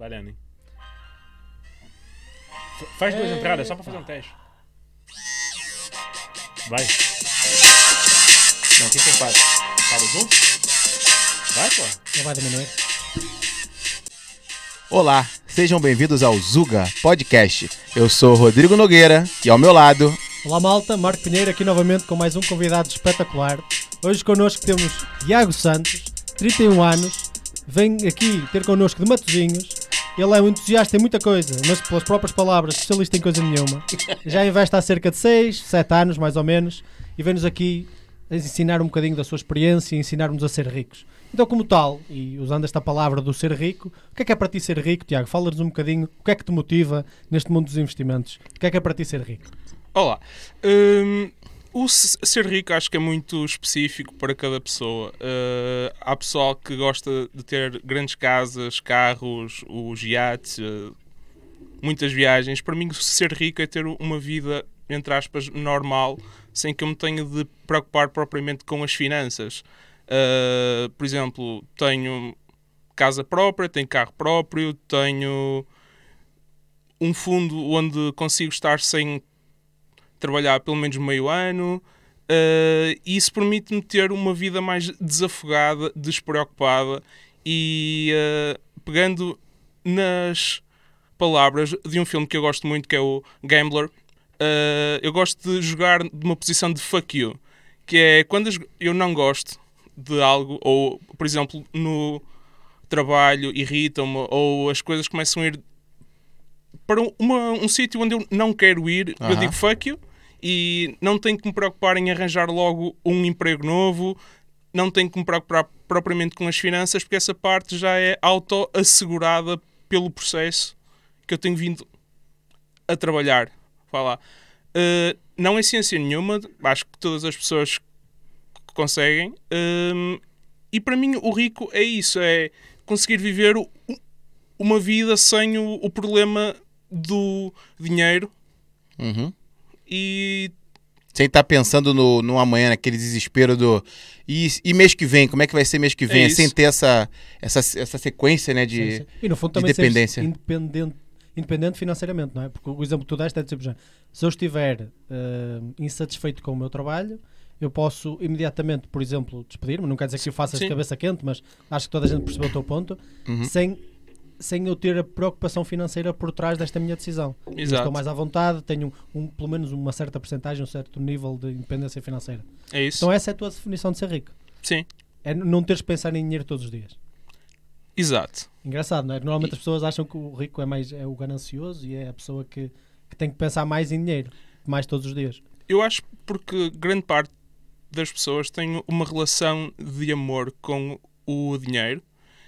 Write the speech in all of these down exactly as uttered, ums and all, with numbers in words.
Vai, Lenny. F- faz duas entradas, só para fazer um teste. Vai. Não, o que que eu faço? Fala junto? Vai, pô. Já vai diminuir. Olá, sejam bem-vindos ao Zuga Podcast. Eu sou Rodrigo Nogueira e ao meu lado... Olá malta, Marco Pinheiro aqui novamente com mais um convidado espetacular. Hoje connosco temos Tiago Santos, trinta e um anos, vem aqui ter connosco de Matosinhos. Ele é um entusiasta em muita coisa, mas pelas próprias palavras, especialista em coisa nenhuma. Já investe há cerca de seis, sete anos mais ou menos e vem-nos aqui ensinar um bocadinho da sua experiência e ensinar-nos a ser ricos. Então, como tal, e usando esta palavra do ser rico, o que é que é para ti ser rico, Tiago? Fala-nos um bocadinho, o que é que te motiva neste mundo dos investimentos? O que é que é para ti ser rico? Olá. Hum, o ser rico acho que é muito específico para cada pessoa. Uh, há pessoal que gosta de ter grandes casas, carros, os iates, uh, muitas viagens. Para mim, ser rico é ter uma vida, entre aspas, normal, sem que eu me tenha de preocupar propriamente com as finanças. Uh, por exemplo, tenho casa própria, tenho carro próprio, tenho um fundo onde consigo estar sem trabalhar pelo menos meio ano, uh, e isso permite-me ter uma vida mais desafogada, despreocupada e uh, pegando nas palavras de um filme que eu gosto muito, que é o Gambler, uh, eu gosto de jogar de uma posição de fuck you, que é quando eu não gosto de algo, ou por exemplo no trabalho irritam-me, ou as coisas começam a ir para uma, um sítio onde eu não quero ir, uh-huh. Eu digo fuck you e não tenho que me preocupar em arranjar logo um emprego novo, não tenho que me preocupar propriamente com as finanças, porque essa parte já é auto-assegurada pelo processo que eu tenho vindo a trabalhar. Vai lá. Uh, não é ciência nenhuma, acho que todas as pessoas conseguem, um, e para mim o rico é isso, é conseguir viver o, uma vida sem o, o problema do dinheiro. Uhum. E sem estar pensando no, no amanhã, naquele desespero do e, e mês que vem, como é que vai ser mês que vem, é sem ter essa, essa, essa sequência, né, de, sim, sim. E no fundo de também dependência. Independente, independente financeiramente, não é? Porque o exemplo que tu deste é de tipo, se eu estiver uh, insatisfeito com o meu trabalho, eu posso imediatamente, por exemplo, despedir-me, não quer dizer que eu faça de cabeça quente, mas acho que toda a gente percebeu o teu ponto, uhum. sem, sem eu ter a preocupação financeira por trás desta minha decisão. Estou mais à vontade, tenho um, pelo menos uma certa porcentagem, um certo nível de independência financeira. É isso. Então essa é a tua definição de ser rico. Sim. É não teres que pensar em dinheiro todos os dias. Exato. Engraçado, não é? Normalmente e... as pessoas acham que o rico é, mais, é o ganancioso e é a pessoa que, que tem que pensar mais em dinheiro, mais todos os dias. Eu acho porque grande parte das pessoas têm uma relação de amor com o dinheiro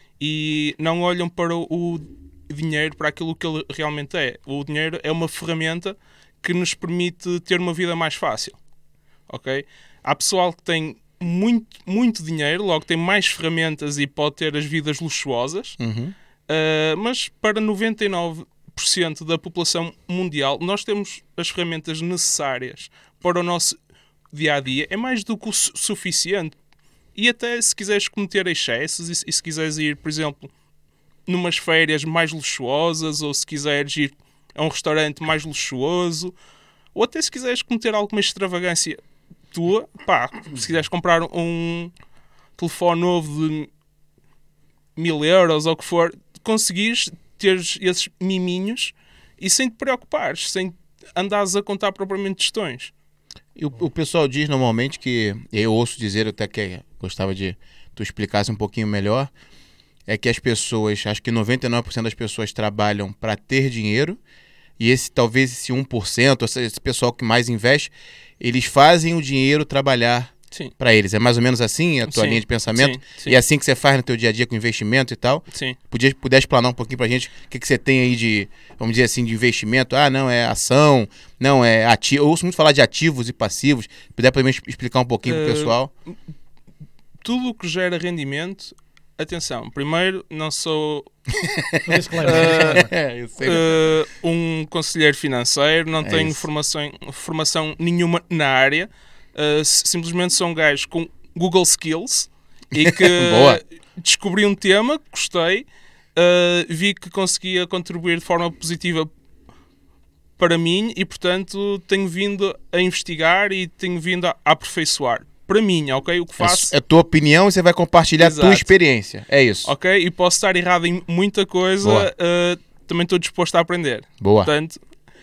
e não olham para o dinheiro, para aquilo que ele realmente é. O dinheiro é uma ferramenta que nos permite ter uma vida mais fácil. Ok? Há pessoal que tem muito, muito dinheiro, logo tem mais ferramentas e pode ter as vidas luxuosas, uhum. uh, mas para noventa e nove por cento da população mundial nós temos as ferramentas necessárias para o nosso dia-a-dia, é mais do que o su- suficiente. E até se quiseres cometer excessos e, e se quiseres ir, por exemplo, numas férias mais luxuosas, ou se quiseres ir a um restaurante mais luxuoso, ou até se quiseres cometer alguma extravagância tua, pá, se quiseres comprar um telefone novo de mil euros ou o que for, conseguires ter esses miminhos e sem te preocupares, sem andares a contar propriamente tostões. E o, o pessoal diz normalmente que, eu ouço dizer, até que gostava de tu explicasse um pouquinho melhor, é que as pessoas, acho que noventa e nove por cento das pessoas trabalham para ter dinheiro, e esse talvez esse um por cento, esse pessoal que mais investe, eles fazem o dinheiro trabalhar para eles. É mais ou menos assim a tua sim, linha de pensamento? Sim, sim. E é assim que você faz no teu dia a dia com investimento e tal? Sim. Podia, puder explanar um pouquinho pra gente o que, que você tem aí de, vamos dizer assim, de investimento? Ah, não, é ação, não, é ativo. Eu ouço muito falar de ativos e passivos. Puder pra mim explicar um pouquinho uh, pro pessoal? Tudo o que gera rendimento, atenção, primeiro, não sou uh, é, eu sei. Uh, um conselheiro financeiro, não é tenho isso. formação, formação nenhuma na área, uh, simplesmente sou um gajo com Google Skills e que descobri um tema, gostei, uh, vi que conseguia contribuir de forma positiva para mim e, portanto, tenho vindo a investigar e tenho vindo a aperfeiçoar. Para mim, ok? O que faço... É a tua opinião e você vai compartilhar Exato. a tua experiência. É isso. Ok? E posso estar errado em muita coisa, uh, também estou disposto a aprender. Boa. Portanto,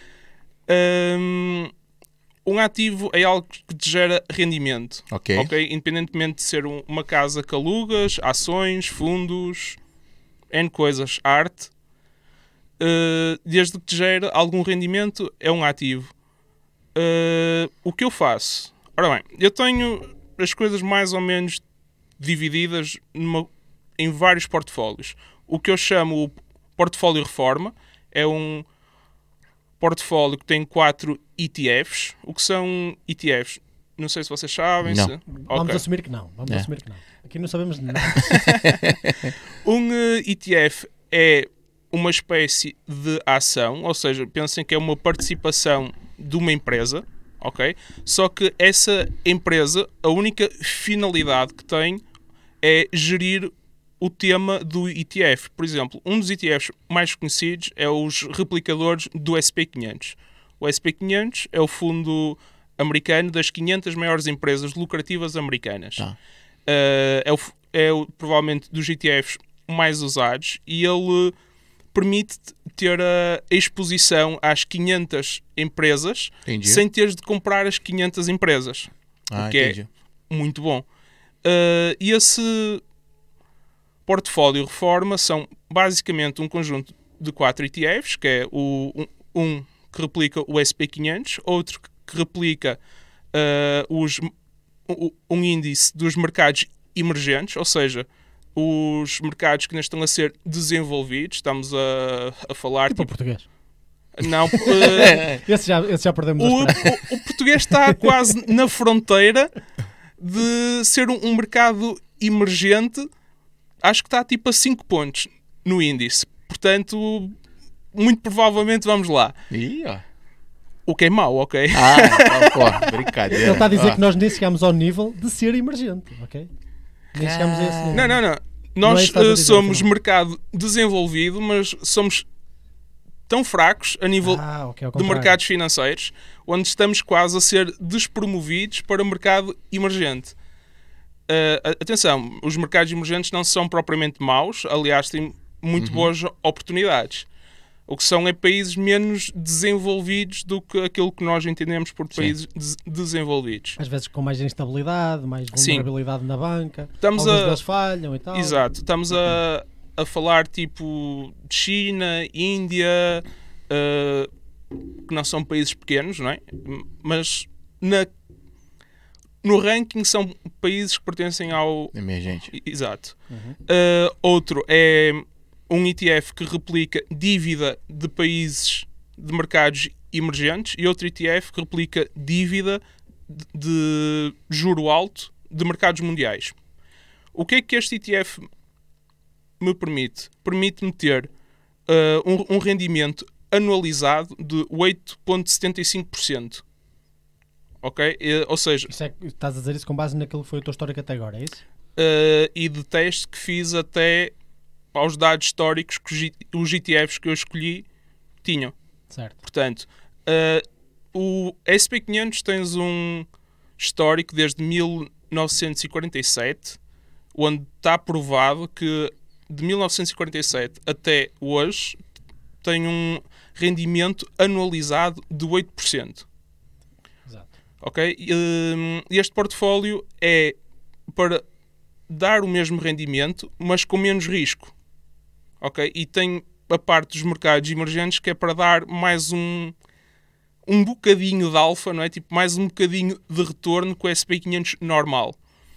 um, um ativo é algo que te gera rendimento. Ok. Ok? Independentemente de ser um, uma casa que alugas, ações, fundos, N coisas, arte, uh, desde que te gera algum rendimento, é um ativo. Uh, o que eu faço? Ora bem, eu tenho as coisas mais ou menos divididas numa, em vários portfólios. O que eu chamo o portfólio reforma é um portfólio que tem quatro E T Fs. O que são E T Fs? Não sei se vocês sabem. Não. Se... Vamos Okay. assumir que não. Vamos É. assumir que não. Aqui não sabemos de nada. Um uh, E T F é uma espécie de ação, ou seja, pensem que é uma participação de uma empresa, ok? Só que essa empresa, a única finalidade que tem é gerir o tema do E T F. Por exemplo, um dos E T Fs mais conhecidos é os replicadores do S P quinhentos. O S P quinhentos é o fundo americano das quinhentas maiores empresas lucrativas americanas. Ah. Uh, é, o, é o, provavelmente dos E T Fs mais usados e ele permite ter a exposição às quinhentas empresas Entendi. sem teres de comprar as quinhentas empresas. Ah, o que entendi. é muito bom. Uh, e esse portfólio reforma são basicamente um conjunto de quatro E T Fs, que é o, um, um que replica o S P quinhentos, outro que replica uh, os, um índice dos mercados emergentes, ou seja, os mercados que ainda estão a ser desenvolvidos. Estamos a, a falar... Tipo o Tipo, português. não, uh, Esse já, esse já perdemos o, a esperança. o, o português está quase na fronteira de ser um, um mercado emergente. Acho que está tipo a cinco pontos no índice. Portanto, muito provavelmente vamos lá. Ih, ó. O que é mau, ok? Ah, pô, brincadeira. Ele está a dizer Ah. que nós nem chegámos ao nível de ser emergente, ok? Nem chegámos a esse nível. Não, não, não. Não é Nós isso que estás a uh, dizer, somos afinal. mercado desenvolvido, mas somos tão fracos a nível Ah, ok, ao de contrário. mercados financeiros, onde estamos quase a ser despromovidos para o mercado emergente. Uh, atenção, os mercados emergentes não são propriamente maus, aliás, têm muito Uhum. boas oportunidades. O que são é países menos desenvolvidos do que aquilo que nós entendemos por Sim. países des- desenvolvidos. Às vezes com mais instabilidade, mais Sim. vulnerabilidade na banca. Estamos Alguns a- deles falham e tal. Exato, estamos a, a falar tipo de China, Índia, uh, que não são países pequenos, não é? Mas na, no ranking são países que pertencem ao... Emergente. Exato. Uhum. Uh, outro é um E T F que replica dívida de países de mercados emergentes e outro E T F que replica dívida de, de juro alto de mercados mundiais. O que é que este E T F me permite? Permite-me ter uh, um, um rendimento anualizado de oito vírgula setenta e cinco por cento. Ok? E, ou seja, Isso é, estás a dizer isso com base naquilo que foi a tua história até agora, é isso? uh, e de teste que fiz até aos dados históricos que os G- os E T Fs que eu escolhi tinham. Certo. Portanto, uh, o S P quinhentos tens um histórico desde mil novecentos e quarenta e sete, onde está provado que de mil novecentos e quarenta e sete até hoje tem um rendimento anualizado de oito por cento. Exato. Ok? E, hum, este portfólio é para dar o mesmo rendimento, mas com menos risco. Ok? E tem a parte dos mercados emergentes que é para dar mais um um bocadinho de alfa, não é? Tipo, mais um bocadinho de retorno com o S P quinhentos normal.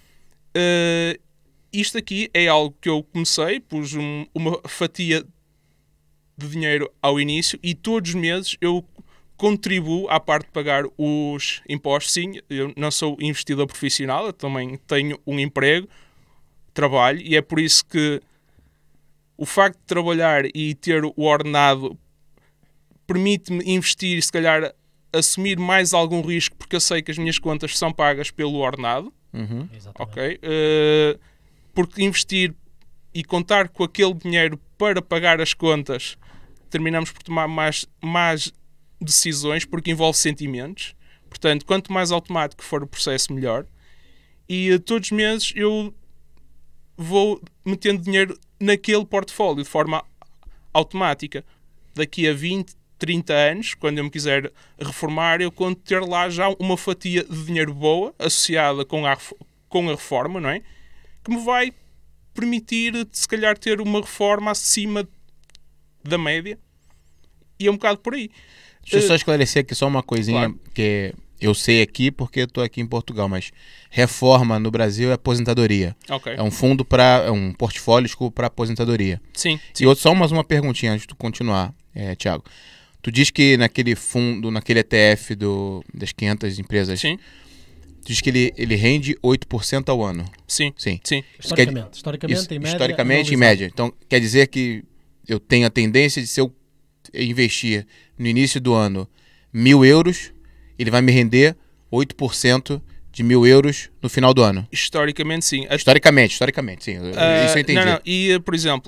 Uh, isto aqui é algo que eu comecei, pus um, uma fatia de dinheiro ao início e todos os meses eu contribuo à parte de pagar os impostos. Sim, eu não sou investidor profissional, eu também tenho um emprego, trabalho, e é por isso que o facto de trabalhar e ter o ordenado permite-me investir e se calhar assumir mais algum risco, porque eu sei que as minhas contas são pagas pelo ordenado. Uhum. Exatamente. Ok? Uh, porque investir e contar com aquele dinheiro para pagar as contas, terminamos por tomar mais, mais decisões, porque envolve sentimentos. Portanto, quanto mais automático for o processo, melhor. E uh, todos os meses eu vou metendo dinheiro naquele portfólio de forma automática. Daqui a vinte, trinta anos, quando eu me quiser reformar, eu conto ter lá já uma fatia de dinheiro boa associada com a, com a reforma, não é? Que me vai permitir, se calhar, ter uma reforma acima da média. E é um bocado por aí. Deixa eu só esclarecer aqui só uma coisinha, Claro. que eu sei aqui porque eu estou aqui em Portugal, mas reforma no Brasil é aposentadoria. Ok. É um fundo para, é um portfólio para aposentadoria. Sim, sim. E outro, só mais uma perguntinha antes de tu continuar, é, Thiago. Tu diz que naquele fundo, naquele E T F do, das quinhentas empresas, Sim, tu diz que ele, ele rende oito por cento ao ano. sim, Sim. sim. Isso quer- Historicamente, historicamente, Isso, em média. historicamente, em anualizado. média. Então, quer dizer que eu tenho a tendência de, se eu investir no início do ano mil euros, ele vai me render oito por cento de mil euros no final do ano. Historicamente, sim. A- Historicamente, historicamente, sim. Ah, Isso eu entendi. Não, não. E, por exemplo,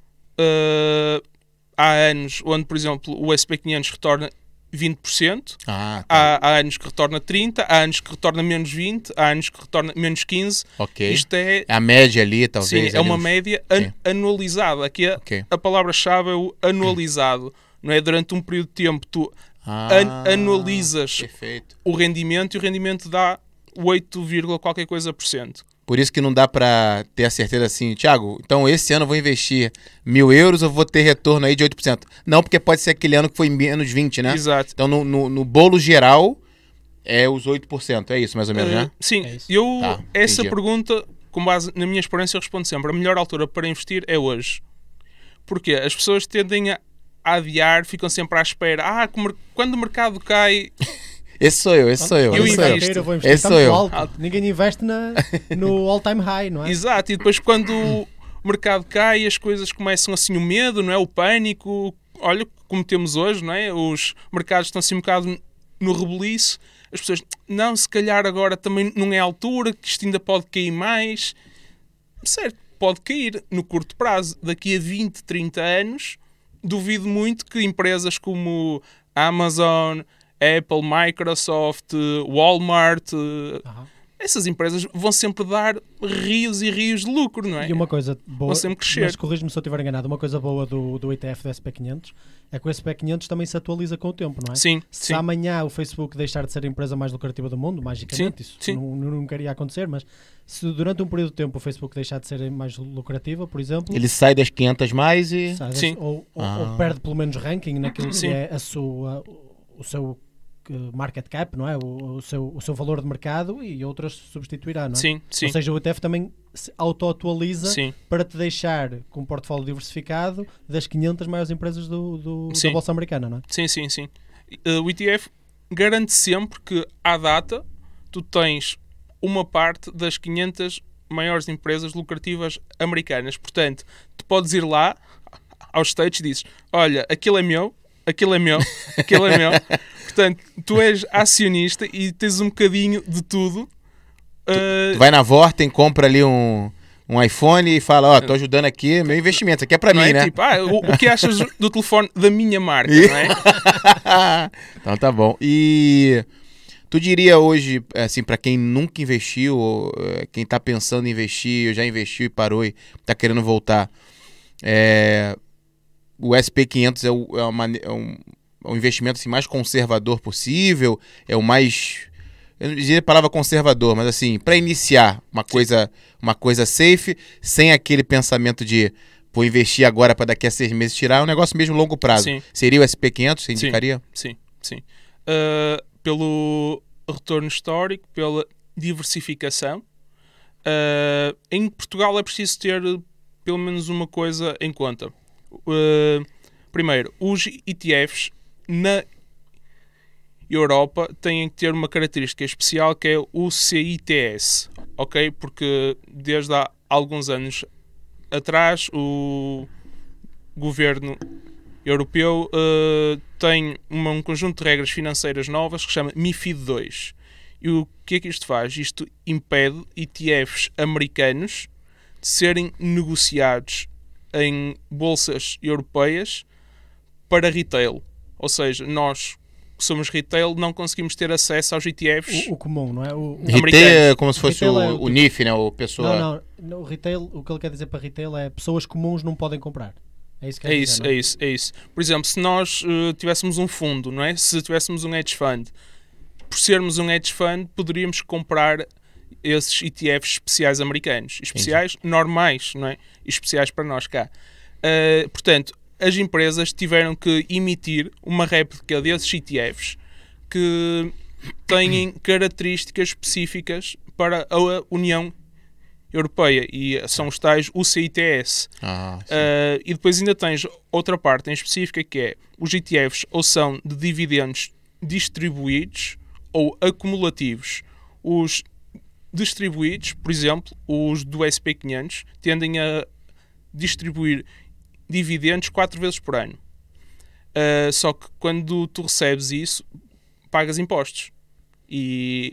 ah, há anos onde, por exemplo, o S P quinhentos retorna vinte por cento, Ah, tá. há, há anos que retorna trinta por cento, há anos que retorna menos vinte por cento, há anos que retorna menos quinze por cento. Ok. Isto é, A média ali, talvez. sim, é ali uma uns- média an- Sim. anualizada. Aqui a, Ok. a palavra-chave é o anualizado. Não é durante um período de tempo tu Ah, an- anualizas Perfeito. o rendimento e o rendimento dá oito, qualquer coisa por cento. Por isso que não dá pra ter a certeza assim, Thiago, então esse ano eu vou investir mil euros, eu vou ter retorno aí de oito por cento. Não, porque pode ser aquele ano que foi menos vinte, né? Exato. Então no, no, no bolo geral é os oito por cento, é isso mais ou menos, Uh, né? Sim, É isso. eu Tá, essa entendi. pergunta, com base na minha experiência, eu respondo sempre: a melhor altura para investir é hoje. Porque as pessoas tendem a a adiar, ficam sempre à espera. Ah, como- quando o mercado cai, Esse sou eu, esse sou eu. Eu esse sou eu. invisto. Eu vou investir, Esse está sou muito eu. alto. Ninguém investe na, no all-time high, não é? exato, e depois quando o mercado cai, as coisas começam assim, o medo, não é? O pânico. Olha, como temos hoje, não é? Os mercados estão assim um bocado no rebuliço. As pessoas, não, se calhar agora também não é a altura, que isto ainda pode cair mais. Certo, pode cair no curto prazo. Daqui a vinte, trinta anos, duvido muito que empresas como Amazon, Apple, Microsoft, Walmart, Aham. essas empresas vão sempre dar rios e rios de lucro, não é? E uma coisa boa, Vão sempre crescer. mas corrijo-me se eu estiver enganado, uma coisa boa do, do E T F do S P quinhentos é que o S P quinhentos também se atualiza com o tempo, não é? Sim, Se sim. amanhã o Facebook deixar de ser a empresa mais lucrativa do mundo, magicamente, Sim, isso sim. Não, não, nunca iria acontecer, mas se durante um período de tempo o Facebook deixar de ser mais lucrativa, por exemplo, Ele sai das quinhentas mais e... sabe, Sim. ou, ou- Ah. ou perde pelo menos ranking naquilo Sim. que é a sua, o seu eh, market cap, não é? O, o seu, o seu valor de mercado, e outras substituirá, não é? Sim, sim, Ou seja, o E T F também se auto-atualiza sim. para te deixar com um portfólio diversificado das quinhentas maiores empresas do, do- da Sim. Bolsa Americana, não é? Sim, sim, sim. Uh, O E T F garante sempre que, à data, tu tens uma parte das quinhentas maiores empresas lucrativas americanas. Portanto, tu podes ir lá aos States e dizes: olha, aquilo é meu, aquilo é meu, aquilo é meu. Portanto, tu és acionista e tens um bocadinho de tudo. Uh, Tu vai na Vorten, compra ali um, um iPhone e fala, ó, tô ajudando aqui, meu investimento, isso aqui é pra não mim, é? né? Tipo, ah, o, o que achas do telefone da minha marca, não é? Então tá bom. E tu diria hoje, assim, pra quem nunca investiu, ou eh, quem tá pensando em investir, ou já investiu e parou e tá querendo voltar, é, o S P quinhentos é, o, é, uma, é um, é um investimento assim, mais conservador possível, é o mais... Eu não diria a palavra conservador, mas assim, para iniciar uma coisa, uma coisa safe, sem aquele pensamento de vou investir agora para daqui a seis meses tirar, é um negócio mesmo longo prazo. Sim. Seria o S P quinhentos, você Sim. indicaria? Sim, sim. Uh, pelo retorno histórico, pela diversificação. Uh, em Portugal é preciso ter pelo menos uma coisa em conta. Uh, primeiro, os E T Fs na Europa têm que ter uma característica especial, que é o C I T S, ok? Porque desde há alguns anos atrás o governo europeu uh, tem uma, um conjunto de regras financeiras novas que se chama MiFID dois. E o que é que isto faz? Isto impede E T Fs americanos serem negociados em bolsas europeias para retail. Ou seja, nós que somos retail não conseguimos ter acesso aos E T Fs. O, o comum, não é? O, o... Retail é como se fosse o, é o, o N I F, né? O pessoa... Não, não, o retail, o que ele quer dizer para retail é pessoas comuns não podem comprar. É isso que quer É dizer, isso, não é? é isso, é isso. Por exemplo, se nós uh, tivéssemos um fundo, não é? Se tivéssemos um hedge fund, por sermos um hedge fund, poderíamos comprar esses E T Fs especiais americanos. Especiais Entendi. normais, não é? E especiais para nós cá. Uh, portanto, as empresas tiveram que emitir uma réplica desses E T Fs que têm características específicas para a União Europeia e são os tais U C I T S. Ah, uh, e depois ainda tens outra parte em específica que é os E T Fs ou são de dividendos distribuídos ou acumulativos. Os distribuídos, por exemplo, os do S P quinhentos, tendem a distribuir dividendos quatro vezes por ano. Uh, só que quando tu recebes isso, pagas impostos. E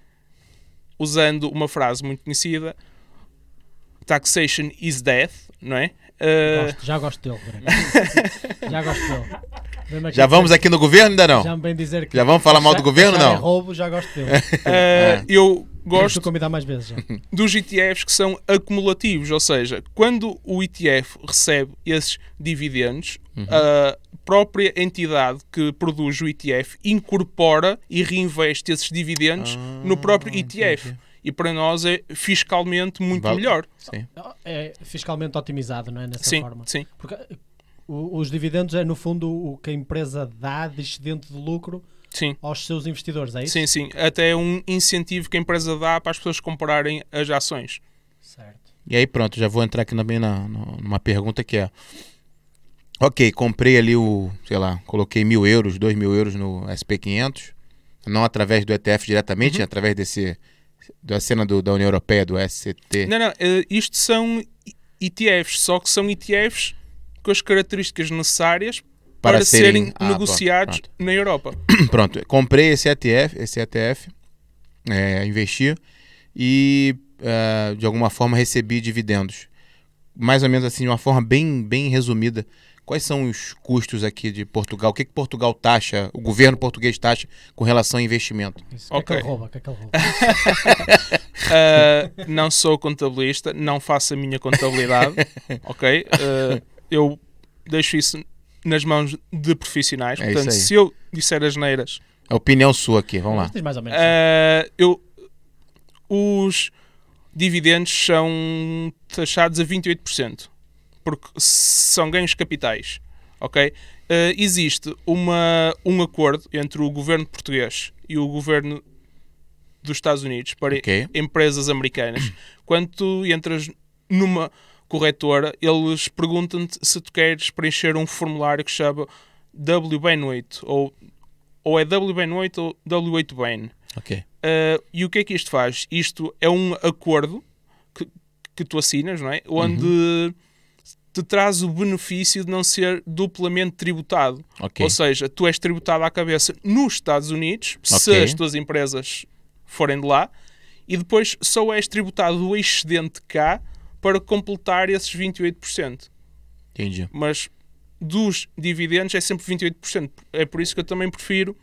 usando uma frase muito conhecida, taxation is death, não é? Uh... Gosto, já gosto dele. já gosto dele. Já vamos aqui no governo, ainda não? Já me bem dizer que já vamos falar mal do governo, não? É roubo, já gosto dele. Uh, eu gosto convidar mais vezes já. dos E T Fs que são acumulativos, ou seja, quando o E T F recebe esses dividendos, uhum. a própria entidade que produz o E T F incorpora e reinveste esses dividendos ah, no próprio E T F. Entendi. E para nós é fiscalmente muito vale. melhor. Sim. É fiscalmente otimizado, não é? Nessa sim, forma. Sim. Porque o, os dividendos é, no fundo, o que a empresa dá de excedente de lucro sim. aos seus investidores, é isso? Sim, sim. Até é um incentivo que a empresa dá para as pessoas comprarem as ações. Certo. E aí pronto, já vou entrar aqui também na, numa pergunta que é: ok, comprei ali o, sei lá, coloquei mil euros, dois mil euros no S P quinhentos, não através do E T F diretamente, uhum. através desse... da cena do, da União Europeia, do S C T. Não, não, uh, isto são E T Fs, só que são E T Fs com as características necessárias para, para serem, serem ah, negociados pronto, pronto. na Europa. Pronto, comprei esse E T F, esse E T F, é, investi e uh, de alguma forma recebi dividendos. Mais ou menos assim, de uma forma bem, bem resumida. Quais são os custos aqui de Portugal? O que, que Portugal taxa, o governo português taxa com relação a investimento? Isso, okay. que é que ele rouba? Que é que ele rouba? uh, não sou contabilista, não faço a minha contabilidade, ok? Uh, eu deixo isso nas mãos de profissionais, é portanto, se eu disser as neiras... A opinião sua aqui, vamos lá. Mais ou menos. Uh, eu, os dividendos são taxados a vinte e oito por cento. Porque são ganhos capitais, ok? Uh, existe uma, um acordo entre o governo português e o governo dos Estados Unidos para okay. empresas americanas. Quando tu entras numa corretora, eles perguntam-te se tu queres preencher um formulário que se chama W B N oito, ou, ou é W B N oito ou W oito B N. Okay. Uh, e o que é que isto faz? Isto é um acordo que, que tu assinas, não é? Onde... Uhum. te traz o benefício de não ser duplamente tributado. Okay. Ou seja, tu és tributado à cabeça nos Estados Unidos, okay. se as tuas empresas forem de lá, e depois só és tributado o excedente cá para completar esses vinte e oito por cento. Entendi. Mas dos dividendos é sempre vinte e oito por cento. É por isso que eu também prefiro...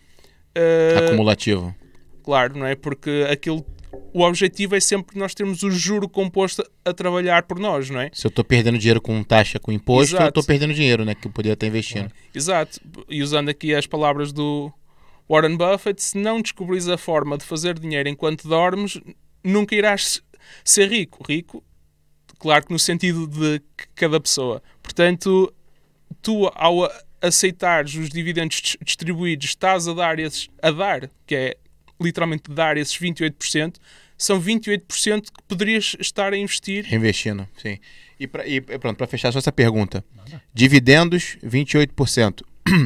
Uh, acumulativo. Claro, não é? Porque aquilo... O objetivo é sempre nós termos o juro composto a trabalhar por nós, não é? Se eu estou perdendo dinheiro com taxa, com imposto, Exato. eu estou perdendo dinheiro, né? Que eu poderia estar investindo. Exato. E usando aqui as palavras do Warren Buffett, se não descobrires a forma de fazer dinheiro enquanto dormes, nunca irás ser rico. Rico, claro que no sentido de cada pessoa. Portanto, tu ao aceitares os dividendos distribuídos, estás a dar esses, a dar, que é literalmente dar esses vinte e oito por cento, são vinte e oito por cento que poderias estar a investir. Investindo, sim. E, pra, e pronto, para fechar só essa pergunta. Nada. Dividendos, vinte e oito por cento.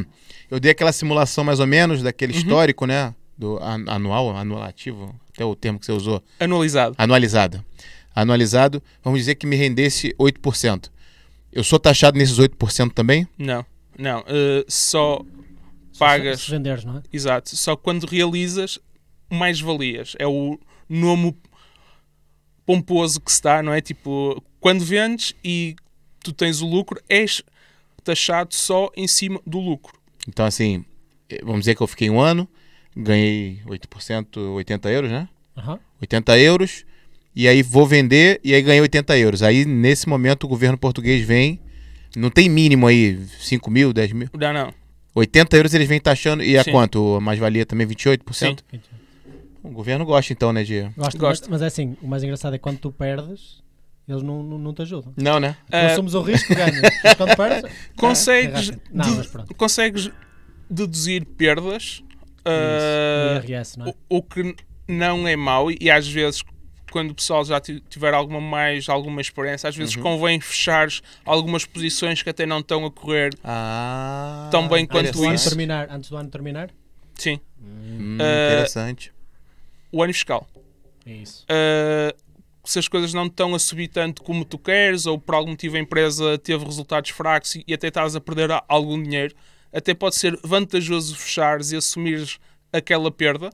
Eu dei aquela simulação mais ou menos daquele uhum. histórico, né? Do anual, anualativo, até o termo que você usou. Anualizado. Anualizado. Anualizado, vamos dizer que me rendesse oito por cento. Eu sou taxado nesses oito por cento também? Não, não. Uh, só pagas... Se venderes, não é? Exato. Só quando realizas mais valias. É o nome pomposo que se dá, não é? Tipo, quando vendes e tu tens o lucro, és taxado só em cima do lucro. Então, assim, vamos dizer que eu fiquei um ano, ganhei oito por cento, oitenta euros, né? Aham. oitenta euros, e aí vou vender e aí ganhei oitenta euros. Aí, nesse momento, o governo português vem, não tem mínimo aí, cinco mil, dez mil? Não, não. oitenta euros eles vêm taxando, e a Sim. quanto? A mais-valia também vinte e oito por cento? Sim. O governo gosta, então, né, de... Gosto, Gosto. Mas, mas é assim, o mais engraçado é que quando tu perdes, eles não, não, não te ajudam. Não, né? Nós Ah, somos o risco, ganhas. Mas quando perdes, consegues, é não, de- mas pronto. consegues deduzir perdas, Isso, ah, o I R S, não é? o, o que não é mau, e às vezes quando o pessoal já ti- tiver alguma mais alguma experiência, às vezes Uhum. convém fechares algumas posições que até não estão a correr Ah, tão bem quanto Antes do ano isso. terminar, antes do ano terminar? Sim, Hum, Ah, interessante. o ano fiscal. É isso. Uh, se as coisas não estão a subir tanto como tu queres, ou por algum motivo a empresa teve resultados fracos e até estás a perder a- algum dinheiro, até pode ser vantajoso fechares e assumires aquela perda,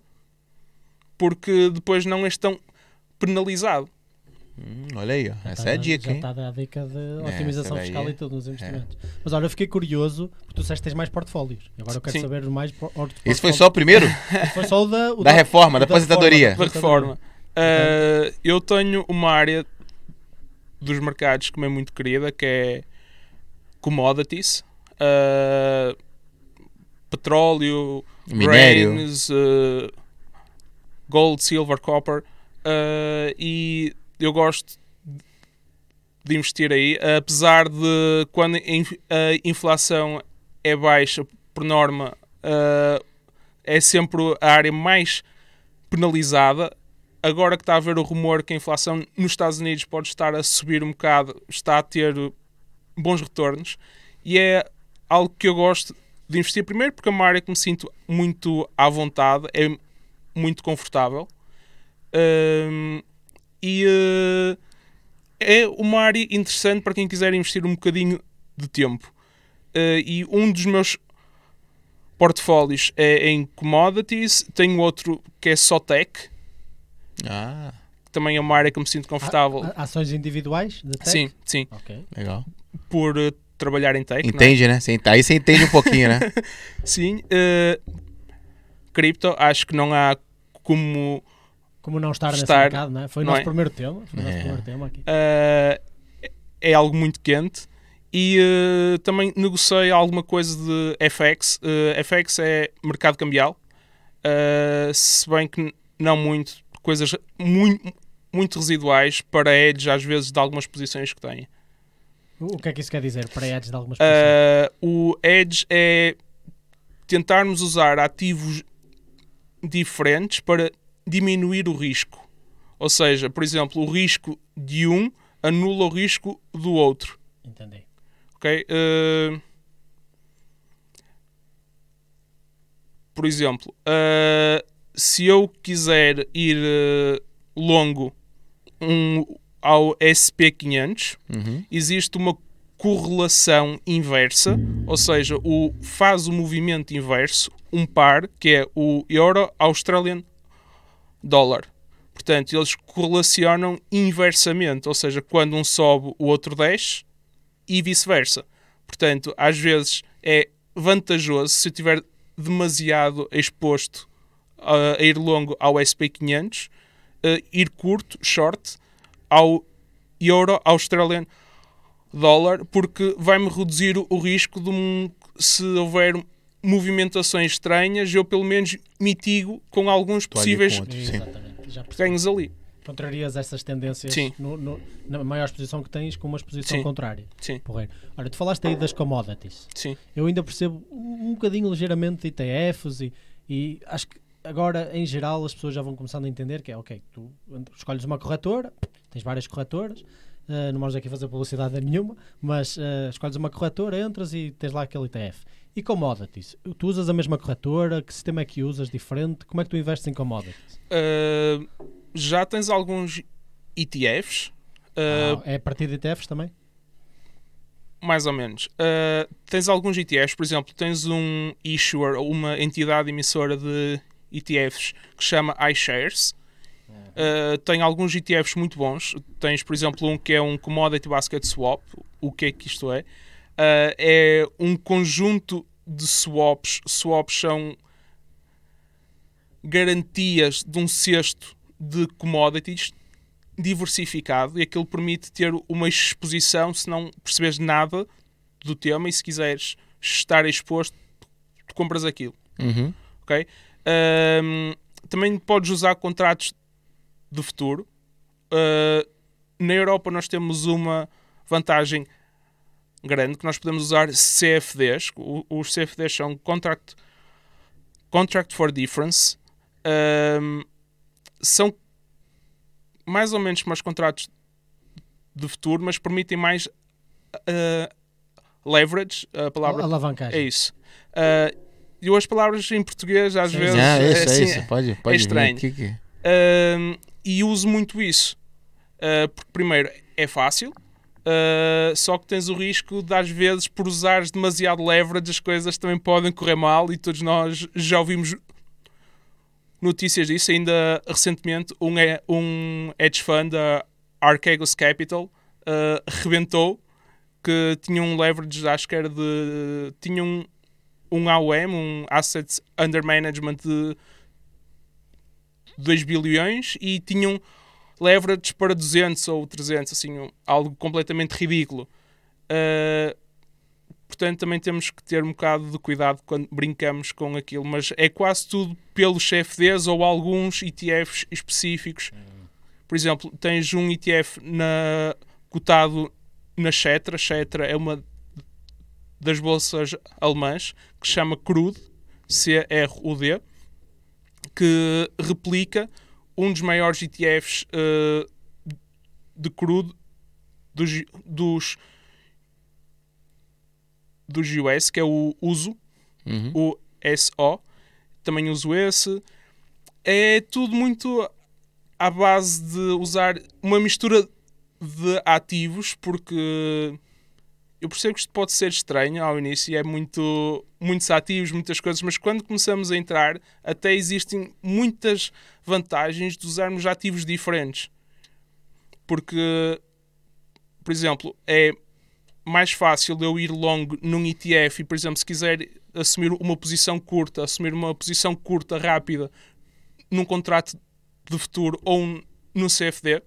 porque depois não és tão penalizado. Hum, olha aí, ó. Já Essa tá é a da- dica, já hein? está a dar a dica de essa otimização daí fiscal é- e tudo nos investimentos. Mas olha, eu fiquei curioso, porque tu disseste que tens mais portfólios. Agora eu quero Sim. saber mais por- outros Esse foi portfólios. só o primeiro? Esse foi só o da, o Da reforma, da o aposentadoria. Da reforma. Uh, eu tenho uma área dos mercados que me é muito querida, que é commodities, uh, petróleo, Minério. grains, uh, gold, silver, copper, uh, e eu gosto de investir aí, apesar de quando a inf- a inflação é baixa, por norma, uh, é sempre a área mais penalizada. Agora que está a haver o rumor que a inflação nos Estados Unidos pode estar a subir um bocado, está a ter bons retornos, e é algo que eu gosto de investir primeiro porque é uma área que me sinto muito à vontade, é muito confortável, um, e uh, é uma área interessante para quem quiser investir um bocadinho de tempo. Uh, e um dos meus portfólios é em commodities, tenho outro que é só tech, Ah, que também é uma área que eu me sinto confortável. A- a- ações individuais de tech? Sim, sim, Ok. legal. por uh, trabalhar em tech. não é? Entende, né? Você- Aí você entende um pouquinho, né? Sim. Uh, cripto, acho que não há como... Como não estar, nesse Estar, mercado, não é? Foi o não nosso é? primeiro tema. Foi o nosso É. primeiro tema aqui. Uh, é algo muito quente. E uh, também negociei alguma coisa de F X. Uh, F X é mercado cambial. Uh, se bem que n- não muito. Coisas muito, muito residuais para edge, às vezes, de algumas posições que têm. O o que é que isso quer dizer para edges de algumas pessoas? Uh, o edge é tentarmos usar ativos diferentes para diminuir o risco. Ou seja, por exemplo, o risco de um anula o risco do outro. Entendi. Ok? Uh, por exemplo, uh, se eu quiser ir uh, longo um, ao S P quinhentos, Uhum. existe uma correlação inversa, ou seja, o, faz o movimento inverso, um par, que é o Euro Australian Dollar. Portanto, eles correlacionam inversamente, ou seja, quando um sobe, o outro desce, e vice-versa. Portanto, às vezes é vantajoso, se eu estiver demasiado exposto uh, a ir longo ao S P quinhentos, uh, ir curto, short, ao Euro Australian Dollar, porque vai-me reduzir o, o risco de um, se houver movimentações estranhas, eu pelo menos mitigo com alguns Tô ali possíveis com outro, sim. Exatamente. Já percebi. ganhos ali. Contrarias essas tendências Sim. no- no- na maior exposição que tens com uma exposição Sim. contrária. Sim, Porreiro. Olha, tu falaste aí das commodities. sim. Eu ainda percebo um um bocadinho ligeiramente de E T Fs e, e acho que agora, em geral, as pessoas já vão começando a entender que é, ok, tu escolhes uma corretora, tens várias corretoras, uh, não vamos aqui fazer publicidade a nenhuma, mas uh, escolhes uma corretora, entras e tens lá aquele E T F. E commodities? Tu usas a mesma corretora? Que sistema é que usas diferente? Como é que tu investes em commodities? Uh, já tens alguns E T Fs, uh, Ah, é a partir de E T Fs também? mais ou menos. Uh, tens alguns E T Fs, por exemplo, tens um issuer ou uma entidade emissora de E T Fs que se chama iShares, Uh, tem alguns E T Fs muito bons. Tens, por exemplo, um que é um Commodity Basket Swap. O que é que isto é? Uh, é um conjunto de swaps. Swaps são garantias de um cesto de commodities diversificado, e aquilo permite ter uma exposição se não perceberes nada do tema, e se quiseres estar exposto, tu compras aquilo. Uhum. Okay? Um, também podes usar contratos de futuro. Uh, na Europa nós temos uma vantagem grande, que nós podemos usar C F Ds. O, os C F Ds são Contract, Contract for Difference. Um, são mais ou menos como os contratos de futuro, mas permitem mais uh, leverage, a palavra alavancagem. é isso. Uh, e as palavras em português às Sim. vezes Ah, é, isso, assim, é isso. Pode, pode é estranho. vir. Que que... Uh, e uso muito isso. Uh, porque primeiro é fácil, uh, só que tens o risco de, às vezes, por usares demasiado leverage, as coisas também podem correr mal, e todos nós já ouvimos notícias disso. Ainda recentemente um, um hedge fund, a Archegos Capital, uh, rebentou, que tinha um leverage, acho que era de... tinha um, um A U M, um Assets Under Management de dois bilhões, e tinham leverage para duzentos ou trezentos, assim, um, algo completamente ridículo. Uh, portanto, também temos que ter um bocado de cuidado quando brincamos com aquilo, mas é quase tudo pelos C F Ds ou alguns E T Fs específicos. Por exemplo, tens um E T F na, cotado na Xetra. Xetra é uma das bolsas alemãs, que se chama Crude, C R U D, que replica um dos maiores E T Fs uh, de crude dos, dos, dos U S, que é o U S O, Uhum. o S O. Também uso esse. É tudo muito à base de usar uma mistura de ativos, porque eu percebo que isto pode ser estranho ao início, é muito, muitos ativos, muitas coisas, mas quando começamos a entrar, até existem muitas vantagens de usarmos ativos diferentes. Porque, por exemplo, é mais fácil eu ir long num E T F e, por exemplo, se quiser assumir uma posição curta, assumir uma posição curta rápida num contrato de futuro ou um, num C F D,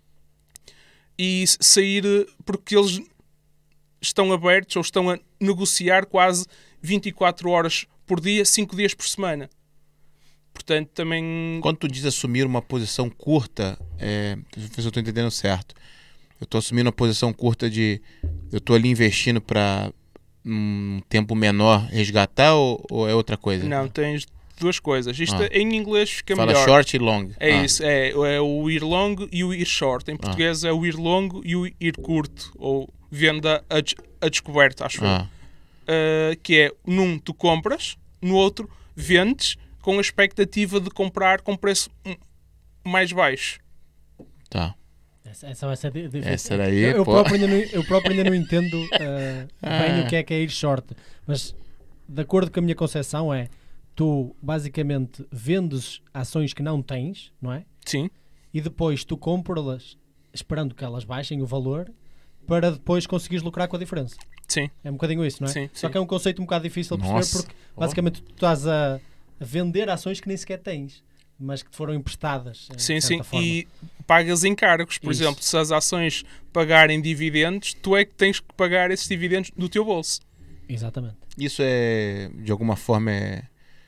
e sair, porque eles estão abertos ou estão a negociar quase vinte e quatro horas por dia, cinco dias por semana. Portanto, também... Quando tu diz assumir uma posição curta, é, não sei se eu estou entendendo certo. Eu estou assumindo uma posição curta de... Eu estou ali investindo para um tempo menor resgatar, ou, ou é outra coisa? Não, tens duas coisas. Isto Ah. em inglês fica Fala melhor. short e long. É Ah. isso, é, é o ir long e o ir short. Em português ah. é o ir longo e o ir curto, ou venda a, des- a descoberto, acho eu. Ah. Uh, que é, num tu compras, no outro vendes com a expectativa de comprar com preço mais baixo. Tá. Essa, essa vai ser di- difícil. Essa daí, eu, eu, pô. próprio ainda não, eu próprio ainda não entendo uh, bem o que é que é ir short, mas de acordo com a minha concepção é, tu basicamente vendes ações que não tens, não é? Sim. E depois tu compras-las esperando que elas baixem o valor para depois conseguires lucrar com a diferença. Sim. É um bocadinho isso, não é? Sim, Só sim. que é um conceito um bocado difícil de perceber, Nossa. porque basicamente tu estás a, a vender ações que nem sequer tens, mas que te foram emprestadas. eh, Sim, de sim. certa forma. E pagas encargos. Por Isso. exemplo, se as ações pagarem dividendos, tu é que tens que pagar esses dividendos do teu bolso. Exatamente. Isso é, de alguma forma, é,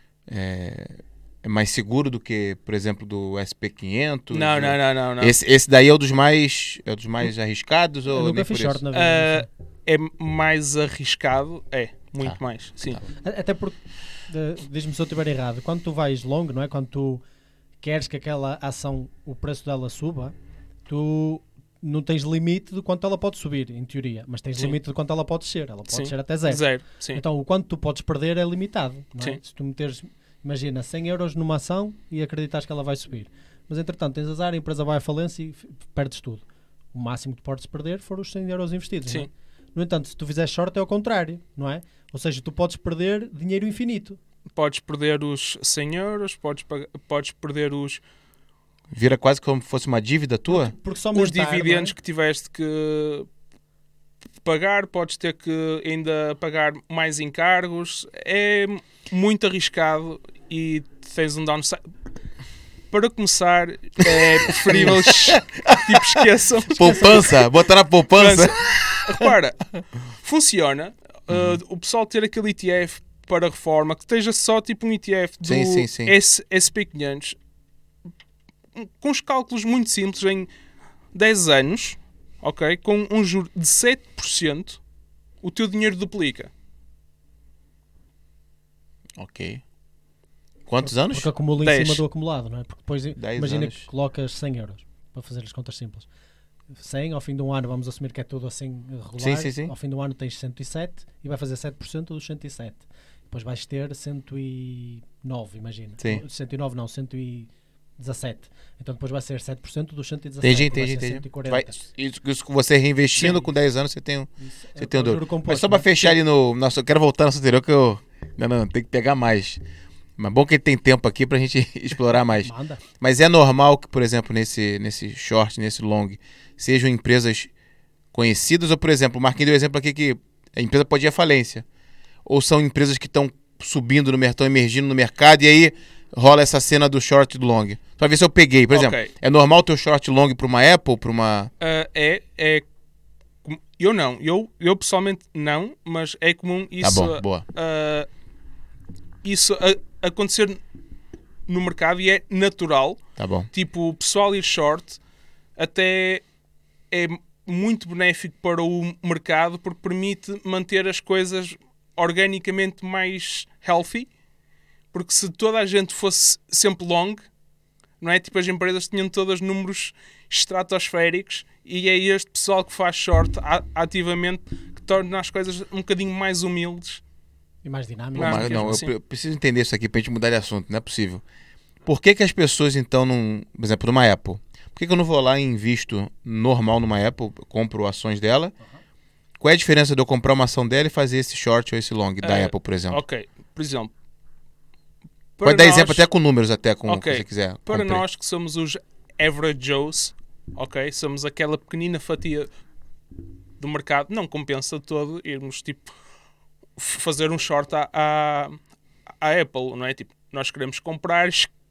é, é mais seguro do que, por exemplo, do S P quinhentos? Não, não, não, não. não. Esse, esse daí é o dos mais, é o dos mais arriscados? Eu Ou nunca nem fiz por short isso? na vida. Ah, é mais arriscado? É, muito Ah, mais. Sim. tá. A- Até porque, eh, diz-me se eu estiver errado, quando tu vais long, não é? Quando tu queres que aquela ação, o preço dela suba, tu não tens limite de quanto ela pode subir, em teoria, mas tens Sim. limite de quanto ela pode descer. Ela pode Sim. descer até zero. Zero. Sim. Então, o quanto tu podes perder é limitado. Não é? Sim. Se tu meteres, imagina, cem euros numa ação e acreditas que ela vai subir. Mas, entretanto, tens azar, a empresa vai à falência e f- perdes tudo. O máximo que tu podes perder foram os cem euros investidos. Não é? Sim. No entanto, se tu fizeres short é ao contrário, não é? Ou seja, tu podes perder dinheiro infinito. Podes perder os cem euros, podes, pag- podes perder os Vira quase como se fosse uma dívida tua? Porque só Os aumentar, dividendos não é? que tiveste que pagar, podes ter que ainda pagar mais encargos. É muito arriscado e tens um downside. Para começar, é preferível tipo, esqueçam. Poupança, botar na poupança. Repara, funciona. Uh, o pessoal ter aquele E T F para reforma, que esteja só tipo um E T F do Sim, sim, sim. S P quinhentos, com os cálculos muito simples, em dez anos, ok, com um juro de sete por cento, o teu dinheiro duplica. Ok. Quantos anos? Porque acumula em dez. cima do acumulado, não é? Porque depois dez imagina anos. que colocas cem euros para fazer as contas simples. cem, ao fim de um ano, vamos assumir que é tudo assim regular. Sim, sim, sim. Ao fim do ano tens cento e sete e vai fazer sete por cento dos cento e sete. Depois vais ter cento e nove, imagina. Sim. cento e nove não, cento e dezassete. Então depois vai ser sete por cento dos cento e dezassete. Entendi, vai entendi, ser entendi. cento e quarenta. Vai, isso, isso que você reinvestindo Sim. com dez anos, você tem um, Isso você é tem um o dobro. juro composto, Mas só pra né? fechar ali no... Nossa, eu quero voltar no anterior que eu... Não, não, tem que pegar mais. Mas bom que ele tem tempo aqui pra gente explorar mais. Manda. Mas é normal que, por exemplo, nesse, nesse short, nesse long, sejam empresas conhecidas ou, por exemplo, o Marquinhos deu um exemplo aqui que a empresa pode ir à falência. Ou são empresas que estão subindo no mercado, estão emergindo no mercado e aí rola essa cena do short e do long. Pra ver se eu peguei. Por exemplo, Ok. é normal ter o short long pra uma Apple, pra uma... Uh, é, é. Eu não. Eu, eu pessoalmente não, mas é comum isso. Tá bom, boa. uh, isso a, acontecer no mercado e é natural. Tá bom. Tipo, o pessoal ir short até é muito benéfico para o mercado porque permite manter as coisas organicamente mais healthy. Porque se toda a gente fosse sempre long, não é? Tipo, as empresas tinham todas números estratosféricos e é este pessoal que faz short a- ativamente que torna as coisas um bocadinho mais humildes. E mais dinâmico. Não, Mas, mesmo não, eu assim. pre- eu preciso entender isso aqui pra gente mudar de assunto, não é possível. Por que que as pessoas, então, não... Por exemplo, numa Apple, por que que eu não vou lá e invisto normal numa Apple, compro ações dela? Qual é a diferença de eu comprar uma ação dela e fazer esse short ou esse long da Eh, Apple, por exemplo? Ok, por exemplo. Pode dar exemplo até com números, até com o Ok, que você quiser. Para Comprei. nós que somos os average Joes, ok? Somos aquela pequenina fatia do mercado, não compensa todo irmos tipo f- fazer um short à, à, à Apple, não é? Tipo, nós queremos comprar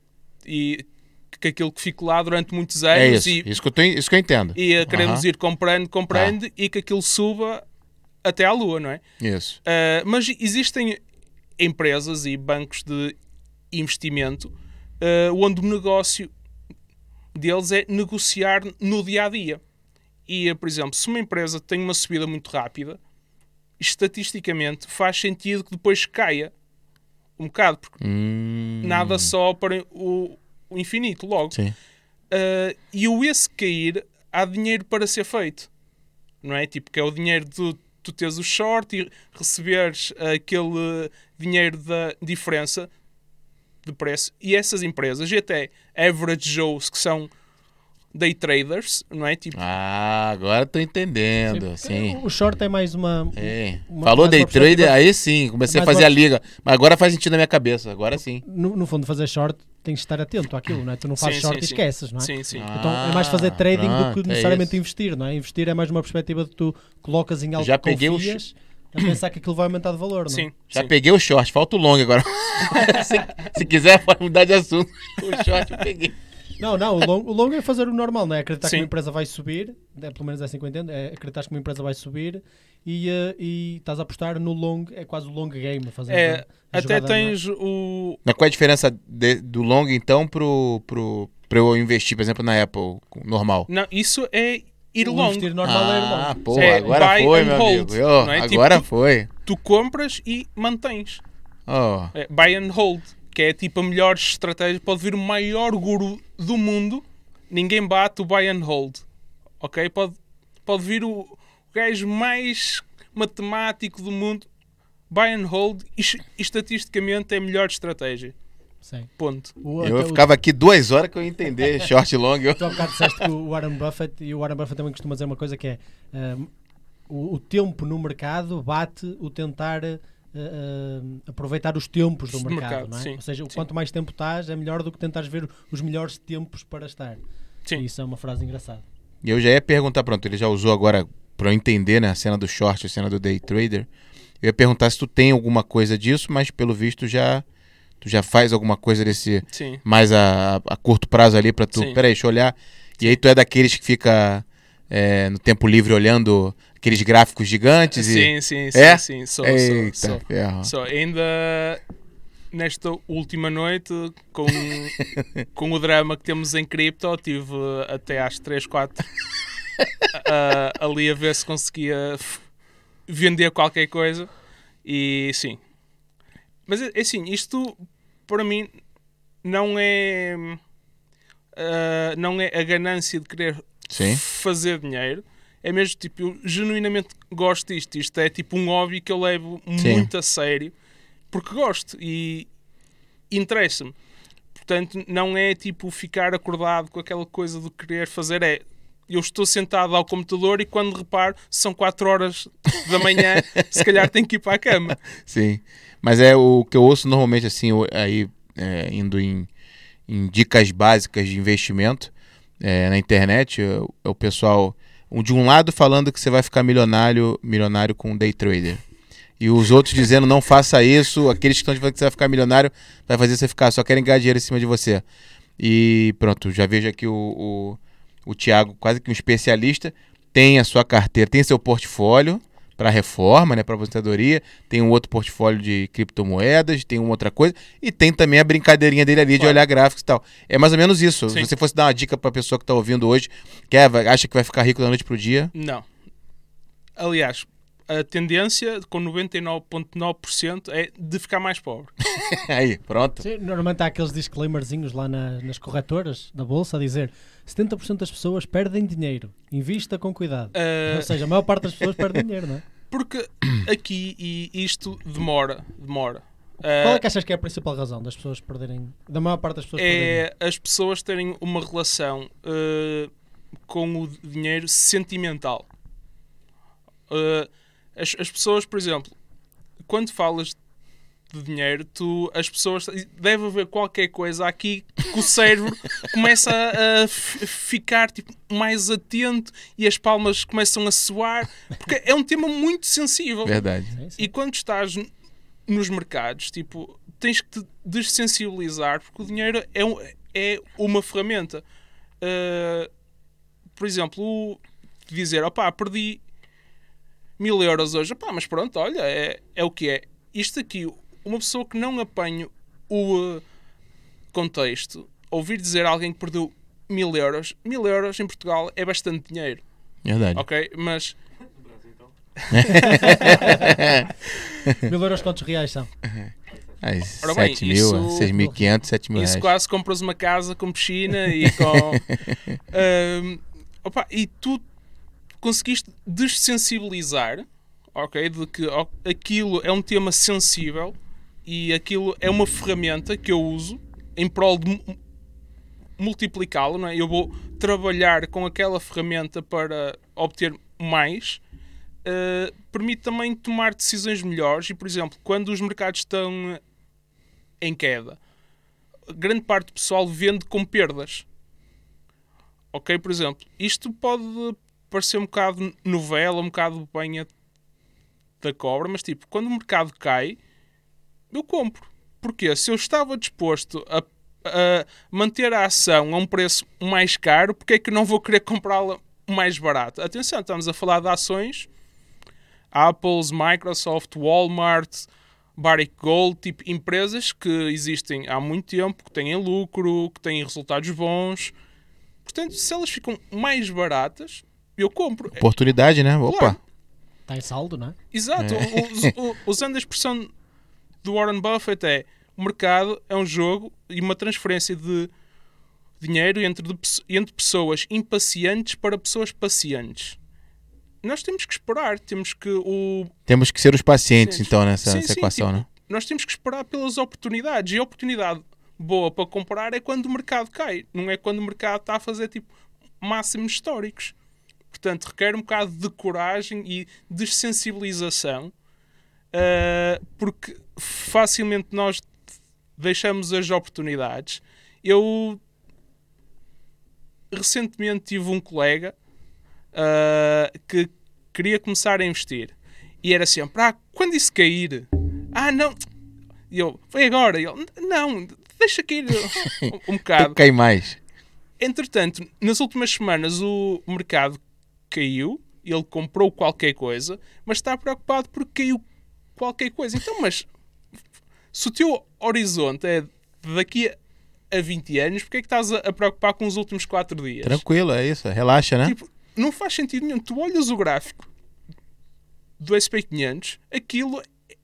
e que aquilo que fique lá durante muitos anos É isso, e, isso, que eu tô, isso que eu entendo. e uh, queremos Aham. ir comprando, comprando e que aquilo suba até à lua, não é? Isso. Uh, mas existem empresas e bancos de investimento uh, onde o negócio deles é negociar no dia-a-dia. E, uh, por exemplo, se uma empresa tem uma subida muito rápida, estatisticamente faz sentido que depois caia um bocado, porque Hum, nada só para o, o infinito logo. Sim. Uh, e o esse cair, há dinheiro para ser feito. Não é? Tipo, que é o dinheiro de tu teres o short e receberes aquele dinheiro da diferença de preço. E essas empresas, e até average Joes, que são day traders, não é? Tipo, Ah, agora tô entendendo, sim. O short é mais uma... É. uma- Falou mais day uma perspectiva- trader, aí sim, comecei a mais fazer uma- a liga. Mas agora faz sentido na minha cabeça, agora sim. No, no fundo, fazer short tens de estar atento àquilo, não é? Tu não fazes Sim, short sim, e sim. esqueces, não é? sim, sim. Ah, Então é mais fazer trading do pronto, que é necessariamente isso. investir, não é? Investir é mais uma perspectiva de tu colocas em algo Já que peguei o confias a pensar que aquilo vai aumentar de valor, não é? Sim, Já sim. peguei o short, falta o long agora. se, se quiser, pode mudar de assunto. O short eu peguei. Não, não, o long, o long é fazer o normal, não é? Acreditar que Sim. uma empresa vai subir, é, pelo menos é assim que eu entendo, é acreditar que uma empresa vai subir e, eh, e estás a apostar no long, é quase o long game. Fazer É, a até jogada, não é? tens o... Mas qual é a diferença de- do long, então, pro, pro, pra eu investir, por exemplo, na Apple normal? Não, isso é ir O long. investir normal é ir Ah, long. pô, É agora buy foi, and meu hold, amigo. Eu, não é? agora Tipo, foi. Tu compras e mantens. Oh, É, buy and hold, que é tipo a melhor estratégia. Pode vir o maior guru do mundo, ninguém bate o buy and hold, ok? Pode, pode vir o, o gajo mais matemático do mundo, buy and hold, e es- estatisticamente é a melhor estratégia. Sim. Ponto. O, eu até o- ficava aqui duas horas que eu ia entender short e long. Eu... Tu há bocado disseste que o Warren Buffett, e o Warren Buffett também costuma dizer uma coisa que é um, o, o tempo no mercado bate o tentar uh, uh, aproveitar os tempos do Do mercado, mercado, não é? sim, Ou seja, sim. quanto mais tempo estás, é melhor do que tentares ver os melhores tempos para estar. Sim. E isso é uma frase engraçada. E eu já ia perguntar, pronto, ele já usou agora para eu entender, né, a cena do short, a cena do day trader. Eu ia perguntar se tu tem alguma coisa disso, mas pelo visto já tu já faz alguma coisa desse Sim. mais a, a curto prazo ali para tu, Sim. peraí, deixa eu olhar. E aí tu é daqueles que fica é, no tempo livre olhando aqueles gráficos gigantes Sim, e... sim, sim, É? sim. Sou, Eita, sou, sou. ferro. Só, ainda nesta última noite, com, com o drama que temos em cripto, tive até às três, quatro uh, ali a ver se conseguia f- vender qualquer coisa. E sim. Mas é é assim, isto para mim não é, uh, não é a ganância de querer Sim. fazer dinheiro. É mesmo tipo, eu genuinamente gosto disto. Isto é tipo um hobby que eu levo Sim. muito a sério porque gosto e interessa-me. Portanto, não é tipo ficar acordado com aquela coisa de querer fazer. É, eu estou sentado ao computador e quando reparo, são quatro horas da manhã, se calhar tenho que ir para a cama. Sim, mas é o que eu ouço normalmente assim, o- aí é, indo em, em dicas básicas de investimento é, na internet, é, o- é o pessoal um- de um lado falando que você vai ficar milionário, milionário com day trader. E os outros dizendo não faça isso, aqueles que estão dizendo que você vai ficar milionário, vai fazer você ficar, só querem ganhar dinheiro em cima de você. E pronto, já vejo aqui o, o, o Thiago, quase que um especialista, tem a sua carteira, tem seu portfólio para reforma, né, para aposentadoria, tem um outro portfólio de criptomoedas, tem uma outra coisa, e tem também a brincadeirinha dele ali de Claro. olhar gráficos e tal. É mais ou menos isso. Sim. Se você fosse dar uma dica para a pessoa que está ouvindo hoje, que é, vai- acha que vai ficar rico da noite pro dia, Não. Aliás, a tendência com noventa e nove vírgula nove por cento é de ficar mais pobre. aí, pronto. Sim, normalmente há aqueles disclaimerzinhos lá na- nas corretoras da bolsa a dizer setenta por cento das pessoas perdem dinheiro, invista com cuidado. Uh, Ou seja, a maior parte das pessoas perdem dinheiro, não é? porque aqui e isto demora, demora. Uh, Qual é que achas que é a principal razão das pessoas perderem, da maior parte das pessoas perderem dinheiro? é as pessoas terem uma relação uh, com o dinheiro sentimental. Uh, as, as pessoas, por exemplo, quando falas de dinheiro, tu, as pessoas deve haver qualquer coisa aqui que o cérebro começa a, a f- ficar tipo, mais atento e as palmas começam a suar, porque é um tema muito sensível. Verdade. Sim, sim. E quando estás n- nos mercados, tipo, tens que te dessensibilizar, porque o dinheiro é, um- é uma ferramenta. Uh, por exemplo, o dizer, opá, perdi mil euros hoje, opá, mas pronto, olha, é, é o que é. Isto aqui, uma pessoa que não apanha o uh, contexto, ouvir dizer a alguém que perdeu mil euros, mil euros em Portugal é bastante dinheiro, Verdade. ok? Mas Mil euros quantos reais são? Aí, Ora bem, sete mil, isso- seis mil e quinhentos, sete mil isso reais. quase compras uma casa com piscina e com... Ahm, opa, e tu conseguiste dessensibilizar, ok, de que ó, aquilo é um tema sensível e aquilo é uma ferramenta que eu uso em prol de mu- multiplicá-lo, não é? Eu vou trabalhar com aquela ferramenta para obter mais. Uh, permite também tomar decisões melhores e, por exemplo, quando os mercados estão em queda, grande parte do pessoal vende com perdas. Ok? Por exemplo, isto pode parecer um bocado novela, um bocado banha da cobra, mas tipo, quando o mercado cai, eu compro. Porquê? Se eu estava disposto a, a manter a ação a um preço mais caro, porque é que não vou querer comprá-la mais barato? Atenção, estamos a falar de ações Apple, Microsoft, Walmart, Barrick Gold, tipo empresas que existem há muito tempo, que têm lucro, que têm resultados bons. Portanto, se elas ficam mais baratas, eu compro. Oportunidade, né? Opa. Claro. Está em saldo, não é? Exato. Us- u- Usando a expressão do Warren Buffett é o mercado é um jogo e uma transferência de dinheiro entre, de pe- entre pessoas impacientes para pessoas pacientes. Nós temos que esperar, temos que o Temos que ser os pacientes, Sim. então, nessa, Sim, nessa sim, equação, tipo, né? nós temos que esperar pelas oportunidades. E a oportunidade boa para comprar é quando o mercado cai. Não é quando o mercado está a fazer tipo máximos históricos. Portanto, requer um bocado de coragem e dessensibilização uh, porque facilmente nós deixamos as oportunidades. Eu recentemente tive um colega uh, que queria começar a investir e era sempre, ah, quando isso cair, ah, não, e eu, foi agora, e ele, não, deixa cair um, um bocado. Cai mais. Entretanto, nas últimas semanas o mercado caiu, ele comprou qualquer coisa, mas está preocupado porque caiu qualquer coisa. Então, mas se o teu horizonte é daqui a vinte anos, porque é que estás a preocupar com os últimos quatro dias? Tranquilo, é isso, relaxa, né? Tipo, não faz sentido nenhum. Tu olhas o gráfico do S and P quinhentos, aquilo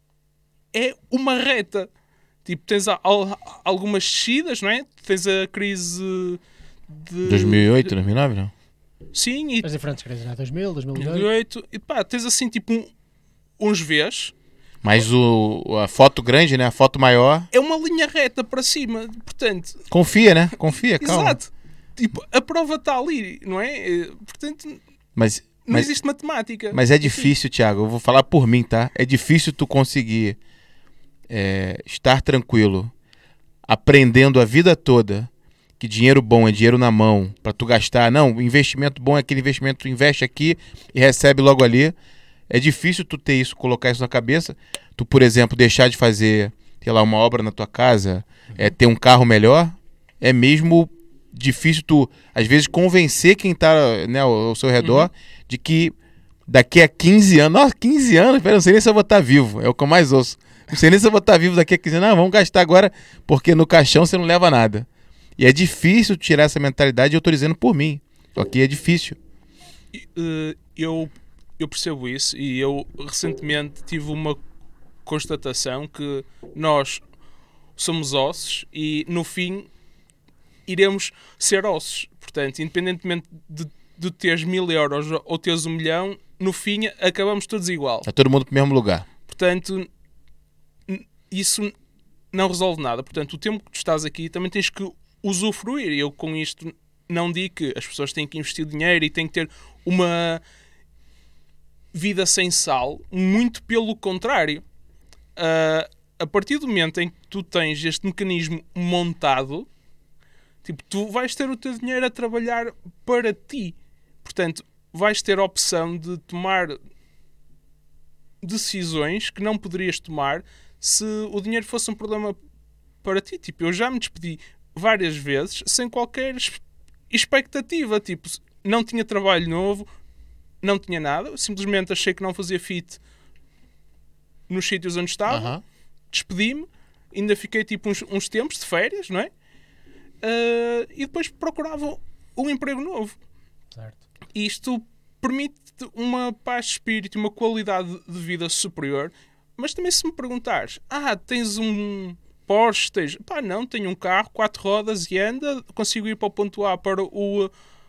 é uma reta. Tipo, tens a, a, algumas descidas, não é? Tens a crise de... dois mil e oito, dois mil e nove, não? Sim, e... As diferentes crises, não é? dois mil, dois mil e dois mil e oito, e pá, tens assim tipo um, uns Vs. Mas o, a foto grande, né? A foto maior... É uma linha reta para cima, portanto... Confia, né? Confia, calma. Exato. Tipo, a prova está ali, não é? Portanto, mas, não mas, existe matemática. Mas é difícil, Thiago. Eu vou falar por mim, tá? É difícil tu conseguir é, estar tranquilo, aprendendo a vida toda que dinheiro bom é dinheiro na mão, para tu gastar. Não, investimento bom é aquele investimento que tu investe aqui e recebe logo ali. É difícil tu ter isso, colocar isso na cabeça. Tu, por exemplo, deixar de fazer, sei lá, uma obra na tua casa, é, ter um carro melhor, é mesmo difícil tu, às vezes, convencer quem tá, né, ao, ao seu redor, uhum, de que daqui a quinze anos, nossa, quinze anos, pera, não sei nem se eu vou estar vivo, é o que eu mais ouço. Não sei nem se eu vou estar vivo daqui a quinze anos, não, vamos gastar agora, porque no caixão você não leva nada. E é difícil tirar essa mentalidade, eu estou dizendo por mim. Aqui é difícil. Uh, eu, eu percebo isso e eu recentemente tive uma constatação que nós somos ossos e no fim iremos ser ossos. Portanto, independentemente de, de teres mil euros ou teres um milhão, no fim acabamos todos igual. Está todo mundo para o mesmo lugar. Portanto, isso não resolve nada. Portanto, o tempo que tu estás aqui também tens que usufruir. Eu com isto não digo que as pessoas têm que investir dinheiro e têm que ter uma vida sem sal. Muito pelo contrário. Uh, a partir do momento em que tu tens este mecanismo montado, tipo, tu vais ter o teu dinheiro a trabalhar para ti. Portanto, vais ter a opção de tomar decisões que não poderias tomar se o dinheiro fosse um problema para ti. Tipo, eu já me despedi várias vezes sem qualquer expectativa. Tipo, não tinha trabalho novo, não tinha nada. Simplesmente achei que não fazia fit nos sítios onde estava. Uhum. Despedi-me. Ainda fiquei tipo uns, uns tempos de férias, não é? Uh, e depois procurava um emprego novo. Certo. Isto permite uma paz de espírito e uma qualidade de vida superior. Mas também se me perguntares, ah, tens um Porsche, tens... Pá, não, tenho um carro, quatro rodas e anda, consigo ir para o ponto A para o,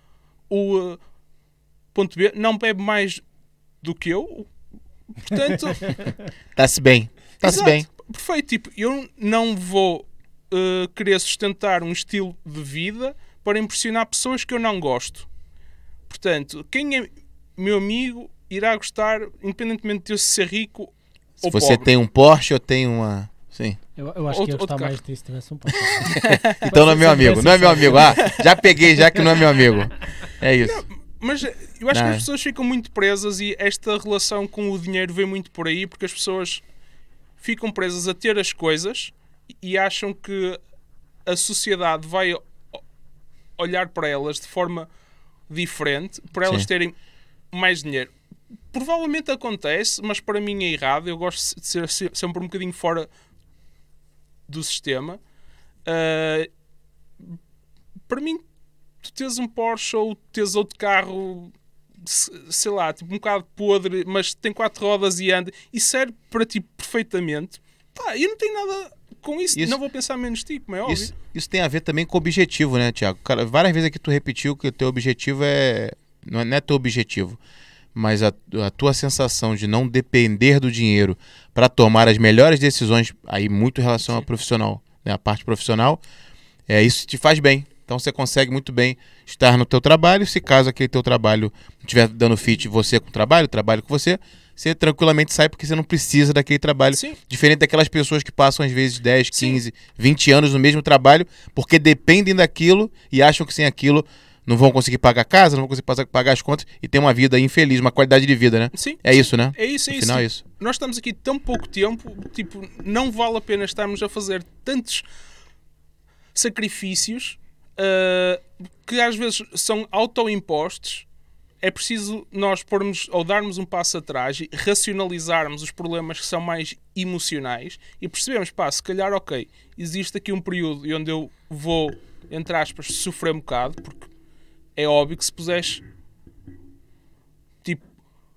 o ponto B, não bebe mais do que eu, portanto... Está-se bem, está-se bem. Perfeito, tipo, eu não vou uh, querer sustentar um estilo de vida para impressionar pessoas que eu não gosto. Portanto, quem é meu amigo irá gostar, independentemente de eu ser rico Se ou você pobre. tem um Porsche ou tem uma... Sim. Eu, eu acho Outro- que ia gostar outro mais carro. disso se tivesse um Porsche. Então não é meu amigo, não é meu amigo. Ah, já peguei já que não é meu amigo. É isso. Mas eu acho Não. que as pessoas ficam muito presas e esta relação com o dinheiro vem muito por aí, porque as pessoas ficam presas a ter as coisas e acham que a sociedade vai o- olhar para elas de forma diferente, para elas Sim. terem mais dinheiro. Provavelmente acontece, mas para mim é errado. Eu gosto de ser se- sempre um bocadinho fora do sistema. Ah, para mim, tu tens um Porsche ou tens outro carro, se- sei lá, tipo um bocado podre, mas tem quatro rodas e anda e serve para ti perfeitamente. Pá, eu não tenho nada com isso. Isso- Não vou pensar menos de ti, como é óbvio. Isso, isso tem a ver também com o objetivo, né, Thiago? Cara, várias vezes aqui tu repetiu que o teu objetivo é... Não é, não é teu objetivo, mas a, a tua sensação de não depender do dinheiro para tomar as melhores decisões, aí muito em relação ao profissional, né, a parte profissional, é, isso te faz bem. Então você consegue muito bem estar no teu trabalho. Se caso aquele teu trabalho não estiver dando fit você com o trabalho, trabalho com você, você tranquilamente sai porque você não precisa daquele trabalho. Sim. Diferente daquelas pessoas que passam às vezes dez, quinze, Sim. vinte anos no mesmo trabalho porque dependem daquilo e acham que sem aquilo não vão conseguir pagar a casa, não vão conseguir pagar as contas e ter uma vida infeliz, uma qualidade de vida, né? Sim. É isso, né? É isso, é no isso. Final, é isso. Nós estamos aqui tão pouco tempo, tipo, não vale a pena estarmos a fazer tantos sacrifícios uh, que às vezes são autoimpostos. É preciso nós pormos ou darmos um passo atrás e racionalizarmos os problemas que são mais emocionais e percebemos, pá, se calhar, ok, existe aqui um período onde eu vou, entre aspas, sofrer um bocado, porque é óbvio que se puseres tipo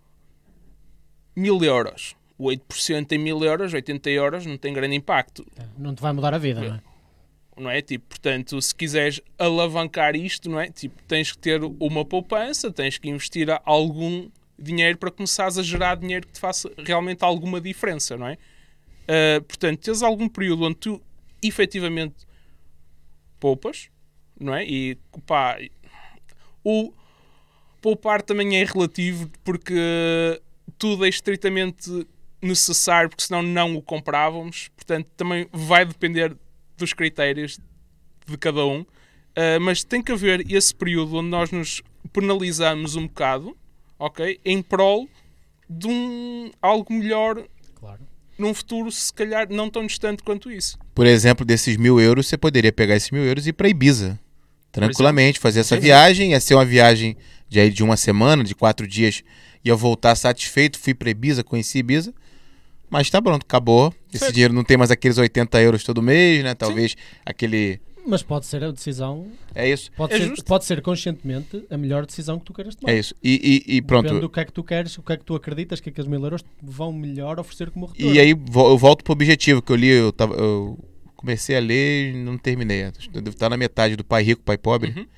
mil euros, oito por cento em mil euros, oitenta euros, não tem grande impacto. Não te vai mudar a vida, não é? Não é? Tipo, portanto, se quiseres alavancar isto, não é? Tipo, tens que ter uma poupança, tens que investir algum dinheiro para começares a gerar dinheiro que te faça realmente alguma diferença, não é? Uh, portanto, tens algum período onde tu efetivamente poupas, não é? E, pá, o poupar também é relativo porque tudo é estritamente necessário, porque senão não o comprávamos. Portanto, também vai depender dos critérios de cada um, uh, mas tem que haver esse período onde nós nos penalizamos um bocado, ok, em prol de um algo melhor, claro, num futuro se calhar não tão distante quanto isso. Por exemplo, desses mil euros, você poderia pegar esses mil euros e ir para Ibiza, tranquilamente, fazer essa viagem, ia ser uma viagem de, aí, de uma semana, de quatro dias, ia voltar satisfeito, fui para Ibiza, conheci Ibiza. Mas tá pronto, acabou. Esse certo. Dinheiro não tem mais aqueles oitenta euros todo mês, né? Talvez Sim. aquele... Mas pode ser a decisão... É isso. Pode, é ser, justo. pode ser conscientemente a melhor decisão que tu queiras tomar. É isso. E, e, e pronto. Depende do que é que tu queres, o que é que tu acreditas que aqueles mil euros vão melhor oferecer como retorno. E aí eu volto pro objetivo que eu li, eu, tava, eu comecei a ler e não terminei. Eu devo estar na metade do Pai Rico, Pai Pobre. Uhum.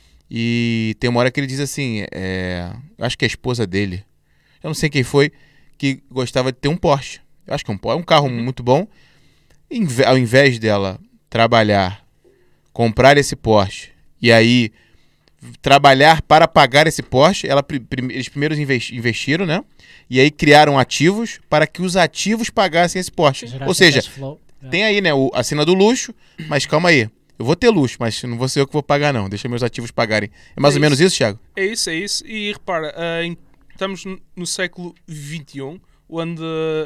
E tem uma hora que ele diz assim, é, acho que é a esposa dele, eu não sei quem foi, que gostava de ter um Porsche. Eu acho que é um, é um carro uhum. muito bom. Inve- ao invés dela trabalhar, comprar esse Porsche e aí trabalhar para pagar esse Porsche, ela, prim- eles primeiro investi- investiram, né? E aí criaram ativos para que os ativos pagassem esse Porsche. Gerar Ou seja, flow, é. tem aí, né, o, a cena do luxo, mas calma aí. Eu vou ter luxo, mas não vou ser eu que vou pagar, não. Deixa meus ativos pagarem. É mais é ou isso. menos isso, Thiago? É isso, é isso. E repara, uh, em, estamos no século vinte e um, onde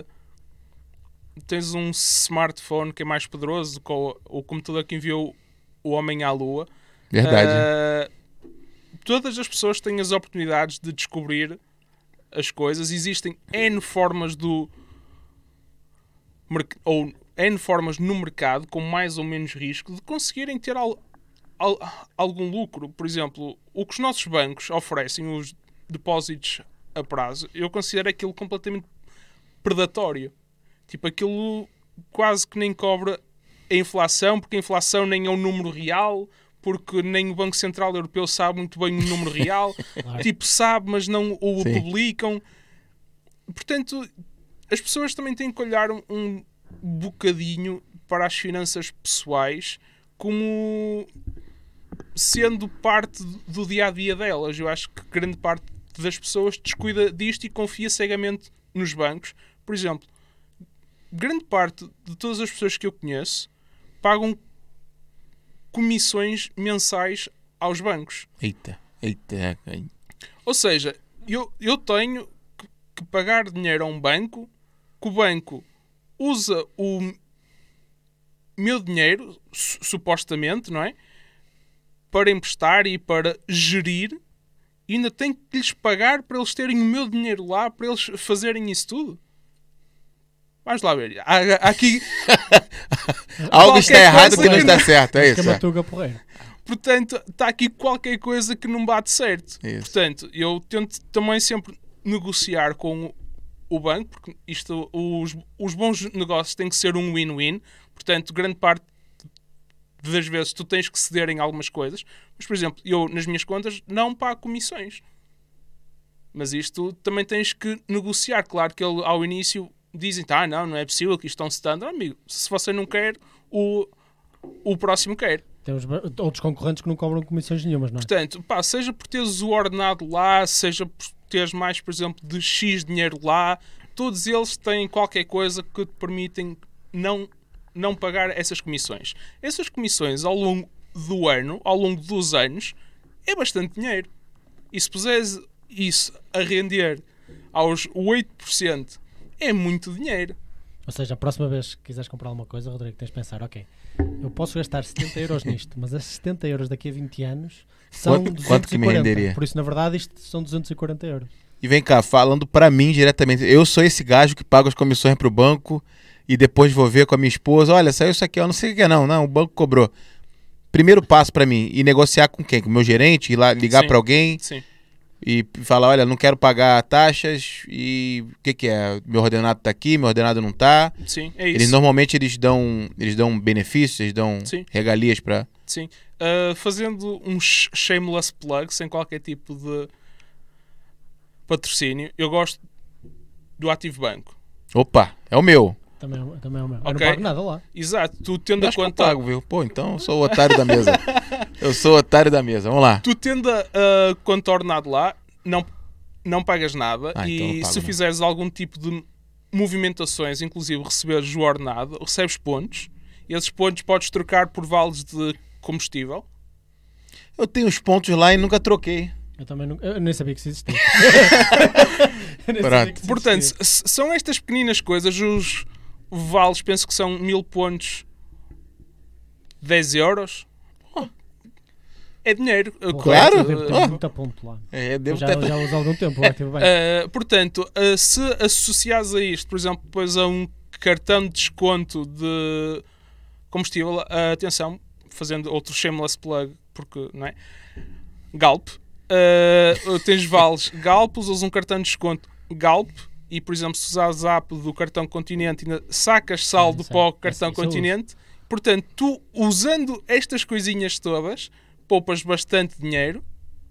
tens um smartphone que é mais poderoso do que o, o computador que enviou o homem à Lua. Verdade. Uh, todas as pessoas têm as oportunidades de descobrir as coisas. Existem N formas do... ou N formas no mercado, com mais ou menos risco, de conseguirem ter al, al, algum lucro. Por exemplo, o que os nossos bancos oferecem, os depósitos a prazo, eu considero aquilo completamente predatório. Tipo, aquilo quase que nem cobra a inflação, porque a inflação nem é um número real, porque nem o Banco Central Europeu sabe muito bem o número real. Claro. Tipo, sabe, mas não o Sim. publicam. Portanto, as pessoas também têm que olhar um, um bocadinho para as finanças pessoais como sendo parte do dia-a-dia delas. Eu acho que grande parte das pessoas descuida disto e confia cegamente nos bancos. Por exemplo, grande parte de todas as pessoas que eu conheço pagam comissões mensais aos bancos. Eita, eita. Ou seja, eu, eu tenho que, que pagar dinheiro a um banco, que o banco usa o meu dinheiro, su- supostamente, não é? Para emprestar e para gerir, e ainda tenho que lhes pagar para eles terem o meu dinheiro lá, para eles fazerem isso tudo. Vamos lá ver. Há, há aqui... Algo está errado que não que está não... certo, é isso. Camatuga porreira. Portanto, está aqui qualquer coisa que não bate certo. Isso. Portanto, eu tento também sempre negociar com o banco, porque isto, os, os bons negócios têm que ser um win-win. Portanto, grande parte das vezes tu tens que ceder em algumas coisas. Mas, por exemplo, eu nas minhas contas não pago comissões. Mas isto também tens que negociar. Claro que ele, ao início dizem, ah, não, não é possível que isto é um standard. Amigo, se você não quer, o, o próximo quer. Temos outros concorrentes que não cobram comissões nenhumas, não é? Portanto, pá, seja por teres o ordenado lá, seja por teres mais, por exemplo, de X dinheiro lá, todos eles têm qualquer coisa que te permitem não, não pagar essas comissões. Essas comissões, ao longo do ano, ao longo dos anos, é bastante dinheiro. E se puseres isso a render aos oito por cento, é muito dinheiro. Ou seja, a próxima vez que quiseres comprar alguma coisa, Rodrigo, tens de pensar, ok, eu posso gastar setenta euros nisto, mas esses setenta euros daqui a vinte anos são Quanto- duzentos e quarenta. quanto que me renderia? Por isso, na verdade, isto são duzentos e quarenta euros. E vem cá, falando pra mim diretamente, eu sou esse gajo que paga as comissões pro banco e depois vou ver com a minha esposa, olha, saiu isso aqui, eu não sei o que é não, não, o banco cobrou. Primeiro passo pra mim, ir negociar com quem? Com o meu gerente, ir lá ligar Sim. pra alguém Sim. e falar, olha, não quero pagar taxas e o que que é? Meu ordenado tá aqui, meu ordenado não tá. Sim, é isso. Eles normalmente eles dão, eles dão benefícios, eles dão Sim. regalias pra... Sim. Uh, fazendo um sh- shameless plug, sem qualquer tipo de patrocínio, eu gosto do Ativo Banco. Opa, é o meu. Também, é o- também é o meu. Eu Ok. não pago nada lá. Exato. Tu tendo Eu a acho que eu conta... pago, viu? Pô, então eu sou o otário da mesa. Eu sou o otário da mesa, vamos lá. Tu tendo a uh, conta ordenado lá, não, não pagas nada. Ah, então não e pago, se não. fizeres algum tipo de movimentações, inclusive receberes o ordenado, recebes pontos. E esses pontos podes trocar por vales de combustível. Eu tenho os pontos lá e nunca troquei. Eu também não, eu nem sabia que isso existia. Eu nem Pronto. sabia que isso Portanto, existia. s- são estas pequeninas coisas. Os vales, penso que são mil pontos, dez euros. É dinheiro. Claro. Eu devo ter Oh. muito a ponto lá. É, Eu devo já, ter... já uso há algum tempo, lá tive bem. Uh, portanto, uh, se associares a isto, por exemplo, depois a um cartão de desconto de combustível, uh, atenção, fazendo outro shameless plug, porque, não é? Galp. Uh, tens vales Galp, usas um cartão de desconto Galp e, por exemplo, se usares a app do cartão Continente, ainda sacas saldo Ah, sei. para o Esse- cartão esse eu Continente. Portanto, tu, usando estas coisinhas todas, poupas bastante dinheiro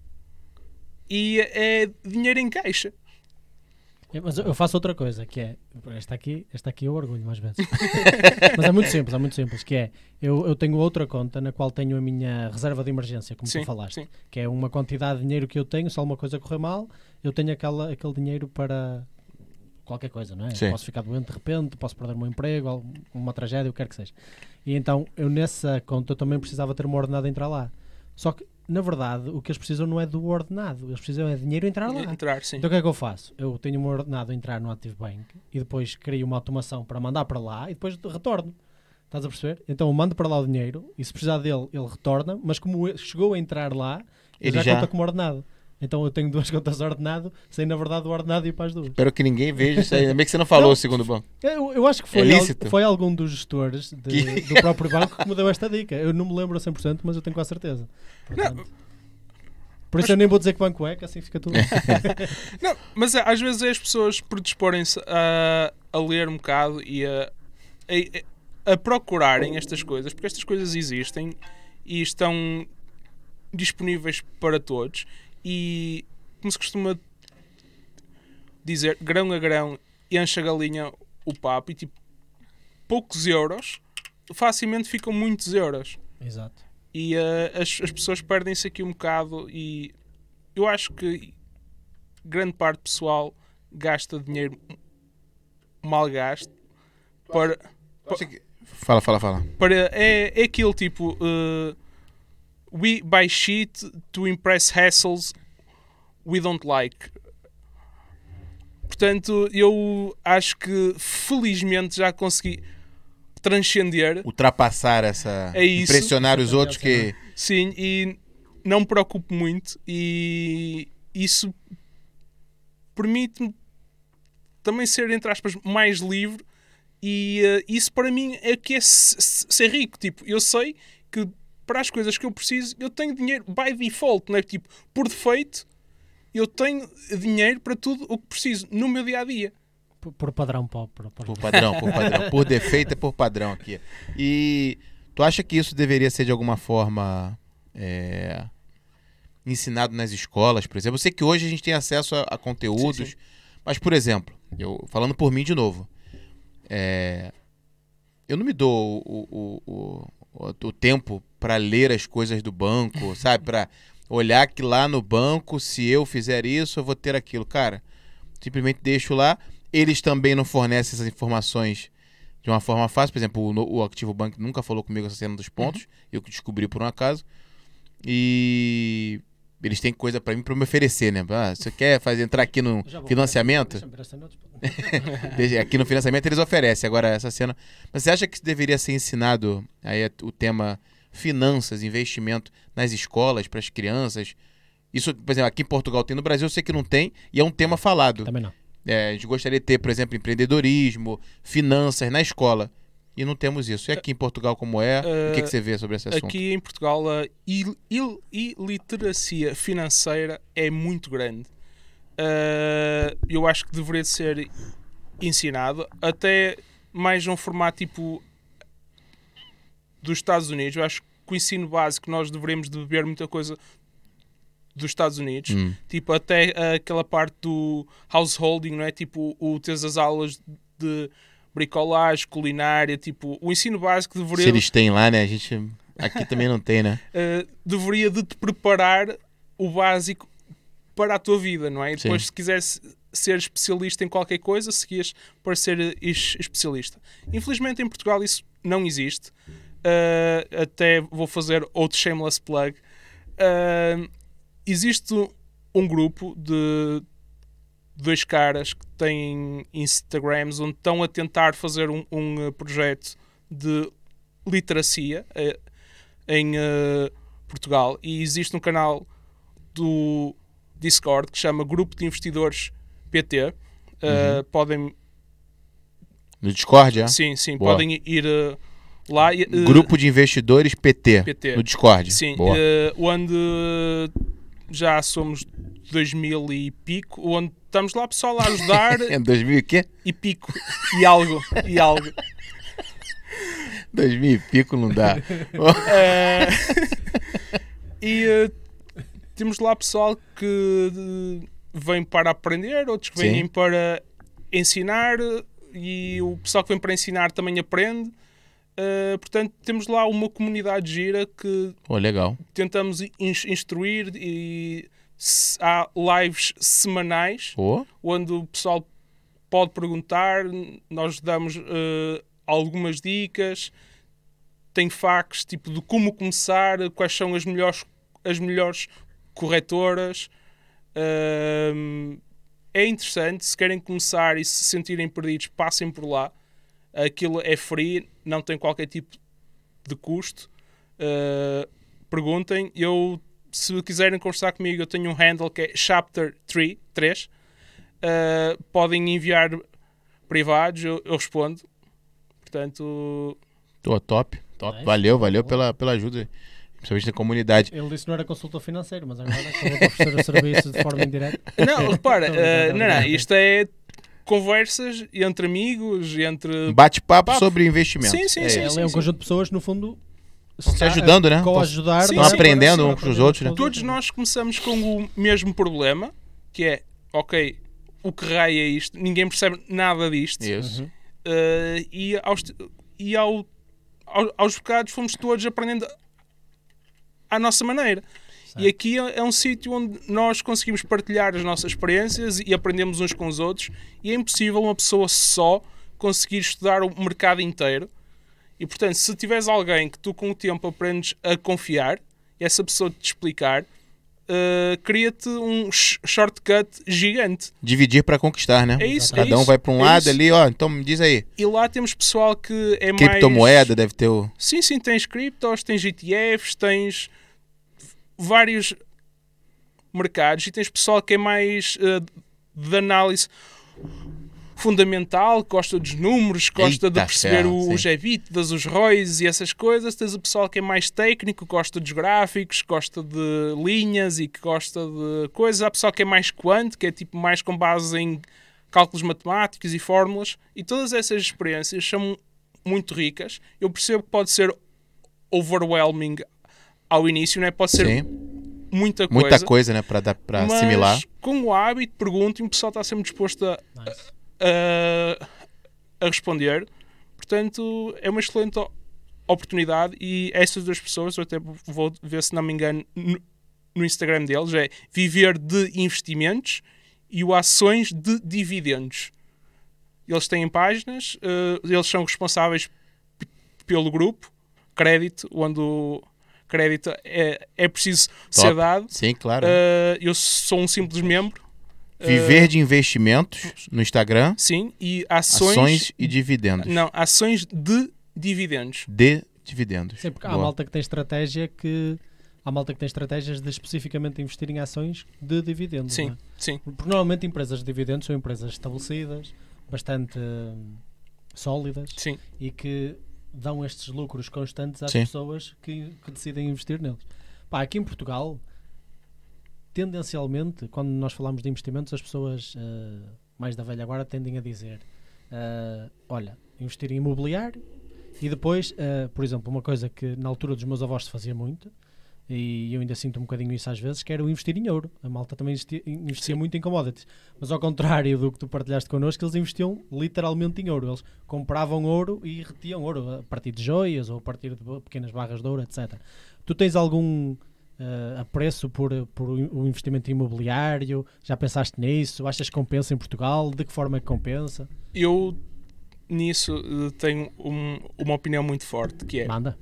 e é dinheiro em caixa. É, mas eu eu faço outra coisa, que é, esta aqui, esta aqui eu orgulho mais vezes. Mas é muito simples, é muito simples, que é, eu, eu tenho outra conta na qual tenho a minha reserva de emergência, como Sim, tu falaste, sim. que é uma quantidade de dinheiro que eu tenho, se alguma coisa correr mal, eu tenho aquela, aquele dinheiro para qualquer coisa, não é? Sim. Posso ficar doente de repente, posso perder o meu emprego, algum- uma tragédia, o que quer que seja. E então, eu nessa conta eu também precisava ter uma ordenada a entrar lá. Só que, na verdade, o que eles precisam não é do ordenado, eles precisam é de dinheiro a entrar lá. Entrar, sim. Então o que é que eu faço? Eu tenho um ordenado a entrar no Active Bank e depois crio uma automação para mandar para lá e depois retorno. Estás a perceber? Então eu mando para lá o dinheiro e se precisar dele, ele retorna, mas como ele chegou a entrar lá, ele Ele já, já- conta como ordenado. Então eu tenho duas contas de ordenado, sem na verdade o ordenado ir para as duas. Espero que ninguém veja isso aí. Ainda bem que você não falou Não. o segundo banco. Eu, eu acho que foi, É al- lícito? foi algum dos gestores de- do próprio banco que me deu esta dica. Eu não me lembro a cem por cento, mas eu tenho quase certeza. Portanto, por isso eu nem vou dizer que banco é, que assim fica tudo. Não, mas é, às vezes é as pessoas predisporem-se a, a ler um bocado e a, a, a procurarem estas coisas, porque estas coisas existem e estão disponíveis para todos. E, como se costuma dizer, grão a grão, enche a galinha o papo e, tipo, poucos euros facilmente ficam muitos euros. Exato. E uh, as, as pessoas perdem-se aqui um bocado e eu acho que grande parte do pessoal gasta dinheiro mal gasto para, Fala, fala, fala. para é, é aquilo tipo uh, we buy shit to impress hassles we don't like. Portanto, eu acho que felizmente já consegui transcender. Ultrapassar essa... É isso. Impressionar os outros que... Sim, e não me preocupo muito e isso permite-me também ser, entre aspas, mais livre e uh, isso para mim é que é s- s- ser rico. Tipo, eu sei que para as coisas que eu preciso eu tenho dinheiro by default, não é? Tipo, por defeito eu tenho dinheiro para tudo o que preciso no meu dia-a-dia. Por, por padrão pop. Por, por... Por padrão, por padrão. Por defeito é por padrão aqui. E tu acha que isso deveria ser de alguma forma é, ensinado nas escolas, por exemplo? Eu sei que hoje a gente tem acesso a, a conteúdos, Sim, sim. mas, por exemplo, eu falando por mim de novo, é, eu não me dou o, o, o, o, o tempo para ler as coisas do banco, sabe? Para olhar que lá no banco, se eu fizer isso, eu vou ter aquilo. Cara, simplesmente deixo lá. Eles também não fornecem essas informações de uma forma fácil. Por exemplo, o, o Activo Bank nunca falou comigo essa cena dos pontos. Uhum. Eu que descobri por um acaso. E eles têm coisa para mim para me oferecer, né? Ah, você quer fazer, entrar aqui no financiamento? Aqui no financiamento eles oferecem. Agora, essa cena... Mas você acha que deveria ser ensinado aí o tema finanças, investimento nas escolas, para as crianças? Isso, por exemplo, aqui em Portugal tem, no Brasil eu sei que não tem, e é um tema falado. Também não. É, a gente gostaria de ter, por exemplo, empreendedorismo, finanças na escola. E não temos isso. E aqui em Portugal como é? Uh, o que, que você vê sobre esse assunto? Aqui em Portugal a il, il, iliteracia financeira é muito grande. Uh, eu acho que deveria ser ensinado até mais num formato tipo dos Estados Unidos. Eu acho que o ensino básico nós deveríamos de beber muita coisa dos Estados Unidos. Hum. Tipo, até uh, aquela parte do householding, não é? Tipo, o, teres as aulas de bricolagem, culinária, tipo, o ensino básico deveria... Se eles têm lá, né? A gente... Aqui também não tem, né? Uh, deveria de te preparar o básico para a tua vida, não é? E depois, Sim. se quiseres ser especialista em qualquer coisa, seguias para ser especialista. Infelizmente, em Portugal isso não existe. Uh, até vou fazer outro shameless plug. Uh, existe um grupo de dois caras que têm Instagrams onde estão a tentar fazer um, um projeto de literacia uh, em uh, Portugal, e existe um canal do Discord que se chama Grupo de Investidores P T. Uh, uhum. Podem... No Discord, é? Sim, sim. Boa. Podem ir uh, lá. Uh, Grupo de Investidores P T, P T. No Discord. Sim. Uh, onde já somos dois mil e pico, onde estamos lá pessoal a ajudar. Em dois mil e quê? E pico. E algo. E algo. dois mil e pico não dá. uh, e uh, temos lá pessoal que uh, vem para aprender, outros que vêm para ensinar, e o pessoal que vem para ensinar também aprende. Uh, portanto, temos lá uma comunidade gira que oh, legal. tentamos instruir, e há lives semanais oh. onde o pessoal pode perguntar, nós damos uh, algumas dicas, tem facts tipo de como começar, quais são as melhores, as melhores corretoras. Uh, é interessante, se querem começar e se sentirem perdidos, passem por lá. Aquilo é free, não tem qualquer tipo de custo. Uh, perguntem. Eu, se quiserem conversar comigo, eu tenho um handle que é chapter três. Uh, podem enviar privados, eu, eu respondo. Portanto... Tô, top, top. Nice. Valeu, valeu pela, pela ajuda, principalmente na comunidade. Ele disse que não era consultor financeiro, mas agora acabou de oferecer o serviço de forma indireta. Não, repara, uh, não, não, isto é conversas entre amigos, entre... Bate-papo sobre investimento. Sim, sim, é sim. Ele sim, é um sim. conjunto de pessoas, no fundo... Estão se ajudando, né? Co-ajudar. Estão aprendendo uns com os outros, né? Todos nós começamos com o mesmo problema, que é, ok, o que raio é isto? Ninguém percebe nada disto. Isso. Uh, e aos, e ao, ao, aos bocados fomos todos aprendendo à nossa maneira. Certo. E aqui é, é um sítio onde nós conseguimos partilhar as nossas experiências e aprendemos uns com os outros, e é impossível uma pessoa só conseguir estudar o mercado inteiro. E, portanto, se tiveres alguém que tu com o tempo aprendes a confiar, e essa pessoa te explicar, uh, cria-te um shortcut gigante. Dividir para conquistar, né? É isso. Cada é um isso, vai para um é lado isso. ali, ó, então me diz aí. E lá temos pessoal que é mais... Criptomoeda deve ter o... Sim, sim, tens criptos, tens E T Fs, tens vários mercados, e tens pessoal que é mais uh, de análise fundamental, gosta dos números, gosta Eita de perceber ferro, o, os EBITDAs, os R O Is e essas coisas. Tens o pessoal que é mais técnico, gosta dos gráficos, gosta de linhas e que gosta de coisas. Há pessoal que é mais quant, que é tipo mais com base em cálculos matemáticos e fórmulas. E todas essas experiências são muito ricas. Eu percebo que pode ser overwhelming ao início, não é? Pode ser Sim. muita coisa. Muita coisa, né? Para para assimilar. Mas com o hábito, pergunto, e o pessoal está sempre disposto a... Nice. A, a responder. Portanto, é uma excelente oportunidade, e essas duas pessoas, eu até vou ver se não me engano no, no Instagram deles, é Viver de Investimentos e o Ações de Dividendos. Eles têm páginas, uh, eles são responsáveis p- pelo grupo Crédito, onde o crédito é, é preciso Top. ser dado. Sim, claro. Uh, eu sou um simples membro. Viver de Investimentos no Instagram. Sim, e ações... Ações e dividendos. Não, ações de dividendos. De dividendos. Sim, porque há Boa. malta que tem estratégia que... Há malta que tem estratégias de especificamente investir em ações de dividendos. Sim, não é? sim. Porque normalmente empresas de dividendos são empresas estabelecidas, bastante hum, sólidas Sim. e que dão estes lucros constantes às Sim. pessoas que, que decidem investir neles. Pá, aqui em Portugal, tendencialmente, quando nós falamos de investimentos, as pessoas uh, mais da velha guarda tendem a dizer uh, olha, investir em imobiliário e depois, uh, por exemplo, uma coisa que na altura dos meus avós se fazia muito, e eu ainda sinto um bocadinho isso às vezes, que era o investir em ouro. A malta também investia, investia muito em commodities, mas ao contrário do que tu partilhaste connosco, eles investiam literalmente em ouro. Eles compravam ouro e retiam ouro a partir de joias ou a partir de pequenas barras de ouro, etcétera. Tu tens algum uh, apreço por, por o investimento imobiliário? Já pensaste nisso? Achas que compensa em Portugal? De que forma é que compensa? Eu, nisso, uh, tenho um, uma opinião muito forte, que é... Manda.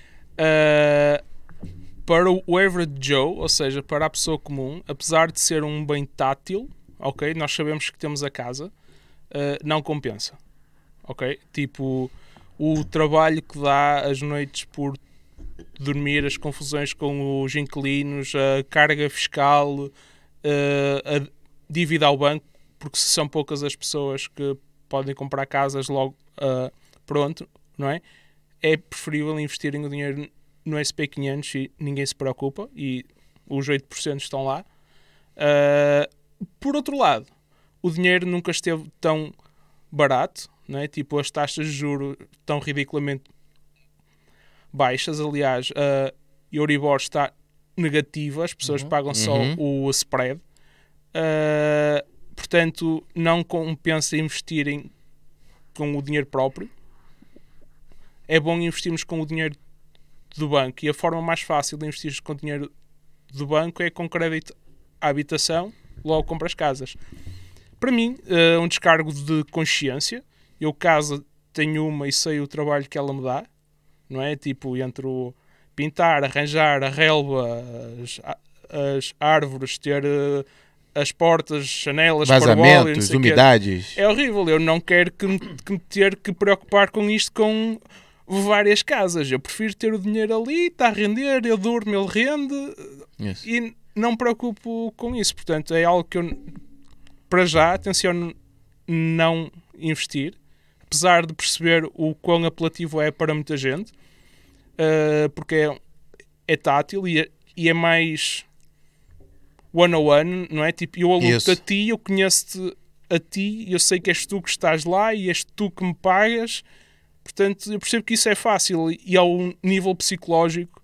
Uh, para o average Joe, ou seja, para a pessoa comum, apesar de ser um bem tátil, ok, nós sabemos que temos a casa, uh, não compensa, ok? Tipo, o trabalho que dá, as noites por dormir, as confusões com os inquilinos, a carga fiscal, uh, a dívida ao banco, porque são poucas as pessoas que podem comprar casas logo uh, pronto, não é? É preferível investirem o dinheiro no S P quinhentos e ninguém se preocupa, e os oito por cento estão lá. Uh, por outro lado, o dinheiro nunca esteve tão barato, não é? Tipo, as taxas de juros estão ridiculamente baixas. Aliás, a Euribor está negativa, as pessoas Uhum. pagam só Uhum. o spread. Uh, portanto, não compensa investirem com o dinheiro próprio. É bom investirmos com o dinheiro do banco, e a forma mais fácil de investir com dinheiro do banco é com crédito à habitação, logo compras casas. Para mim, é um descargo de consciência. Eu, casa, tenho uma e sei o trabalho que ela me dá, não é? Tipo, entre o pintar, arranjar a relva, as, as árvores, ter uh, as portas, janelas, vazamentos, umidades. É horrível. Eu não quero que me, que me ter que preocupar com isto com várias casas. Eu prefiro ter o dinheiro ali, está a render, eu durmo, ele rende, Isso. e não me preocupo com isso. Portanto, é algo que eu, para já, tenciono não investir, apesar de perceber o quão apelativo é para muita gente, uh, porque é, é tátil e é, e é mais one-on-one, não é? Tipo, eu alugo-te a ti, eu conheço-te a ti, eu sei que és tu que estás lá e és tu que me pagas. Portanto, eu percebo que isso é fácil, e ao nível psicológico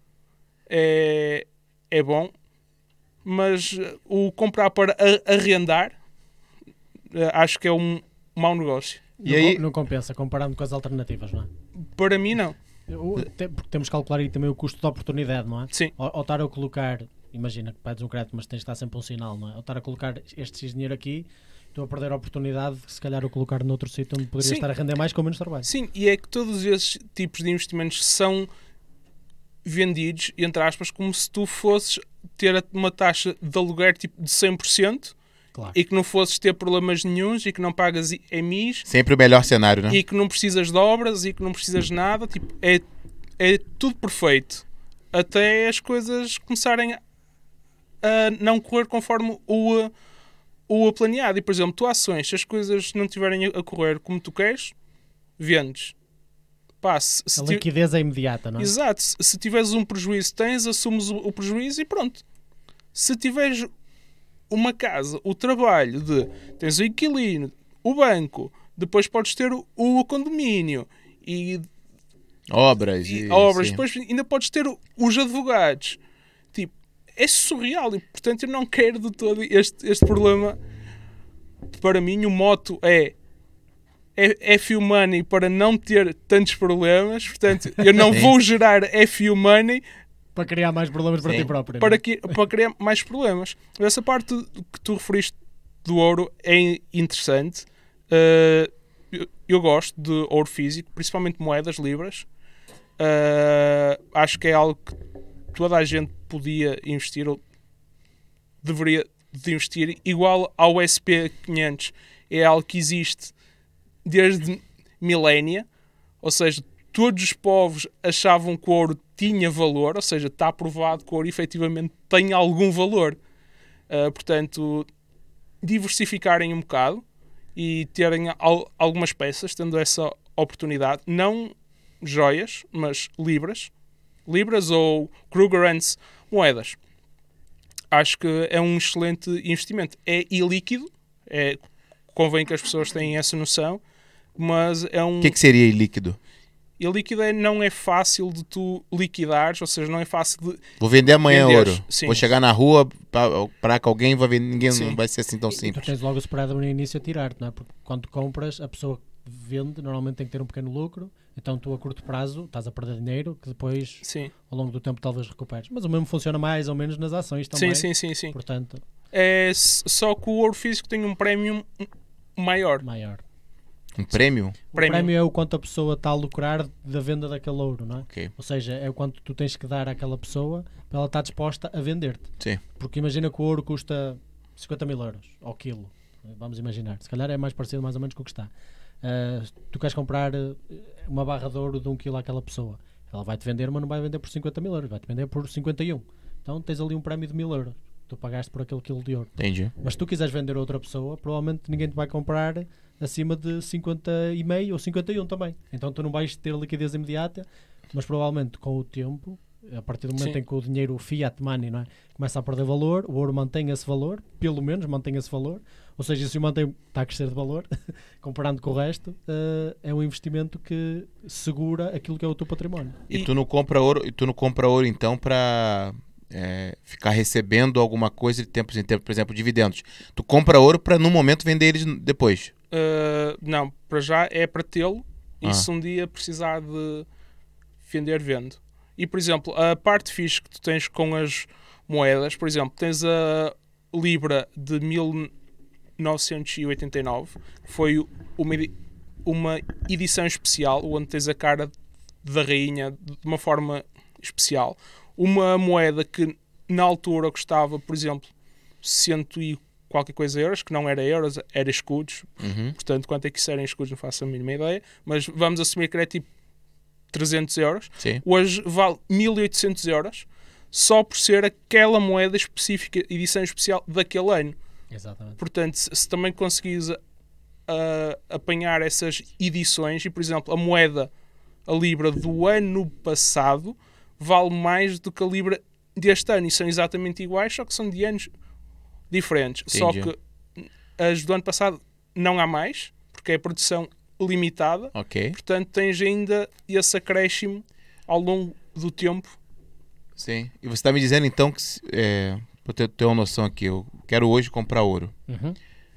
é, é bom, mas o comprar para arrendar acho que é um mau negócio. E não, aí... não compensa, comparando com as alternativas, não é? Para mim, não. Porque temos que calcular aí também o custo de oportunidade, não é? Sim. Ao, ao estar a colocar, imagina que pedes um crédito, mas tens de estar sempre um sinal, não é? Ao estar a colocar este X dinheiro aqui, estou a perder a oportunidade de, se calhar, o colocar noutro sítio onde poderia Sim. estar a render mais com menos trabalho. Sim, e é que todos esses tipos de investimentos são vendidos, entre aspas, como se tu fosses ter uma taxa de aluguer tipo de cem por cento, claro. E que não fosses ter problemas nenhuns, e que não pagas E M Is. Sempre o melhor cenário, né? E que não precisas de obras, e que não precisas de nada. Tipo, é, é tudo perfeito. Até as coisas começarem a, a não correr conforme o... o planeado. E, por exemplo, tu ações, se as coisas não estiverem a correr como tu queres, vendes. Pá, se, se a liquidez ti... é imediata, não é? Exato. Se, se tiveres um prejuízo, tens, assumes o, o prejuízo e pronto. Se tiveres uma casa, o trabalho de... Tens o inquilino, o banco, depois podes ter o, o condomínio e... Obras. E, e, obras. sim. Depois ainda podes ter os advogados. Tipo, é surreal, e portanto eu não quero de todo este, este problema. Para mim o moto é F U Money para não ter tantos problemas, portanto, eu não Sim. vou gerar F U Money Para criar mais problemas para Sim. ti próprio. para, não é? que, para criar mais problemas. Essa parte que tu referiste do ouro é interessante. Uh, eu, eu gosto de ouro físico, principalmente moedas, libras. Uh, acho que é algo que toda a gente podia investir ou deveria de investir, igual ao S P quinhentos. É algo que existe desde milénia, ou seja, todos os povos achavam que o ouro tinha valor, ou seja, está provado que o ouro efetivamente tem algum valor. Uh, portanto, diversificarem um bocado e terem al- algumas peças, tendo essa oportunidade, não joias, mas libras, libras ou Krugerrands moedas. Acho que é um excelente investimento. É ilíquido, é, convém que as pessoas tenham essa noção, mas é um... O que, que seria líquido? E líquido é, não é fácil de tu liquidares, ou seja, não é fácil de... Vou vender amanhã Venderes, ouro. sim. Vou chegar na rua para que alguém vai ver, ninguém Sim. não vai ser assim tão E tu simples. tens logo o spread no início a tirar, não é? Porque quando compras, a pessoa que vende normalmente tem que ter um pequeno lucro, então tu a curto prazo estás a perder dinheiro que depois Sim, ao longo do tempo talvez recuperes. Mas o mesmo funciona mais ou menos nas ações também. sim, sim, sim, sim. Portanto, É s- só que o ouro físico tem um prémio maior. maior. Um prêmio? O Prémio. prémio é o quanto a pessoa está a lucrar da venda daquele ouro, não é? Ok. Ou seja, é o quanto tu tens que dar àquela pessoa para ela estar disposta a vender-te. Sim. Porque imagina que o ouro custa cinquenta mil euros ao quilo. Vamos imaginar. Se calhar é mais parecido mais ou menos com o que está. Uh, tu queres comprar uh, uma barra de ouro de um quilo àquela pessoa. Ela vai-te vender, mas não vai vender por cinquenta mil euros. Vai-te vender por cinquenta e um. Então tens ali um prémio de mil euros. Tu pagaste por aquele quilo de ouro. Entendi. Mas se tu quiseres vender a outra pessoa, provavelmente ninguém te vai comprar acima de cinquenta e meio ou cinquenta e um também. Então tu não vais ter liquidez imediata, mas provavelmente com o tempo, a partir do momento Sim. em que o dinheiro, o fiat money, não é, começa a perder valor, o ouro mantém esse valor, pelo menos mantém esse valor, ou seja, se o mantém, está a crescer de valor, comparando com o resto, uh, é um investimento que segura aquilo que é o teu património. E, E- tu não compra ouro, e tu não compra ouro então para é, ficar recebendo alguma coisa de tempos em tempos, por exemplo, dividendos. Tu compra ouro para no momento vender eles depois. Uh, não, para já é para tê-lo e Ah. se um dia precisar de vender, vendo. E, por exemplo, a parte fixe que tu tens com as moedas, por exemplo, tens a Libra de mil novecentos e oitenta e nove, que foi uma, edi- uma edição especial, onde tens a cara da rainha de uma forma especial. Uma moeda que na altura custava, por exemplo, cento e qualquer coisa euros, que não era euros, era escudos. Uhum. Portanto, quanto é que isso era em escudos, não faço a mínima ideia. Mas vamos assumir que era tipo trezentos euros. Sim. Hoje vale mil e oitocentos euros só por ser aquela moeda específica, edição especial daquele ano. Exatamente. Portanto, se, se também conseguires uh, apanhar essas edições, e por exemplo, a moeda, a Libra do ano passado, vale mais do que a Libra deste ano. E são exatamente iguais, só que são de anos diferentes. Entendi. Só que as do ano passado não há mais, porque é produção limitada. Ok. Portanto, tens ainda esse acréscimo ao longo do tempo. Sim. E você está me dizendo então que, é, para ter, ter uma noção aqui, eu quero hoje comprar ouro. Uhum.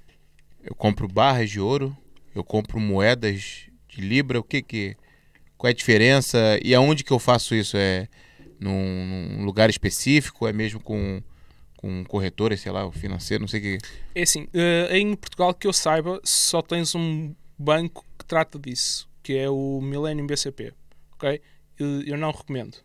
Eu compro barras de ouro, eu compro moedas de libra, o que que... Qual é a diferença e aonde que eu faço isso? É num, num lugar específico? É mesmo com, com corretores, sei lá, o financeiro, não sei o que... É assim, uh, em Portugal, que eu saiba, só tens um banco que trata disso, que é o Millennium B C P. Ok? Eu, eu não recomendo.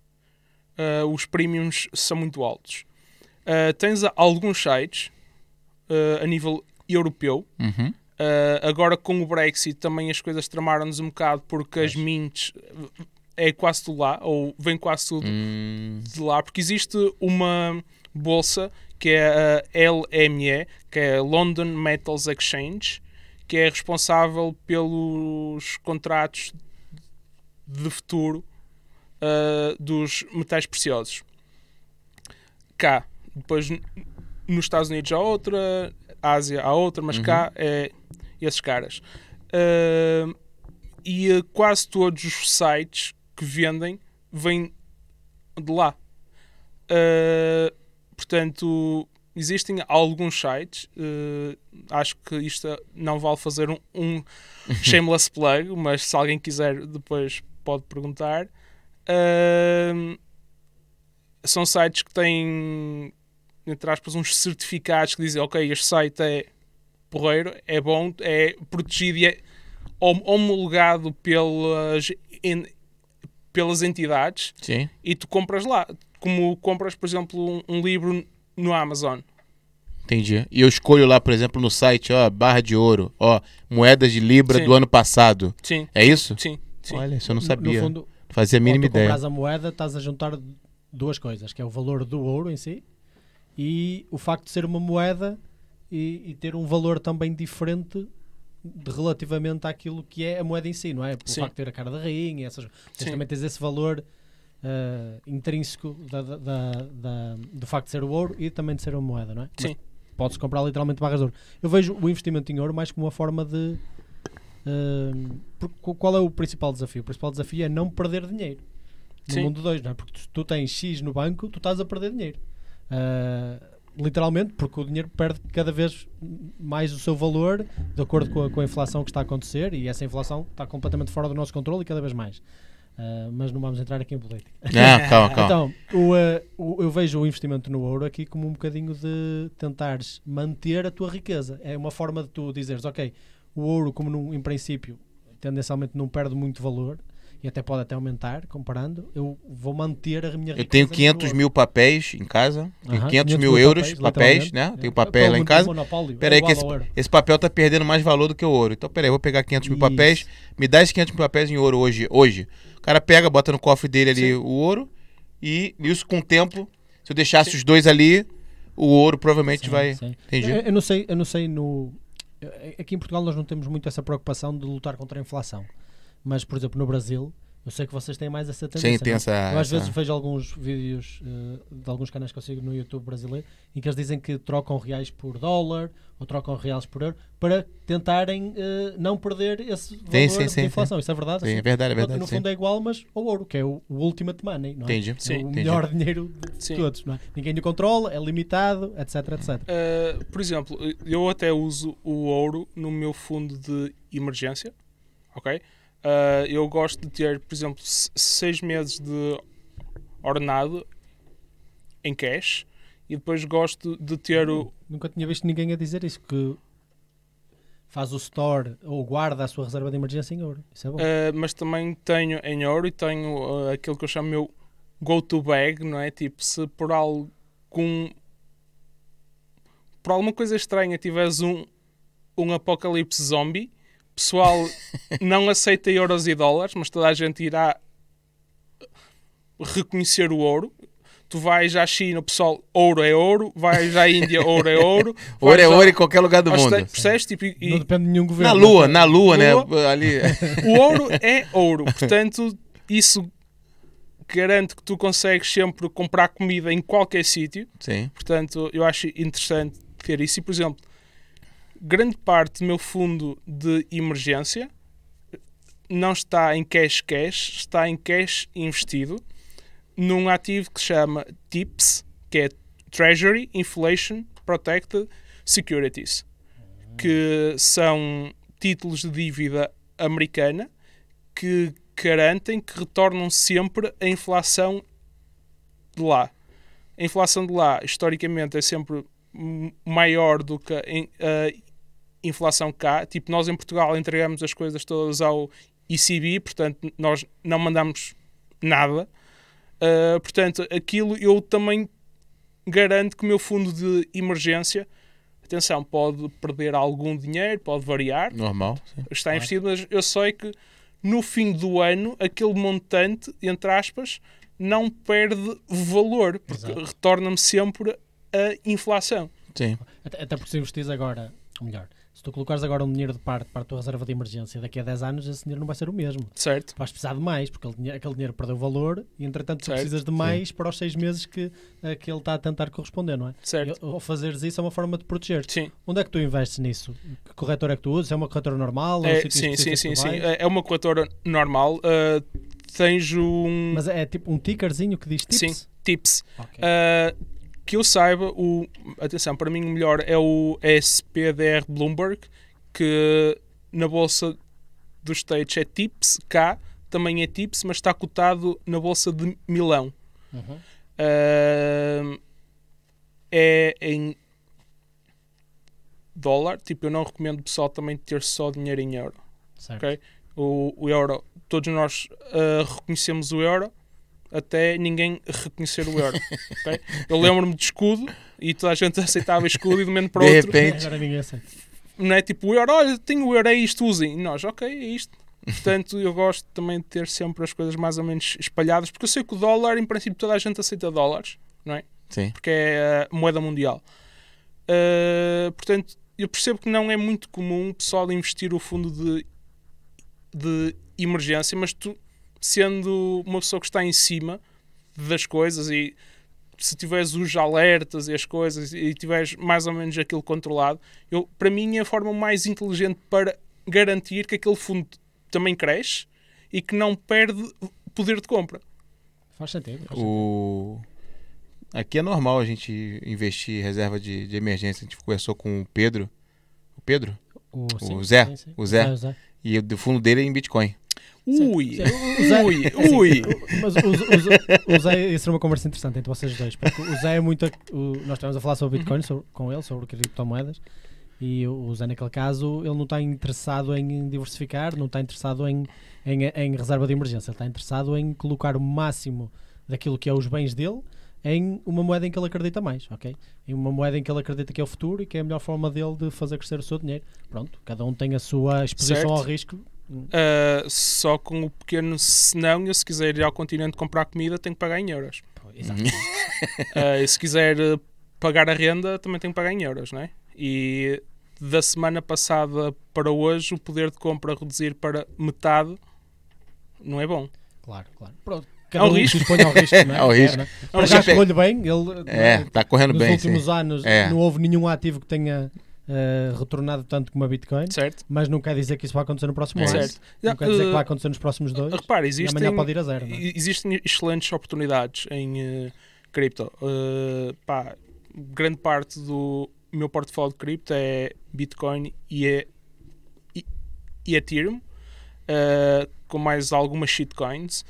Uh, os premiums são muito altos. Uh, tens alguns sites uh, a nível europeu. Uhum. Uh, agora com o Brexit também as coisas tramaram-nos um bocado, porque as mints é quase tudo lá, ou vem quase tudo Hum, de lá, porque existe uma bolsa que é a L M E, que é London Metals Exchange, que é responsável pelos contratos de futuro uh, dos metais preciosos. Cá, depois n- nos Estados Unidos há outra, Ásia há outra, mas Uhum. cá é esses caras. Uh, e uh, quase todos os sites que vendem vêm de lá. Uh, portanto, existem alguns sites, uh, acho que isto não vale fazer um, um shameless plug, mas se alguém quiser depois pode perguntar. Uh, são sites que têm, entre aspas, uns certificados que dizem, ok, este site é porreiro, é bom, é protegido e é homologado pelas, en, pelas entidades. Sim. E tu compras lá, como compras, por exemplo, um, um livro no Amazon. Entendi. E eu escolho lá, por exemplo, no site, ó, barra de ouro, ó, moedas de libra Sim. do ano passado. Sim. É isso? Sim. Sim. Olha, isso eu não sabia. No fundo, não fazia a mínima quando tu ideia. compras a moeda, estás a juntar duas coisas, que é o valor do ouro em si e o facto de ser uma moeda e, e ter um valor também diferente de, relativamente àquilo que é a moeda em si, não é? Por Sim. facto de ter a cara da rainha, essas, Sim. também tens esse valor uh, intrínseco da, da, da, da, do facto de ser o ouro e também de ser uma moeda, não é? Sim. Podes comprar literalmente barras de ouro. Eu vejo o investimento em ouro mais como uma forma de... Uh, qual é o principal desafio? O principal desafio é não perder dinheiro no Sim. mundo dois, não é? Porque tu, tu tens X no banco, tu estás a perder dinheiro. Uh, literalmente, porque o dinheiro perde cada vez mais o seu valor de acordo com a, com a inflação que está a acontecer e essa inflação está completamente fora do nosso controle e cada vez mais. Uh, mas não vamos entrar aqui em política. Ah, calma, calma. Então, o, uh, o, eu vejo o investimento no ouro aqui como um bocadinho de tentares manter a tua riqueza. É uma forma de tu dizeres, ok, o ouro, como num, em princípio, tendencialmente não perde muito valor e até pode até aumentar, comparando, eu vou manter a minha riqueza. Eu tenho quinhentos mil papéis em casa, tenho Aham, quinhentos mil euros, papéis, papéis, né? é. Tenho papel lá em casa. Peraí que esse, esse papel tá perdendo mais valor do que o ouro. Então, peraí, eu vou pegar quinhentos mil papéis, me dá esses quinhentos mil papéis em ouro hoje. hoje. O cara pega, bota no cofre dele ali Sim. o ouro e isso com o tempo, se eu deixasse Sim. os dois ali, o ouro provavelmente sim, vai... Sim. Entendi. Eu, eu não sei, eu não sei no... Aqui em Portugal nós não temos muito essa preocupação de lutar contra a inflação. Mas, por exemplo, no Brasil, eu sei que vocês têm mais essa tendência. Sim, tem essa, eu às essa... vezes vejo alguns vídeos uh, de alguns canais que eu sigo no YouTube brasileiro em que eles dizem que trocam reais por dólar ou trocam reais por euro para tentarem uh, não perder esse valor sim, sim, de sim, inflação. Sim. Isso é verdade? Sim, assim? é verdade, é verdade. No sim. fundo é igual, mas ao ouro, que é o, o ultimate money, não é? Entendi. Sim, o entendi. melhor dinheiro de sim. todos, não é? Ninguém o controla, é limitado, etc, etcétera. Uh, por exemplo, eu até uso o ouro no meu fundo de emergência, ok? Uh, eu gosto de ter, por exemplo, seis meses de ordenado em cash e depois gosto de ter o... Nunca tinha visto ninguém a dizer isso, que faz o store ou guarda a sua reserva de emergência em ouro. Isso é bom. Uh, mas também tenho em ouro e tenho uh, aquilo que eu chamo meu go-to bag, não é? Tipo, se por algum... por alguma coisa estranha tiveres um, um apocalipse zombie, pessoal não aceita euros e dólares, mas toda a gente irá reconhecer o ouro. Tu vais à China, o pessoal, ouro é ouro. Vais à Índia, ouro é ouro. Ouro é ao... ouro em qualquer lugar do mundo. Percebes? Tipo, e... Não depende de nenhum governo. Na lua, na lua, lua, né? Ali... O ouro é ouro. Portanto, isso garante que tu consegues sempre comprar comida em qualquer sítio. Sim. Portanto, eu acho interessante ter isso. E, por exemplo, grande parte do meu fundo de emergência não está em cash cash, está em cash investido num ativo que se chama T I P S, que é Treasury Inflation Protected Securities, que são títulos de dívida americana que garantem que retornam sempre a inflação de lá. A inflação de lá, historicamente, é sempre maior do que a inflação cá. Tipo, nós em Portugal entregamos as coisas todas ao E C B, portanto, nós não mandamos nada. Uh, portanto, aquilo eu também garanto que o meu fundo de emergência, atenção, pode perder algum dinheiro, pode variar. Normal. Sim. Está investido, mas eu sei que no fim do ano, aquele montante, entre aspas, não perde valor, porque Exato. retorna-me sempre a inflação. Sim. Até, até porque se investires agora, ou melhor, se tu colocares agora um dinheiro de parte para a tua reserva de emergência, daqui a dez anos esse dinheiro não vai ser o mesmo. Certo. Vais precisar de mais, porque ele, aquele dinheiro perdeu valor e entretanto tu certo. precisas de mais Sim. para os seis meses que, que ele está a tentar corresponder, não é? Certo. E, ao fazeres isso é uma forma de proteger-te. Sim. Onde é que tu investes nisso? Que corretora é que tu usas? É uma corretora normal? É, é um sim, sim, sim, sim. É é uma corretora normal. Uh, tens um... Mas é tipo um tickerzinho que diz tips? Sim, tips. Okay. Uh, que eu saiba, o, atenção, para mim o melhor é o S P D R Bloomberg, que na bolsa dos States é TIPS, cá também é TIPS, mas está cotado na bolsa de Milão. Uhum. Uh, é em dólar, tipo, eu não recomendo o pessoal também ter só dinheiro em euro. Certo. Okay? O, o euro, todos nós uh, reconhecemos o euro, até ninguém reconhecer o euro. Okay? Eu lembro-me de escudo e toda a gente aceitava escudo e de um momento para o De outro. repente. Agora ninguém aceita. Não é tipo o euro, olha, tenho o euro, é isto, usem. E nós, ok, é isto. Portanto, eu gosto também de ter sempre as coisas mais ou menos espalhadas, porque eu sei que o dólar, em princípio, toda a gente aceita dólares, não é? Sim. Porque é a moeda mundial. Uh, portanto, eu percebo que não é muito comum o pessoal investir o fundo de, de emergência, mas tu, sendo uma pessoa que está em cima das coisas e se tiveres os alertas e as coisas e tiveres mais ou menos aquilo controlado, eu, para mim é a forma mais inteligente para garantir que aquele fundo também cresce e que não perde poder de compra. Faz sentido. Faz O... Aqui é normal a gente investir reserva de, de emergência. A gente conversou com o Pedro. O Pedro? O, O sim, Zé. sim, sim. O Zé. Zé, o Zé. E o fundo dele é em Bitcoin. Ui, O Zé- ui, assim, ui. o- Mas o, o, o Zé, isso era uma conversa interessante entre vocês dois, porque o Zé é muito. o- nós estávamos a falar sobre Bitcoin sobre- com ele, sobre criptomoedas, e o, o Zé, naquele caso, ele não está interessado em diversificar, não está interessado em, em, em reserva de emergência, ele está interessado em colocar o máximo daquilo que é os bens dele em uma moeda em que ele acredita mais, ok? Em uma moeda em que ele acredita que é o futuro e que é a melhor forma dele de fazer crescer o seu dinheiro. Pronto, cada um tem a sua exposição Certo. ao risco. Uh, só com o pequeno senão, eu se quiser ir ao continente comprar comida, tenho que pagar em euros. Pô, exato. Uh, e se quiser uh, pagar a renda, também tenho que pagar em euros, não é? E da semana passada para hoje, o poder de compra reduzir para metade não é bom. Claro, claro. Pronto. É um risco. se expõe ao risco, não é? É o risco. É, não é? É um Para já risco. escolhe bem, ele não É, tá correndo nos bem. últimos sim. anos É. não houve nenhum ativo que tenha uh, retornado tanto como a Bitcoin, Certo? mas não quer dizer que isso vai acontecer no próximo É. ano. Certo. Não quer dizer que vai Uh, acontecer nos próximos dois. repare, E existem, amanhã pode ir a zero. Não é? existem excelentes oportunidades em uh, cripto. Uh, pá, grande parte do meu portfólio de cripto é Bitcoin e, é, e, e Ethereum, uh, com mais algumas shitcoins.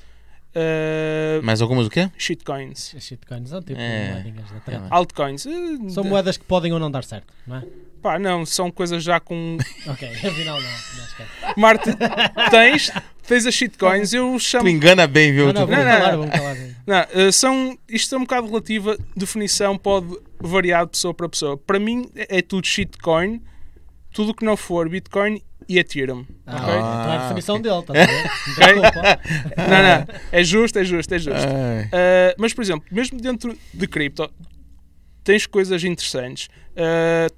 Uh, Mas algumas o quê? shitcoins. As shitcoins são tipo É. moedinhas da treta. Altcoins. uh, São de- moedas que podem ou não dar certo, não é? Pá, não, são coisas já com... Ok, afinal não. não esquece. Marte, tens, tens as shitcoins, eu chamo... Tu engana bem, viu? Não, não, Tu- vamos Não, não. calar, vamos calar. Não, uh, são, isto é um bocado relativo, a definição pode variar de pessoa para pessoa. Para mim é tudo shitcoin, tudo o que não for Bitcoin e Ethereum. Ah, ok? então é a definição ok. dele, estás a ver? Não tem culpa. Não, não, é justo, é justo, é justo. Ai. Uh, mas, por exemplo, mesmo dentro de cripto, tens coisas interessantes. Uh,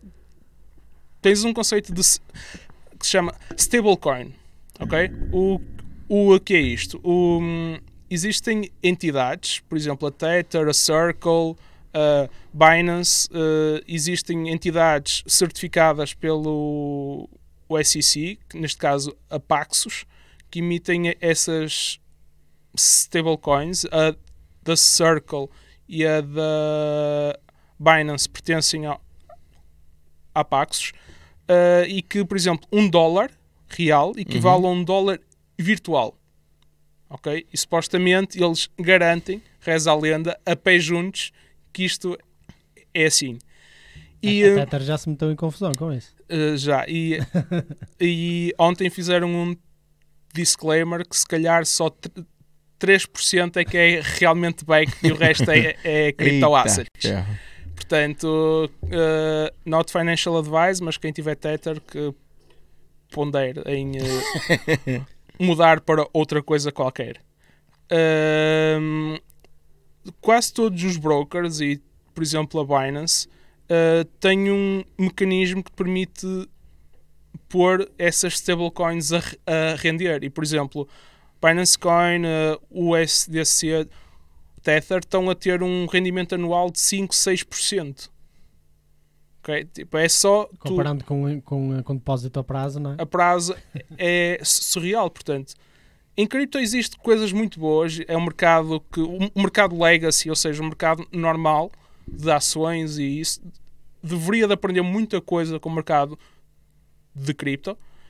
tens um conceito de, s- que se chama stablecoin. Ok? O, o que é isto? O, hum, existem entidades, por exemplo, a Tether, a Circle, a Binance, uh, existem entidades certificadas pelo o S E C, que neste caso a Paxos, que emitem essas stablecoins. A da Circle e a da Binance pertencem ao, a Paxos, uh, e que, por exemplo, um dólar real equivale Uhum. a um dólar virtual. Ok? E supostamente eles garantem, reza a lenda, a pé juntos, que isto é assim. E, A uh, Tether já se meteu em confusão com isso. Uh, já. E, e ontem fizeram um disclaimer que se calhar só tr- três por cento é que é realmente bake e o resto é, é crypto Eita, assets. ferro. Portanto, uh, not financial advice, mas quem tiver Tether que pondere em uh, mudar para outra coisa qualquer. Um, quase todos os brokers e, por exemplo, a Binance Uh, tem um mecanismo que permite pôr essas stablecoins a, a render. E, por exemplo, Binance Coin, uh, U S D C, Tether estão a ter um rendimento anual de cinco, seis por cento. Okay? Tipo, é só tu, Comparando com, com, com depósito a prazo, não é? a prazo é surreal. Portanto, em cripto existe coisas muito boas. É um mercado que um mercado legacy, ou seja, um mercado normal, de ações e isso, deveria de aprender muita coisa com o mercado de cripto.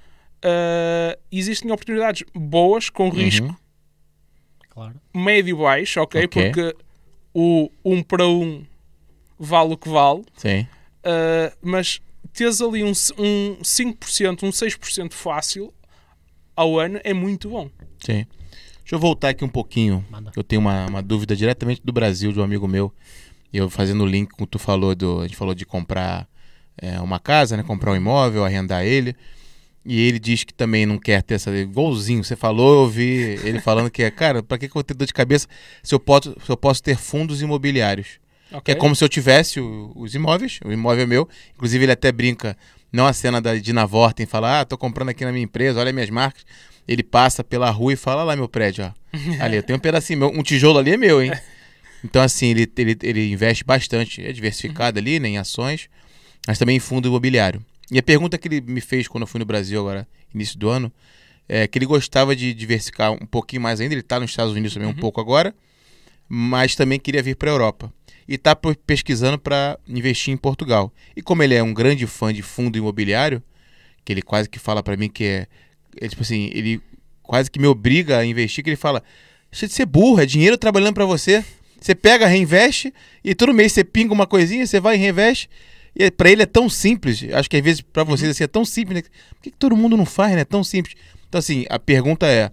Uh, existem oportunidades boas, com risco Uhum. Claro. médio-baixo, ok? Ok. Porque o um para um vale o que vale, Sim. uh, mas teres ali um, um cinco por cento, um seis por cento fácil ao ano é muito bom. Sim. Deixa eu voltar aqui um pouquinho. Manda. Eu tenho uma, uma dúvida diretamente do Brasil, de um amigo meu. Eu fazendo o link com o que tu falou, do, a gente falou de comprar é, uma casa, né? Comprar um imóvel, arrendar ele. E ele diz que também não quer ter essa... Igualzinho, você falou, eu ouvi ele falando que é, cara, pra que que eu vou ter dor de cabeça se eu posso, se eu posso ter fundos imobiliários? Que Ok? é como se eu tivesse o- os imóveis, o imóvel é meu. Inclusive ele até brinca, não a cena da Dina Vorten, fala, ah, tô comprando aqui na minha empresa, olha minhas marcas. Ele passa pela rua e fala, lá meu prédio, ó. Ali, eu tenho um pedacinho meu, um tijolo ali é meu, hein? Então assim, ele, ele, ele investe bastante, é diversificado ali, né, em ações, mas também em fundo imobiliário. E a pergunta que ele me fez quando eu fui no Brasil agora, início do ano, é que ele gostava de diversificar um pouquinho mais ainda, ele tá nos Estados Unidos também um Uhum. pouco agora, mas também queria vir para a Europa. E está pesquisando para investir em Portugal. E como ele é um grande fã de fundo imobiliário, que ele quase que fala para mim que é, é, tipo assim, ele quase que me obriga a investir, que ele fala, deixa de ser burro, é dinheiro trabalhando para você. Você pega, reinveste, e todo mês você pinga uma coisinha, você vai e reinveste. E para ele é tão simples, acho que às vezes para vocês assim, é tão simples, né? Por que, que todo mundo não faz, né? É tão simples. Então assim, a pergunta é,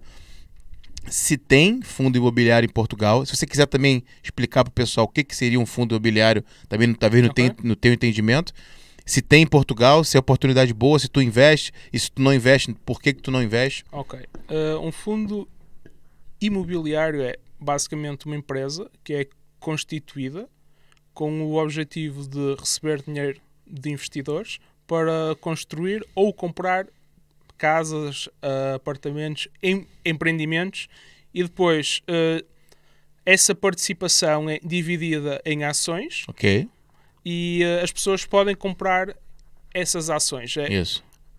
se tem fundo imobiliário em Portugal, se você quiser também explicar para o pessoal o que, que seria um fundo imobiliário, também talvez não Ok. tenha no teu entendimento, se tem em Portugal, se é oportunidade boa, se tu investe, e se tu não investe, por que, que tu não investe? Ok. Uh, um fundo imobiliário é basicamente uma empresa que é constituída com o objetivo de receber dinheiro de investidores para construir ou comprar casas, uh, apartamentos, em, empreendimentos e depois uh, essa participação é dividida em ações Ok, e uh, as pessoas podem comprar essas ações. É isso.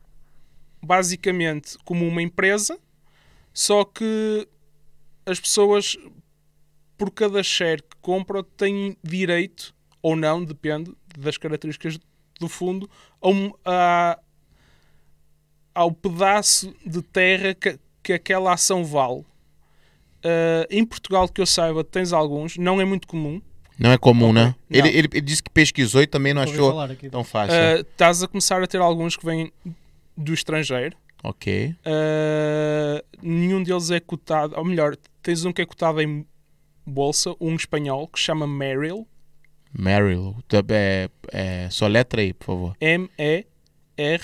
basicamente como uma empresa, só que as pessoas, por cada share que compram, têm direito, ou não, depende das características do fundo, a um- a- ao pedaço de terra que, que aquela ação vale. Uh, em Portugal, que eu saiba, tens alguns, não é muito comum. Não é comum, Ok, né? não. Ele, ele, ele disse que pesquisou e também não Ouvi achou falar aqui. tão fácil. é. Uh, estás a começar a ter alguns que vêm do estrangeiro. Ok, Uh, nenhum deles é cotado, ou melhor, tens um que é cotado em bolsa, um espanhol que se chama Merrill, Merrill, tá- é, é, só letra aí, por favor. M E R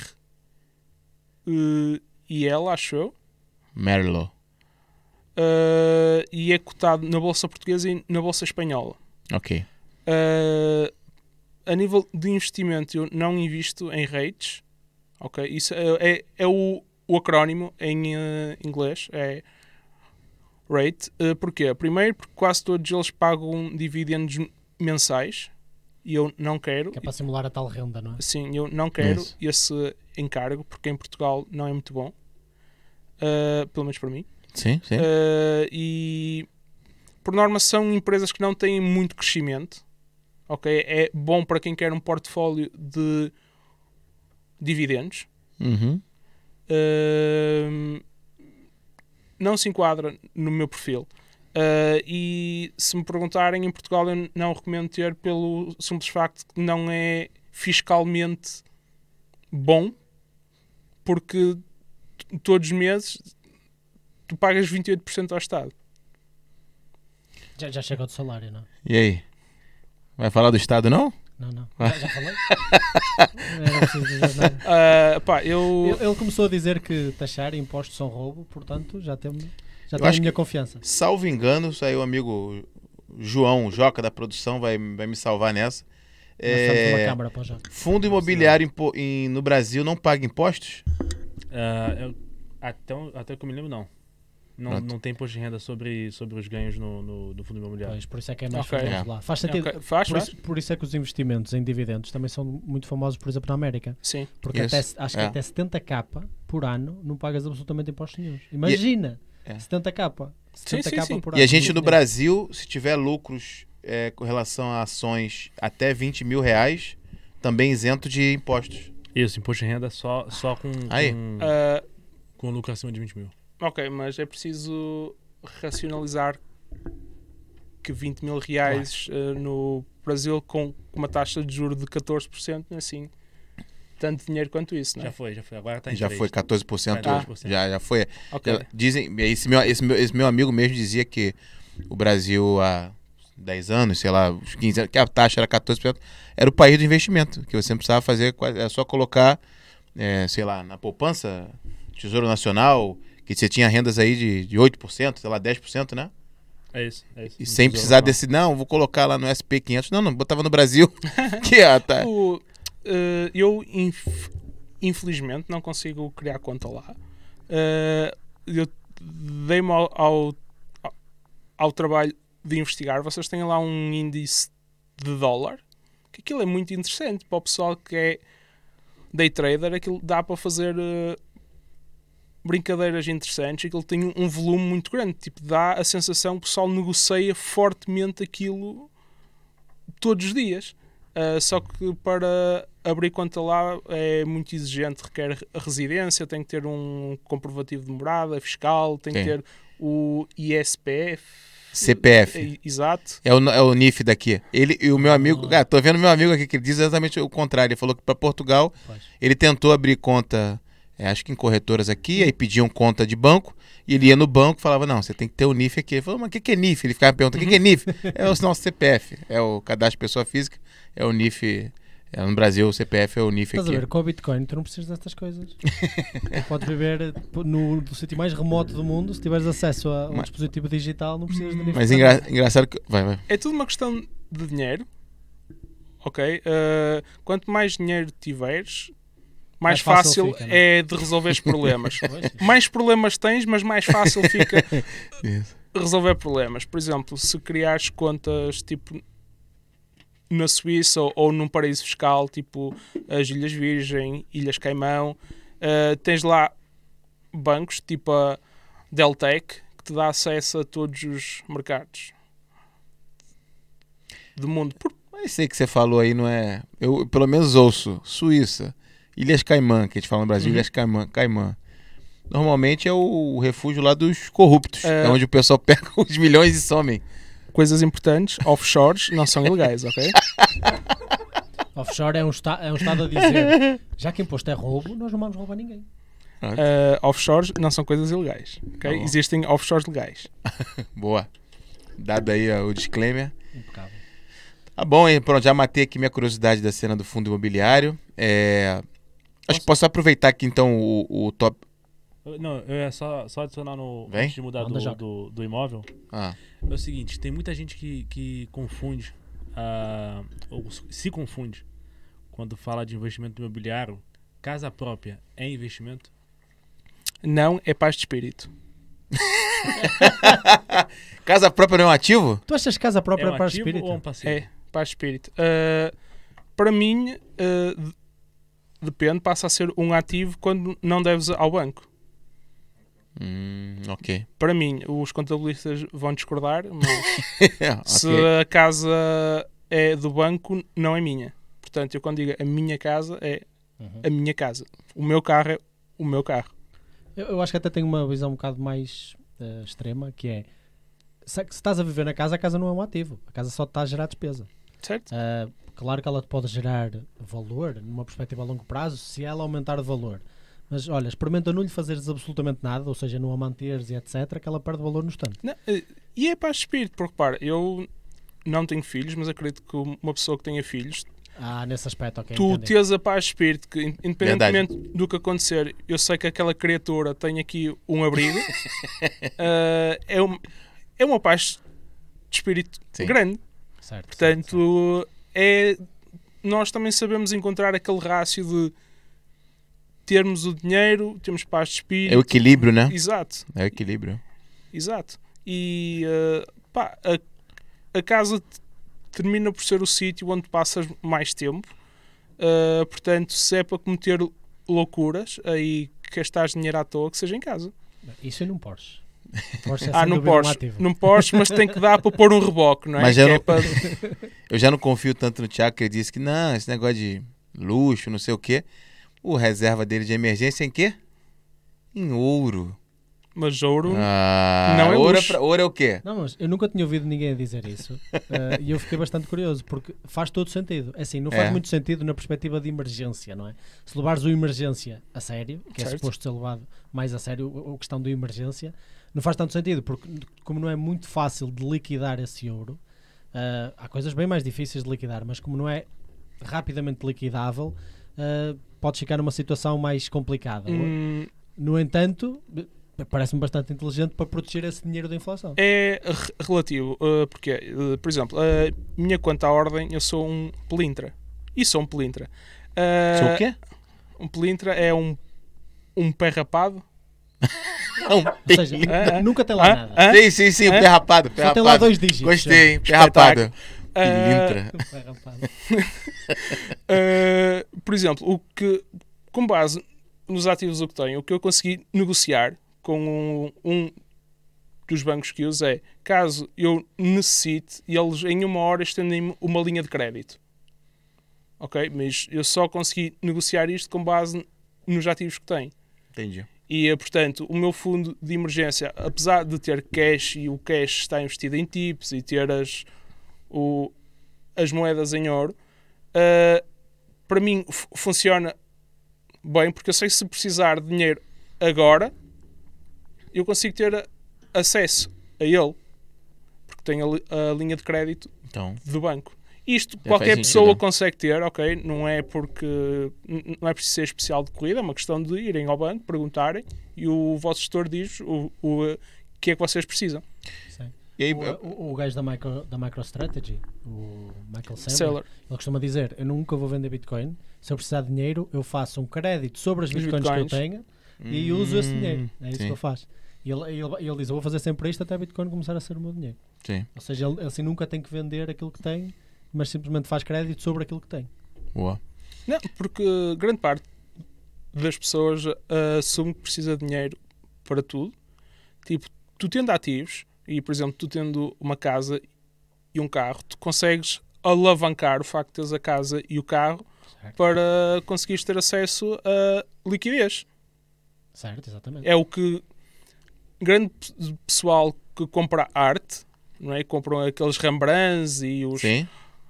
I L, acho eu, Merrill, uh, e é cotado na bolsa portuguesa e na bolsa espanhola. ok. Uh, a nível de investimento, eu não invisto em rates, ok? Isso é, é, é o, o acrónimo em uh, inglês, é rate. Uh, porquê? Primeiro, porque quase todos eles pagam dividendos mensais e eu não quero. Que é para simular a tal renda, não é? Sim, eu não quero Isso. esse encargo porque em Portugal não é muito bom, uh, pelo menos para mim. Sim, sim. Uh, e por norma são empresas que não têm muito crescimento. Ok, é bom para quem quer um portfólio de dividendos. Uhum. Uh, não se enquadra no meu perfil. Uh, e se me perguntarem, em Portugal eu não recomendo ter pelo simples facto que não é fiscalmente bom, porque t- todos os meses tu pagas vinte e oito por cento ao Estado. Já, já chega do salário, não? E aí? Vai falar do Estado, não? Não, não. Já, já falei? Eu não preciso dizer nada. Uh, pá, eu... Ele, ele começou a dizer que taxar impostos são roubo, portanto já temos já Eu tem a acho minha que- confiança. Salvo engano, isso aí o amigo João, Joca da produção, vai, vai me salvar nessa. Nós estamos numa É, câmara para já. fundo imobiliário em po- em- no Brasil não paga impostos? Ah, eu- até, o- até que eu me lembro, não. Não, Pronto. não tem imposto de renda sobre, sobre os ganhos no, no, no fundo imobiliário. Pois, por isso é que é mais Ok. famoso É. lá. Faz sentido. Ok, faz, por, faz. isso, por isso é que os investimentos em dividendos também são muito famosos, por exemplo, na América. Sim. Porque Isso, até, acho que é. até setenta k por ano não pagas absolutamente impostos nenhum. Imagina! É. setenta k. setenta sim, k sim. por E ano. a gente no Dinheiro. Brasil, se tiver lucros é, com relação a ações até vinte mil reais, também isento de impostos. Isso, imposto de renda só, só com, Aí. com, Ah, com lucro acima de vinte mil. ok, mas é preciso racionalizar que vinte mil reais ah, no Brasil com uma taxa de juros de catorze por cento não é assim tanto dinheiro quanto isso, não é? Já foi, já foi. Agora tá em Já três. foi catorze por cento. catorze por cento. Já, já foi. Ok. Já- dizem, esse meu, esse, meu, esse meu amigo mesmo dizia que o Brasil há dez anos, sei lá, uns quinze anos, que a taxa era catorze por cento, era o país do investimento, que você não precisava fazer, é só colocar, é, sei lá, na poupança, Tesouro Nacional, que você tinha rendas aí de, de oito por cento, sei lá, dez por cento, né? É isso, é isso. E Não sem precisa precisar não. desse, não, vou colocar lá no S P quinhentos, não, não, botava no Brasil, que é, tá. O, eh, eu, inf- infelizmente, não consigo criar conta lá. Eh, eu dei-me ao, ao, ao trabalho de investigar. Vocês têm lá um índice de dólar, que aquilo é muito interessante para o pessoal que é day trader. Aquilo dá para fazer eh, brincadeiras interessantes. Aquilo tem um, um volume muito grande. Tipo, dá a sensação que o pessoal negocia fortemente aquilo todos os dias. Uh, só que para abrir conta lá é muito exigente, requer residência, tem que ter um comprovativo de morada fiscal, tem que Sim. ter o I S P F. C P F. É, exato. É o, é o N I F daqui. Ele e o meu amigo. Ah, tô vendo meu amigo aqui que ele diz exatamente o contrário. Ele falou que para Portugal Pois. ele tentou abrir conta, é, acho que em corretoras aqui, aí pediam conta de banco. E ele ia no banco e falava: não, você tem que ter o N I F aqui. Ele falou: mas o que, que é N I F? Ele ficava perguntando: o que, que é N I F? É o nosso C P F. É o cadastro de pessoa física. É o N I F. É, no Brasil, o C P F é o N I F Estás a aqui. ver, com o Bitcoin tu não precisas destas coisas. Tu podes viver no, no sítio mais remoto do mundo, se tiveres acesso a um Mas- dispositivo digital, não precisas de Mas engra- engraçado que. Vai, vai. É tudo uma questão de dinheiro. Ok? Uh, quanto mais dinheiro tiveres, mais, Mais fácil fácil, fica, não é? é de resolver os problemas. Pois. Mais problemas tens, mas mais fácil fica Isso. resolver problemas. Por exemplo, se criares contas tipo na Suíça ou, ou num paraíso fiscal, tipo as Ilhas Virgem, Ilhas Caimão, uh, tens lá bancos tipo a Deltec que te dá acesso a todos os mercados do mundo. Por- Mas sei que você falou aí, não é. Eu pelo menos ouço. Suíça, Ilhas Caimã, que a gente fala no Brasil, Uhum. Ilhas Caimã, Caimã. Normalmente é o refúgio lá dos corruptos. É, É. onde o pessoal pega os milhões e somem. Coisas importantes, offshores não são ilegais, ok? Offshore é um, esta- é um estado a dizer, já que imposto é roubo, nós não vamos roubar ninguém. Uh, offshores não são coisas ilegais, ok? Tá bom. Existem offshores legais. Boa. Dado aí ó, o disclaimer. Impecável. Tá bom, hein? Pronto, já matei aqui minha curiosidade da cena do fundo imobiliário. É... Acho que posso aproveitar aqui então o, o top. Eu- Não, eu ia só, só adicionar no. Vem. Antes de mudar Manda, do, Joca. do, do imóvel. Ah, É o seguinte, tem muita gente que, que confunde, ah, ou se confunde, quando fala de investimento imobiliário. Casa própria é investimento? Não é paz de espírito. casa própria não é um ativo? Tu achas que casa própria é é um para o ativo espírito? ou um passivo? É paz de espírito. Uh, para mim, uh, de- depende, passa a ser um ativo quando não deves ao banco. Hum, ok. Para mim, os contabilistas vão discordar, mas Ok. se a casa é do banco, não é minha. Portanto, eu quando digo a minha casa, é Uhum. a minha casa. O meu carro é o meu carro. Eu, eu acho que até tenho uma visão um bocado mais eh, extrema, que é, se, se estás a viver na casa, a casa não é um ativo. A casa só está a gerar despesa. Certo? Ah, claro que ela te pode gerar valor numa perspectiva a longo prazo se ela aumentar de valor. Mas olha, experimenta não lhe fazeres absolutamente nada, ou seja, não a manteres e etcétera, que ela perde valor no instante. Não, eh, e é paz de espírito, porque repara, eu não tenho filhos, mas acredito que uma pessoa que tenha filhos, Ah, nesse aspecto, ok. tu entendi. tens a paz de espírito, que in- independentemente do que acontecer, eu sei que aquela criatura tem aqui um abrigo, eh, é, um, é uma paz de espírito Sim. grande. Certo, certo, certo. Portanto, é, nós também sabemos encontrar aquele rácio de termos o dinheiro, temos paz de espírito. É o equilíbrio, né? Exato, É o equilíbrio. exato. E eh, pá, a, a casa t- termina por ser o sítio onde passas mais tempo. Uh, portanto, se é para cometer loucuras aí que gastares dinheiro à toa, que seja em casa. Isso é num Porsche. Porsche é Ah, sem não dúvida um posso, ativo. não posso, mas tem que dar para pôr um reboque, não é? Mas Que eu é não- para- Eu já não confio tanto no Thiago, que ele disse que não, esse negócio de luxo, não sei o quê. O reserva dele de emergência em quê? Em ouro. Mas ouro Ah, não é ouro, luxo. pra- ouro é o quê? Não, mas eu nunca tinha ouvido ninguém a dizer isso. eh, e eu fiquei bastante curioso, porque faz todo sentido. É assim, não faz É. muito sentido na perspectiva de emergência, não é? Se levares o emergência a sério, que é Certo. suposto ser levado mais a sério, o- a questão do emergência, não faz tanto sentido, porque como não é muito fácil de liquidar esse ouro, eh, há coisas bem mais difíceis de liquidar, mas como não é rapidamente liquidável, eh, podes ficar numa situação mais complicada. hum, No entanto, parece-me bastante inteligente para proteger esse dinheiro da inflação. é re- relativo. uh, porque, uh, por exemplo, a minha conta à ordem, eu sou um pelintra. E sou um pelintra. Uh, Sou o quê? Um pelintra é um, um pé rapado. Não. Ou seja, Ah, ah. nunca tem lá Hã? nada. Hã? Sim, sim, sim, o Hã? pé rapado, pé Só tem lá rapado. dois dígitos. Gostei, hein? Pé Espetáculo. rapado. Ah, Pilintra. Pé rapado. Uh, por exemplo, o que, com base nos ativos o que tenho, o que eu consegui negociar com um, um dos bancos que uso é, caso eu necessite, eles em uma hora estendem-me uma linha de crédito. Ok? Mas eu só consegui negociar isto com base nos ativos que tenho. Entendi. E, eh, portanto, o meu fundo de emergência, apesar de ter cash e o cash está investido em tips e ter as, o, as moedas em ouro, uh, para mim f- funciona bem, porque eu sei que se precisar de dinheiro agora, eu consigo ter a- acesso a ele, porque tenho a, li- a linha de crédito Então, do banco. Isto faz qualquer sentido, pessoa né? consegue ter, ok? Não é porque n- não é preciso ser especial de corrida, é uma questão de irem ao banco, perguntarem e o vosso gestor diz o, o eh, que é que vocês precisam. Sim. e aí, O, o, o gajo da, micro, da MicroStrategy, o Michael Saylor, Seller. ele costuma dizer: eu nunca vou vender Bitcoin. Se eu precisar de dinheiro, eu faço um crédito sobre as Os Bitcoins, bitcoins. que eu tenho e uso esse dinheiro. É isso sim. que eu faço. E ele, ele, ele diz: eu vou fazer sempre isto até Bitcoin começar a ser o meu dinheiro. Sim, Ou seja, ele assim nunca tem que vender aquilo que tem, mas simplesmente faz crédito sobre aquilo que tem. boa. Não, porque grande parte das pessoas ah, assume que precisa de dinheiro para tudo. Tipo, tu tendo ativos, e por exemplo, tu tendo uma casa e um carro, tu consegues alavancar o facto de teres a casa e o carro Certo. para conseguires ter acesso a liquidez. Certo, exatamente. É o que grande pe- pessoal que compra arte, não é? Compram aqueles Rembrandts e os Sim,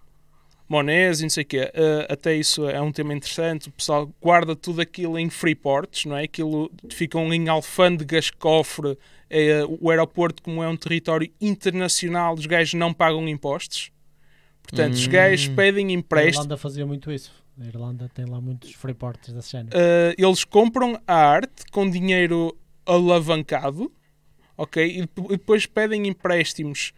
Monets e não sei o quê. Uh, até isso é um tema interessante. O pessoal guarda tudo aquilo em freeports, não é? Aquilo ficam em alfândegas, cofre. É, o aeroporto, como é um território internacional, os gajos não pagam impostos. Portanto, os Hum. gajos pedem A empréstimo. Irlanda fazia muito isso. A Irlanda tem lá muitos freeports desse género. Uh, eles compram a arte com dinheiro alavancado, ok? E dep- e depois pedem empréstimos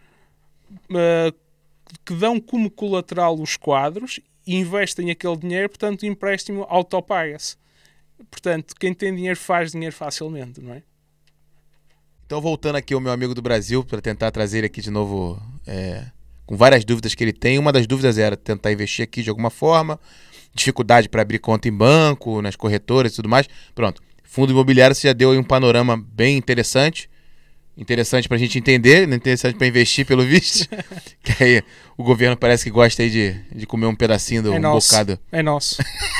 uh, que dão como colateral os quadros e investem aquele dinheiro, portanto o empréstimo autopaga-se. Portanto, quem tem dinheiro faz dinheiro facilmente, não é? então voltando aqui ao meu amigo do Brasil, para tentar trazer ele aqui de novo, é, com várias dúvidas que ele tem. Uma das dúvidas era tentar investir aqui de alguma forma, dificuldade para abrir conta em banco, nas corretoras e tudo mais. Pronto, fundo imobiliário você já deu aí um panorama bem interessante. Interessante pra gente entender, né? Interessante pra investir, pelo visto. Que aí o governo parece que gosta aí de, de comer um pedacinho do É um nosso. bocado. É nosso.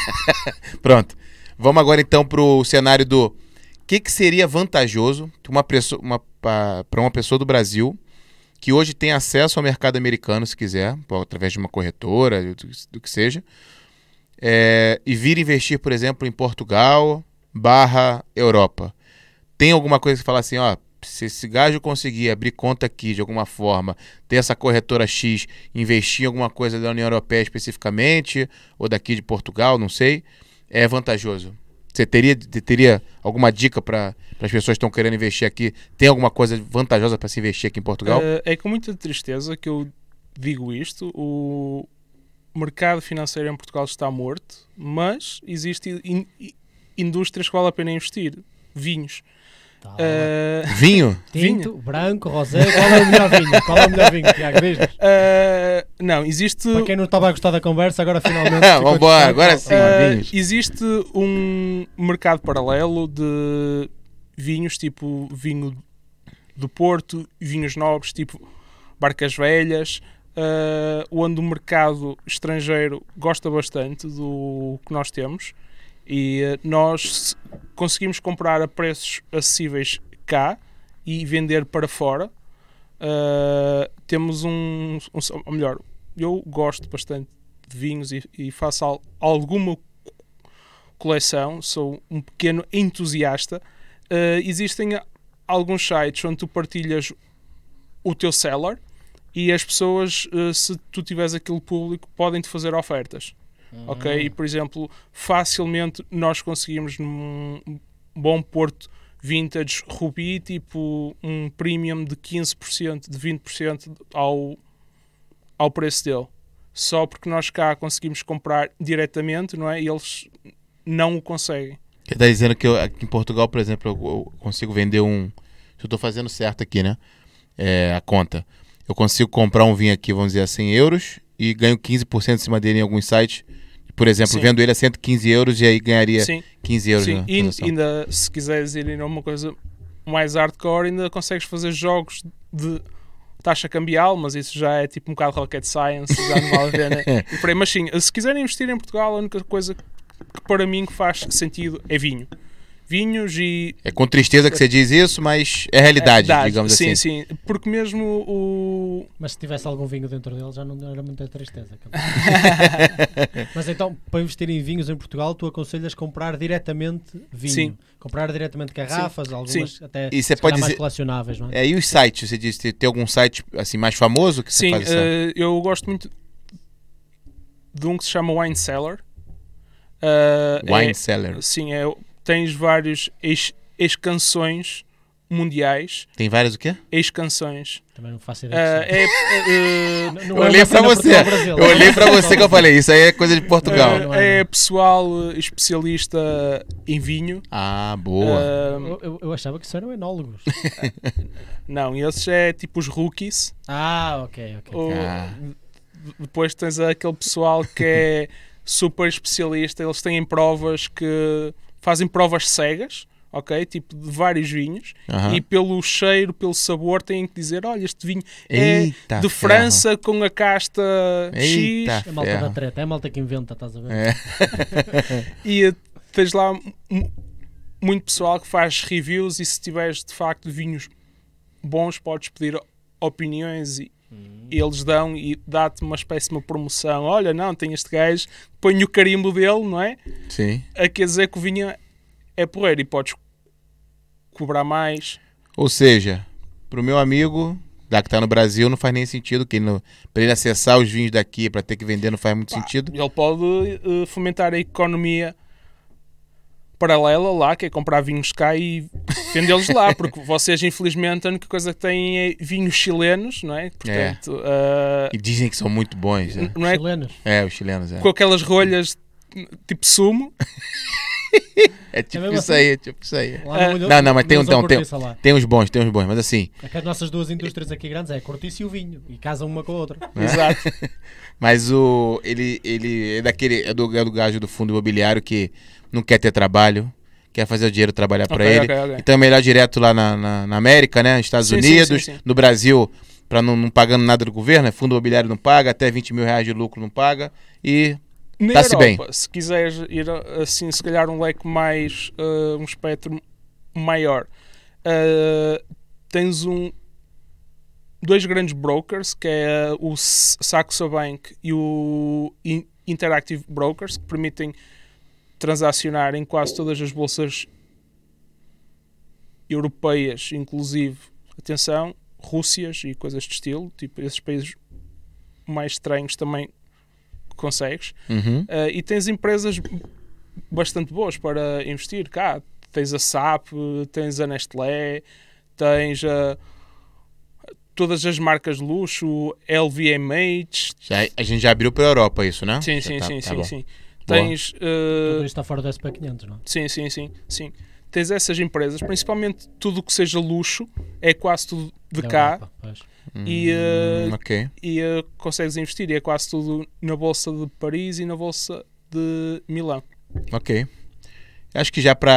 Pronto. Vamos agora então pro cenário do que, que seria vantajoso para uma pessoa, uma, para uma pessoa do Brasil que hoje tem acesso ao mercado americano, se quiser, por- através de uma corretora, do, do que seja, é, e vir investir, por exemplo, em Portugal barra Europa. Tem alguma coisa que fala assim, ó, se esse gajo conseguir abrir conta aqui de alguma forma, ter essa corretora X, investir em alguma coisa da União Europeia especificamente, ou daqui de Portugal, não sei, é vantajoso. Você teria, teria alguma dica para as pessoas que estão querendo investir aqui? Tem alguma coisa vantajosa para se investir aqui em Portugal? Uh, é com muita tristeza que eu digo isto. O mercado financeiro em Portugal está morto, mas existem in- in- indústrias que vale a pena investir. Vinhos. Tá. Uh, Vinho? Tinto, branco, rosé, qual é o melhor vinho? Qual é o melhor vinho, Tiago? Diz-nos. uh, não, existe... Para quem não estava a gostar da conversa, agora finalmente. Ah, ficou vambora, interessante. agora sim. Uh, vinhos. existe um mercado paralelo de vinhos, tipo vinho do Porto, vinhos nobres, tipo Barcas Velhas, uh, onde o mercado estrangeiro gosta bastante do que nós temos e uh, nós conseguimos comprar a preços acessíveis cá e vender para fora. Uh, temos um, um, ou melhor, eu gosto bastante de vinhos e, e faço al, alguma coleção, sou um pequeno entusiasta. Uh, existem alguns sites onde tu partilhas o teu cellar e as pessoas, uh, se tu tiveres aquilo público, podem-te fazer ofertas. Uhum. Ok? E, por exemplo, facilmente nós conseguimos num bom Porto Vintage Ruby, tipo um premium de quinze por cento, de vinte por cento ao, ao preço dele. Só porque nós cá conseguimos comprar diretamente, não é? E eles não o conseguem. Você está dizendo que eu, aqui em Portugal, por exemplo, eu, eu consigo vender um... Se eu estou fazendo certo aqui, né? É, a conta. Eu consigo comprar um vinho aqui, vamos dizer, a cem euros e ganho quinze por cento em cima dele em alguns sites. Por exemplo, Sim. vendo ele a cento e quinze euros e aí ganharia Sim. quinze euros. Sim, e ainda, se quiseres ir a uma coisa mais hardcore, ainda consegues fazer jogos de taxa cambial, mas isso já é tipo um bocado rocket science, já não vale a ver, né? E por aí, mas sim, se quiserem investir em Portugal, a única coisa que para mim que faz sentido é vinho. Vinhos e... É com tristeza que você diz isso, mas é realidade, é verdade, digamos sim, assim. Sim, sim. Porque mesmo o... Mas se tivesse algum vinho dentro dele já não era muita tristeza. Mas então, para investir em vinhos em Portugal, tu aconselhas comprar diretamente vinho. Sim. Comprar diretamente garrafas, sim. algumas sim. até e você pode mais dizer... colecionáveis, não é? É, e os sites? Você disse, tem algum site assim, mais famoso que sim, você faz essa... uh, eu gosto muito de um que se chama Wine Cellar. Uh, Wine é, Cellar. Sim, é... Tens vários ex, ex-canções mundiais. Tem várias o quê? Ex-canções. Também não faço ideia. Uh, é, uh, não, não eu é olhei para você. Eu olhei para você que eu falei, isso aí é coisa de Portugal. Uh, é pessoal especialista em vinho. Ah, boa. Uh, eu, eu, eu achava que isso eram enólogos. Não, esses é tipo os rookies. Ah, ok, ok. O, ah. Depois tens aquele pessoal que é super especialista. Eles têm provas que... Fazem provas cegas, ok? Tipo de vários vinhos. Uhum. E pelo cheiro, pelo sabor, têm que dizer: olha, este vinho Eita é de ferro. França com a casta Eita X. É a malta da treta, é a malta que inventa, estás a ver? É. E tens lá m- muito pessoal que faz reviews e se tiveres de facto vinhos bons, podes pedir opiniões e hum. eles dão e dá-te uma espécie de uma promoção. Olha, não, tem este gajo, põe o carimbo dele, não é? Sim. A quer dizer que o vinho é porreiro e podes cobrar mais. Ou seja, pro meu amigo da que tá no Brasil não faz nem sentido, que ele, para ele acessar os vinhos daqui para ter que vender não faz muito Pá, sentido. Ele pode uh, fomentar a economia paralela lá, que é comprar vinhos cá e vendê-los lá, porque vocês infelizmente a única coisa que têm é vinhos chilenos, não é? Portanto, é. Uh, e dizem que são muito bons. Né? Não é? Chilenos? É, os chilenos. É. Com aquelas rolhas tipo sumo. É tipo é isso assim? aí, é tipo isso aí. Lá no, não, não, mas tem, então, tem, tem uns bons, tem uns bons, mas assim... É que as nossas duas indústrias aqui grandes é a cortiça e o vinho, e casam uma com a outra. É? Exato. Mas o, ele, ele é daquele, é do, é do gajo do fundo imobiliário que não quer ter trabalho, quer fazer o dinheiro trabalhar para okay, ele. Okay, okay. Então é melhor direto lá na, na, na América, né? Estados sim, Unidos, sim, sim, sim. no Brasil, para não, não pagando nada do governo, né? Fundo imobiliário não paga, até vinte mil reais de lucro não paga e... Na Tá-se Europa, bem. se quiseres ir assim, se calhar um leque mais, uh, um espectro maior, uh, tens um, dois grandes brokers, que é uh, o Saxo Bank e o In- Interactive Brokers, que permitem transacionar em quase todas as bolsas europeias, inclusive, atenção, Rússias e coisas de estilo, tipo esses países mais estranhos também consegues. Uhum. Uh, e tens empresas bastante boas para investir cá. Tens a S A P, tens a Nestlé, tens a, todas as marcas de luxo, L V M H. Já, a gente já abriu para a Europa isso, né? Sim, já sim, tá, sim, tá sim, bom. sim. Boa. Tens... Uh, Tudo isto está fora do S P quinhentos, não é? sim, sim, sim, sim. Tens essas empresas, principalmente tudo o que seja luxo, é quase tudo de Da cá. Europa, pois. E, uh, Hum, ok. e uh, consegues investir. E é quase tudo na Bolsa de Paris e na Bolsa de Milão. Ok. Acho que já para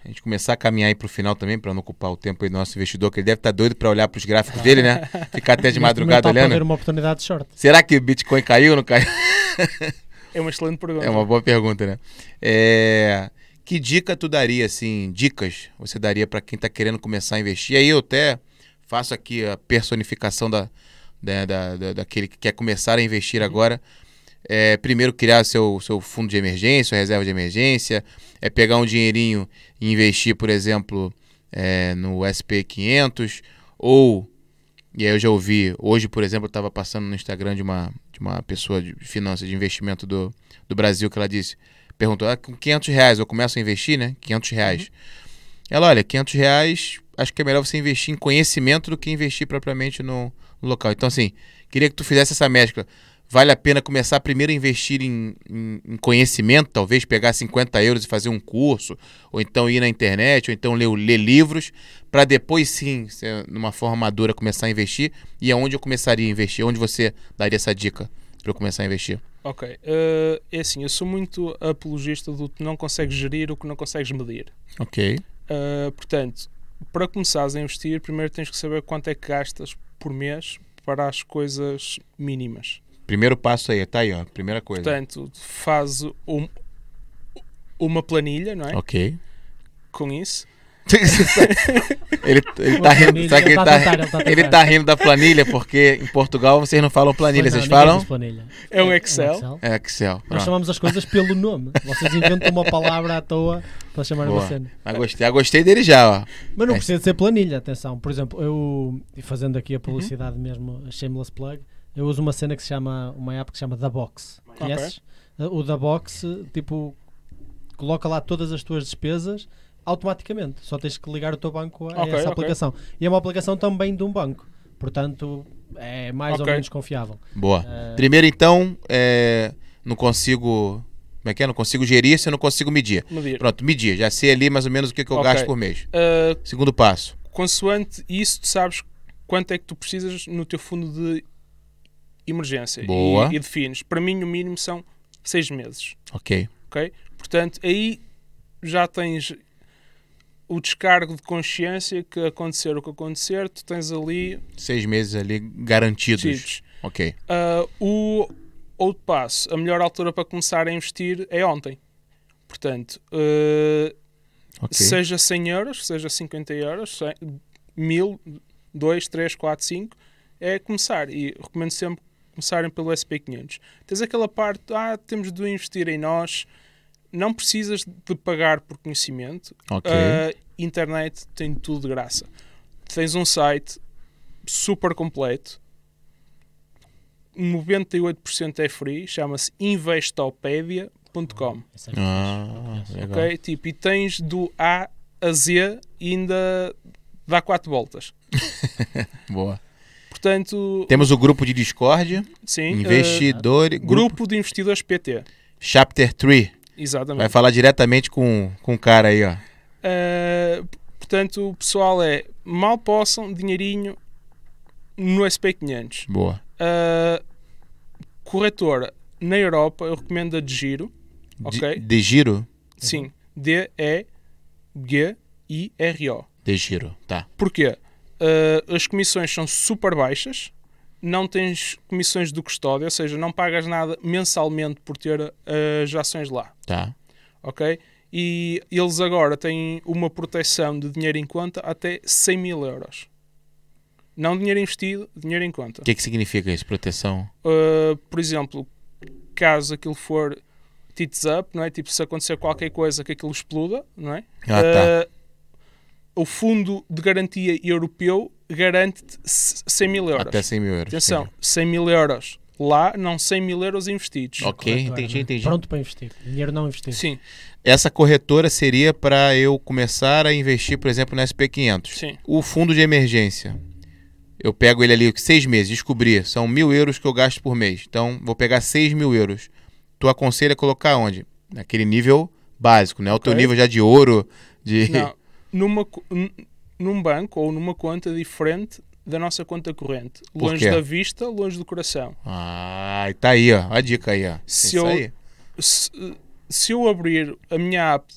a gente começar a caminhar aí pro final também, para não ocupar o tempo aí do nosso investidor, que ele deve estar doido para olhar para os gráficos dele, né? Ficar até de madrugada Para olhando. ver uma oportunidade de short. Será que o Bitcoin caiu ou não caiu? É uma excelente pergunta. É uma boa pergunta, né? É... Que dica tu daria, assim, dicas você daria para quem está querendo começar a investir? E aí eu até faço aqui a personificação da, da, da, da, daquele que quer começar a investir agora. É, primeiro, criar seu, seu fundo de emergência, sua reserva de emergência, é pegar um dinheirinho e investir, por exemplo, é, no S P quinhentos, ou, e aí eu já ouvi, hoje, por exemplo, eu estava passando no Instagram de uma, de uma pessoa de finanças, de investimento do, do Brasil, que ela disse, perguntou, ah, com quinhentos reais eu começo a investir, né? quinhentos reais. Uhum. Ela, olha, quinhentos reais, acho que é melhor você investir em conhecimento do que investir propriamente no, no local. Então, assim, queria que tu fizesse essa mescla. Vale a pena começar primeiro a investir em, em, em conhecimento, talvez pegar cinquenta euros e fazer um curso, ou então ir na internet, ou então ler, ler livros, para depois sim, numa forma madura, começar a investir. E aonde eu começaria a investir? Onde você daria essa dica para eu começar a investir? Ok, uh, é assim, eu sou muito apologista do que não consegues gerir o que não consegues medir. Ok. Uh, portanto, para começares a investir, primeiro tens que saber quanto é que gastas por mês para as coisas mínimas. Primeiro passo aí, tá aí, ó, primeira coisa. Portanto, faz um, uma planilha, não é? Ok. Com isso. ele, ele tá rindo, sabe que ele tá, tá, tentar, ele tá, ele tá rindo da planilha, porque em Portugal vocês não falam planilha, não, vocês falam? É um Excel. É um Excel. É Excel. Nós chamamos as coisas pelo nome. Vocês inventam uma palavra à toa para chamar uma cena. Mas gostei, já gostei dele já, ó. Mas não é. precisa de ser planilha, atenção. Por exemplo, eu, fazendo aqui a publicidade uhum. mesmo, a shameless plug, eu uso uma cena que se chama, uma app que se chama The Box. Okay. Conheces? O The Box, tipo, coloca lá todas as tuas despesas automaticamente. Só tens que ligar o teu banco a okay, essa okay. aplicação. E é uma aplicação também de um banco. Portanto, é mais okay. ou menos confiável. Boa. Uh... Primeiro, então, é... não consigo... Como é que é? Não consigo gerir se eu não consigo medir. medir. Pronto, medir. Já sei ali mais ou menos o que, que eu okay. gasto por mês. Uh... Segundo passo. Consoante isso, tu sabes quanto é que tu precisas no teu fundo de emergência. Boa. E, e defines. Para mim, o mínimo são seis meses. Ok. Ok? Portanto, aí já tens o descargo de consciência que acontecer o que acontecer, tu tens ali... Seis meses ali garantidos. garantidos. Ok. Uh, o outro passo, a melhor altura para começar a investir é ontem. Portanto, uh, okay. seja cem euros, seja cinquenta euros, mil, dois, três, quatro, cinco, é começar. E recomendo sempre começarem pelo S P quinhentos. Tens aquela parte, ah, temos de investir em nós... Não precisas de pagar por conhecimento. Okay. A internet tem tudo de graça. Tens um site super completo. noventa e oito por cento é free. Chama-se investopedia ponto com. Ah, ok? Tipo, e tens do A a Z e ainda dá quatro voltas. Boa. Portanto... Temos o grupo de Discord. Sim. Investidor... Uh, grupo, grupo de Investidores P T. Chapter três. Exatamente. Vai falar diretamente com, com o cara aí, ó. Uh, portanto, o pessoal é mal possam, dinheirinho no S P quinhentos. Boa. Uh, corretora na Europa, eu recomendo a de Giro. De, ok? De Giro? Sim. D E G I R O. De Giro, tá. Porquê? Uh, as comissões são super baixas. Não tens comissões de custódia, ou seja, não pagas nada mensalmente por ter uh, as ações lá. Tá. Ok? E eles agora têm uma proteção de dinheiro em conta até cem mil euros. Não dinheiro investido, dinheiro em conta. O que é que significa isso, proteção? Uh, por exemplo, caso aquilo for tits up, não é? Tipo, se acontecer qualquer coisa que aquilo exploda, não é? Ah, tá. Uh, o fundo de garantia europeu garante-te cem mil euros. Até cem mil euros. Atenção, sim. cem mil euros lá, não cem mil euros investidos. Ok, Correto, entendi, é, entendi. Pronto para investir. Dinheiro não investido. Sim. Essa corretora seria para eu começar a investir, por exemplo, no S P quinhentos. Sim. O fundo de emergência. Eu pego ele ali seis meses, descobri, são mil euros que eu gasto por mês. Então, vou pegar seis mil euros. Tu aconselha colocar onde? Naquele nível básico, né? O okay. teu nível já de ouro, de... Não. Numa, num banco ou numa conta diferente da nossa conta corrente. Longe da vista, longe do coração. Ah, e tá aí, ó. A dica aí, ó. Se Isso eu, aí. Se, se eu abrir a minha app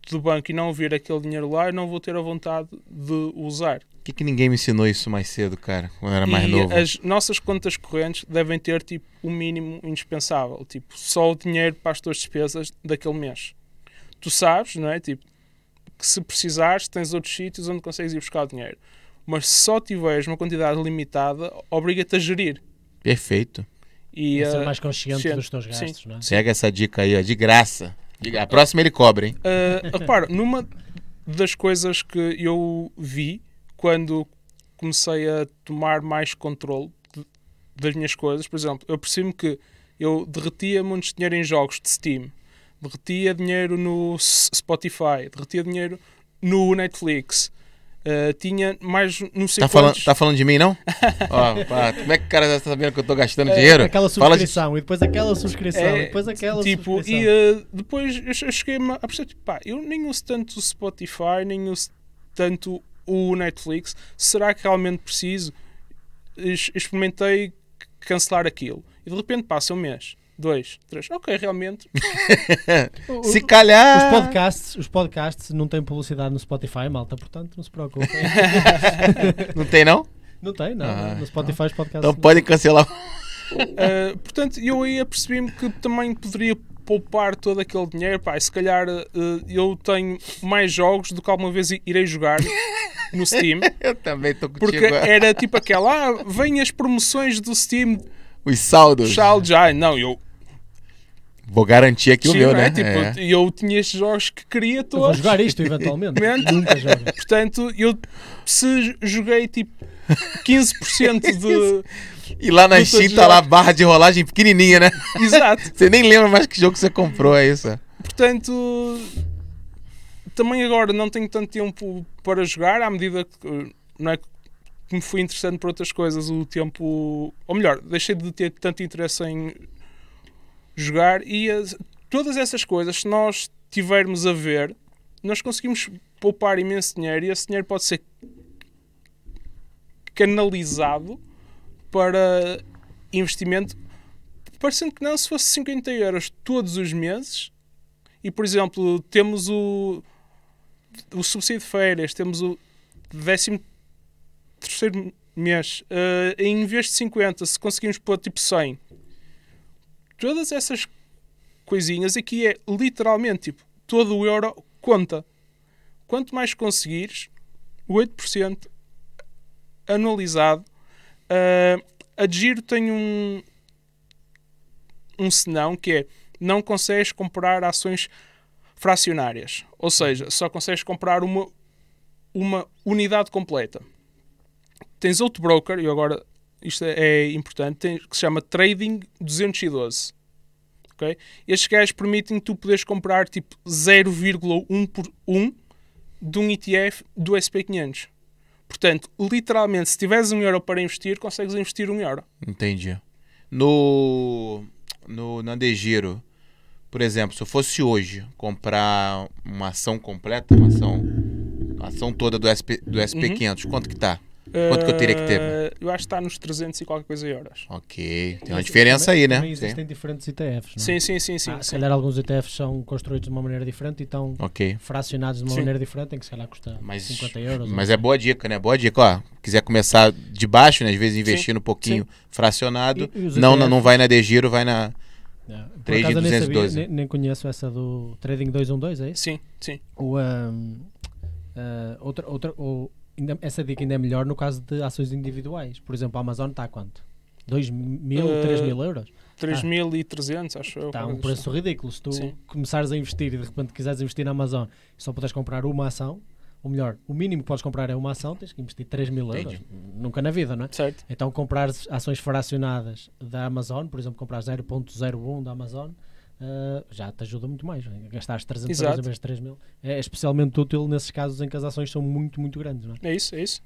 do banco e não vir aquele dinheiro lá, eu não vou ter a vontade de usar. Por que, que ninguém me ensinou isso mais cedo, cara? Quando eu era mais e novo. as nossas contas correntes devem ter tipo o mínimo indispensável, tipo só o dinheiro para as tuas despesas daquele mês. Tu sabes, não é? Tipo, que se precisares, tens outros sítios onde consegues ir buscar o dinheiro. Mas se só tiveres uma quantidade limitada, obriga-te a gerir. Perfeito. E, E ser uh, mais consciente consciente, dos teus gastos, sim. não é? Pega essa dica aí, ó, de graça. De gra- A próxima ele cobra, hein? Uh, repara, numa das coisas que eu vi quando comecei a tomar mais controle de, das minhas coisas, por exemplo, eu percebi que eu derretia muito dinheiro em jogos de Steam, derretia dinheiro no S- Spotify, derretia dinheiro no Netflix, uh, tinha mais não sei Tá falando, quantos... tá falando de mim, não? Ó, pá, como é que o cara tá sabendo que eu tô gastando É, dinheiro? Aquela Fala de... subscrição, e depois aquela subscrição, É, e depois aquela tipo, subscrição. e uh, depois eu cheguei a perceber, tipo, pá, eu nem uso tanto o Spotify, nem uso tanto o Netflix, será que realmente preciso? Es- Experimentei cancelar aquilo. E de repente passa um mês, dois, três, ok, realmente. O- Se o- calhar... Os podcasts, os podcasts não têm publicidade no Spotify, malta, portanto não se preocupem. Não tem, não? Não tem, não. Ah, no Spotify os podcasts Então não. podem cancelar. Uh, portanto, eu aí apercebi-me que também poderia poupar todo aquele dinheiro. Pá, e se calhar uh, eu tenho mais jogos do que alguma vez irei jogar no Steam. Eu também tô contigo. Porque era tipo aquela, ah, vem as promoções do Steam, Os saldos. Child já. Não, eu Vou garantir aqui o sim, meu, não é? né? Tipo, É. eu tinha estes jogos que queria Eu vou todos. jogar isto eventualmente. Mente. Nunca jogo. Portanto, eu se joguei tipo quinze por cento de. E lá na Não tô Steam de tá lá a jogos. barra de rolagem pequenininha, né? Exato. Você nem lembra mais que jogo você comprou, é isso? Portanto, também agora não tenho tanto tempo para jogar, à medida que, não é, que me fui interessando por outras coisas, o tempo. Ou melhor, deixei de ter tanto interesse em jogar e as- todas essas coisas, se nós tivermos a ver, nós conseguimos poupar imenso dinheiro e esse dinheiro pode ser canalizado para investimento, parecendo que não, se fosse cinquenta euros todos os meses e, por exemplo, temos o, o subsídio de férias, temos o décimo terceiro mês, uh, em vez de cinquenta, se conseguimos pôr tipo cem, todas essas coisinhas aqui é literalmente tipo, todo o euro conta. Quanto mais conseguires, oito por cento anualizado. Uh, a de giro tem um um senão que é não consegues comprar ações fracionárias, ou seja, só consegues comprar uma, uma unidade completa. Tens outro broker, e agora isto é, é importante, tem, que se chama Trading duzentos e doze. Okay? Estes gajos permitem tu poderes comprar tipo zero vírgula um por um de um E T F do S P quinhentos. Portanto, literalmente, se tiveres um euro para investir, consegues investir um euro. Entendi. No, no, na Degiro, por exemplo, se eu fosse hoje comprar uma ação completa, uma ação, uma ação toda do, S P, do S P quinhentos, quanto que tá? Quanto que eu teria que ter? Uh, eu acho que está nos trezentos e qualquer coisa euros. Ok, tem uma Mas diferença também- aí, né? também Sim. existem diferentes E T Fs, não é? Sim, sim, sim, sim. Ah, se sim. calhar alguns E T Fs são construídos de uma maneira diferente e estão Ok. fracionados de uma Sim. maneira diferente, em que se calhar custa Mas, cinquenta euros. mas ou é boa dica, né? Boa dica, ó. Quiser começar de baixo, né? Às vezes investindo um pouquinho fracionado. E- e os não, E T Fs? não vai na Degiro, vai na... É. Por três acaso eu nem, duzentos e doze. sabia, nem, nem conheço essa do Trading duzentos e doze, é isso? Sim, sim. O, ahm, ah, outra, outra, o- ainda- essa dica ainda é melhor no caso de ações individuais. Por exemplo, a Amazon está a quanto? dois mil, Eh, três mil euros? três mil e trezentos, acho eu. Está um qualquer preço coisa ridículo. Se tu Sim. começares a investir e de repente quiseres investir na Amazon e só puderes comprar uma ação, ou melhor, o mínimo que podes comprar é uma ação, tens que investir três mil euros. Entendi. Nunca na vida, não é? assim. Certo. Então comprar ações fracionadas da Amazon, por exemplo, comprar zero vírgula zero um da Amazon, uh, já te ajuda muito mais. Gastares trezentos Exato. euros em vez de três mil. É especialmente útil nesses casos em que as ações são muito, muito grandes, não é? É isso, é isso.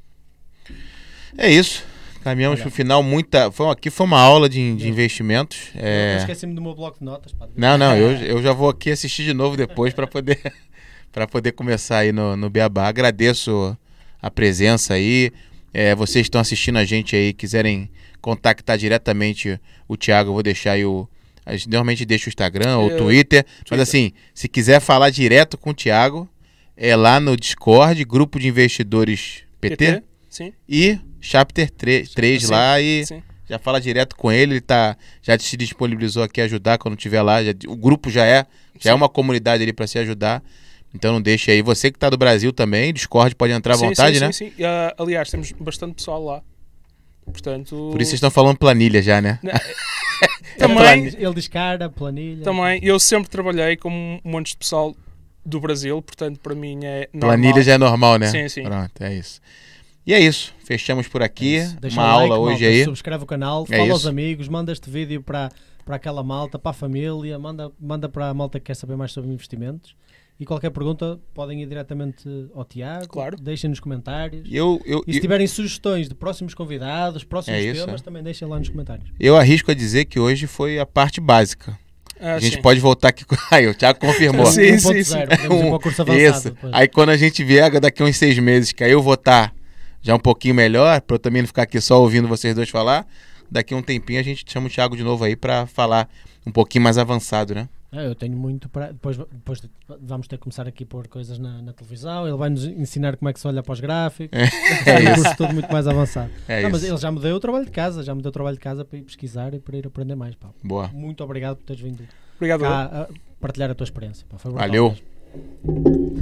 É isso. Caminhamos Olha. pro final. Muita... Foi, aqui foi uma aula de, de investimentos. Eu É... esqueci-me do meu bloco de notas. Pá. Não, não, eu, eu já vou aqui assistir de novo depois para poder para poder começar aí no, no Beabá. Agradeço a presença aí. É, vocês estão assistindo a gente aí, quiserem contactar diretamente o Thiago, eu vou deixar aí o... a gente normalmente deixa o Instagram ou o É, Twitter, mas Twitter. assim, se quiser falar direto com o Thiago, é lá no Discord, Grupo de Investidores P T, Sim. e Chapter três Sim, lá e sim. já fala direto com ele, ele tá, já se disponibilizou aqui a ajudar quando estiver lá, já- o grupo já é, já é uma comunidade ali para se ajudar, então não deixe aí, você que tá do Brasil também, Discord pode entrar à Sim, vontade, sim, né? Sim, sim. Uh, aliás, temos bastante pessoal lá. Portanto... Por isso vocês estão falando planilha já, né? Também, Ele diz cara, planilha. também, eu sempre trabalhei com um monte de pessoal do Brasil, portanto, para mim é normal. Planilha já é normal, né? Sim, sim. Pronto, é isso. E é isso, fechamos por aqui, Isso. Deixa uma o like, aula hoje malta, aí. Subscreve o canal, É fala aos isso. amigos, manda este vídeo para, para aquela malta, para a família, manda, manda para a malta que quer saber mais sobre investimentos. E qualquer pergunta podem ir diretamente ao Tiago, Claro. deixem nos comentários. Eu, eu, E se eu, tiverem sugestões de próximos convidados, próximos É isso, temas, é. também deixem lá nos comentários. eu arrisco a dizer que hoje foi a parte básica. Ah, A gente sim. pode voltar aqui com... Aí, o Thiago confirmou. Sim, um sim, ponto sim. zero, podemos ir para o curso avançado Isso. depois. Aí quando a gente vier daqui a uns seis meses, que aí eu vou estar já um pouquinho melhor, para eu também não ficar aqui só ouvindo vocês dois falar, daqui a um tempinho a gente chama o Thiago de novo aí para falar um pouquinho mais avançado, né? É, eu tenho muito para. Depois, depois vamos ter que começar aqui a pôr coisas na, na televisão. Ele vai nos ensinar como é que se olha para os gráficos. É um isso. curso todo muito mais avançado. É Não, mas isso. ele já me deu o trabalho de casa, já me deu o trabalho de casa para ir pesquisar e para ir aprender mais. Pá. Boa. Muito obrigado por teres vindo Obrigado. cá a partilhar a tua experiência. Pá. Foi brutal Valeu. mesmo.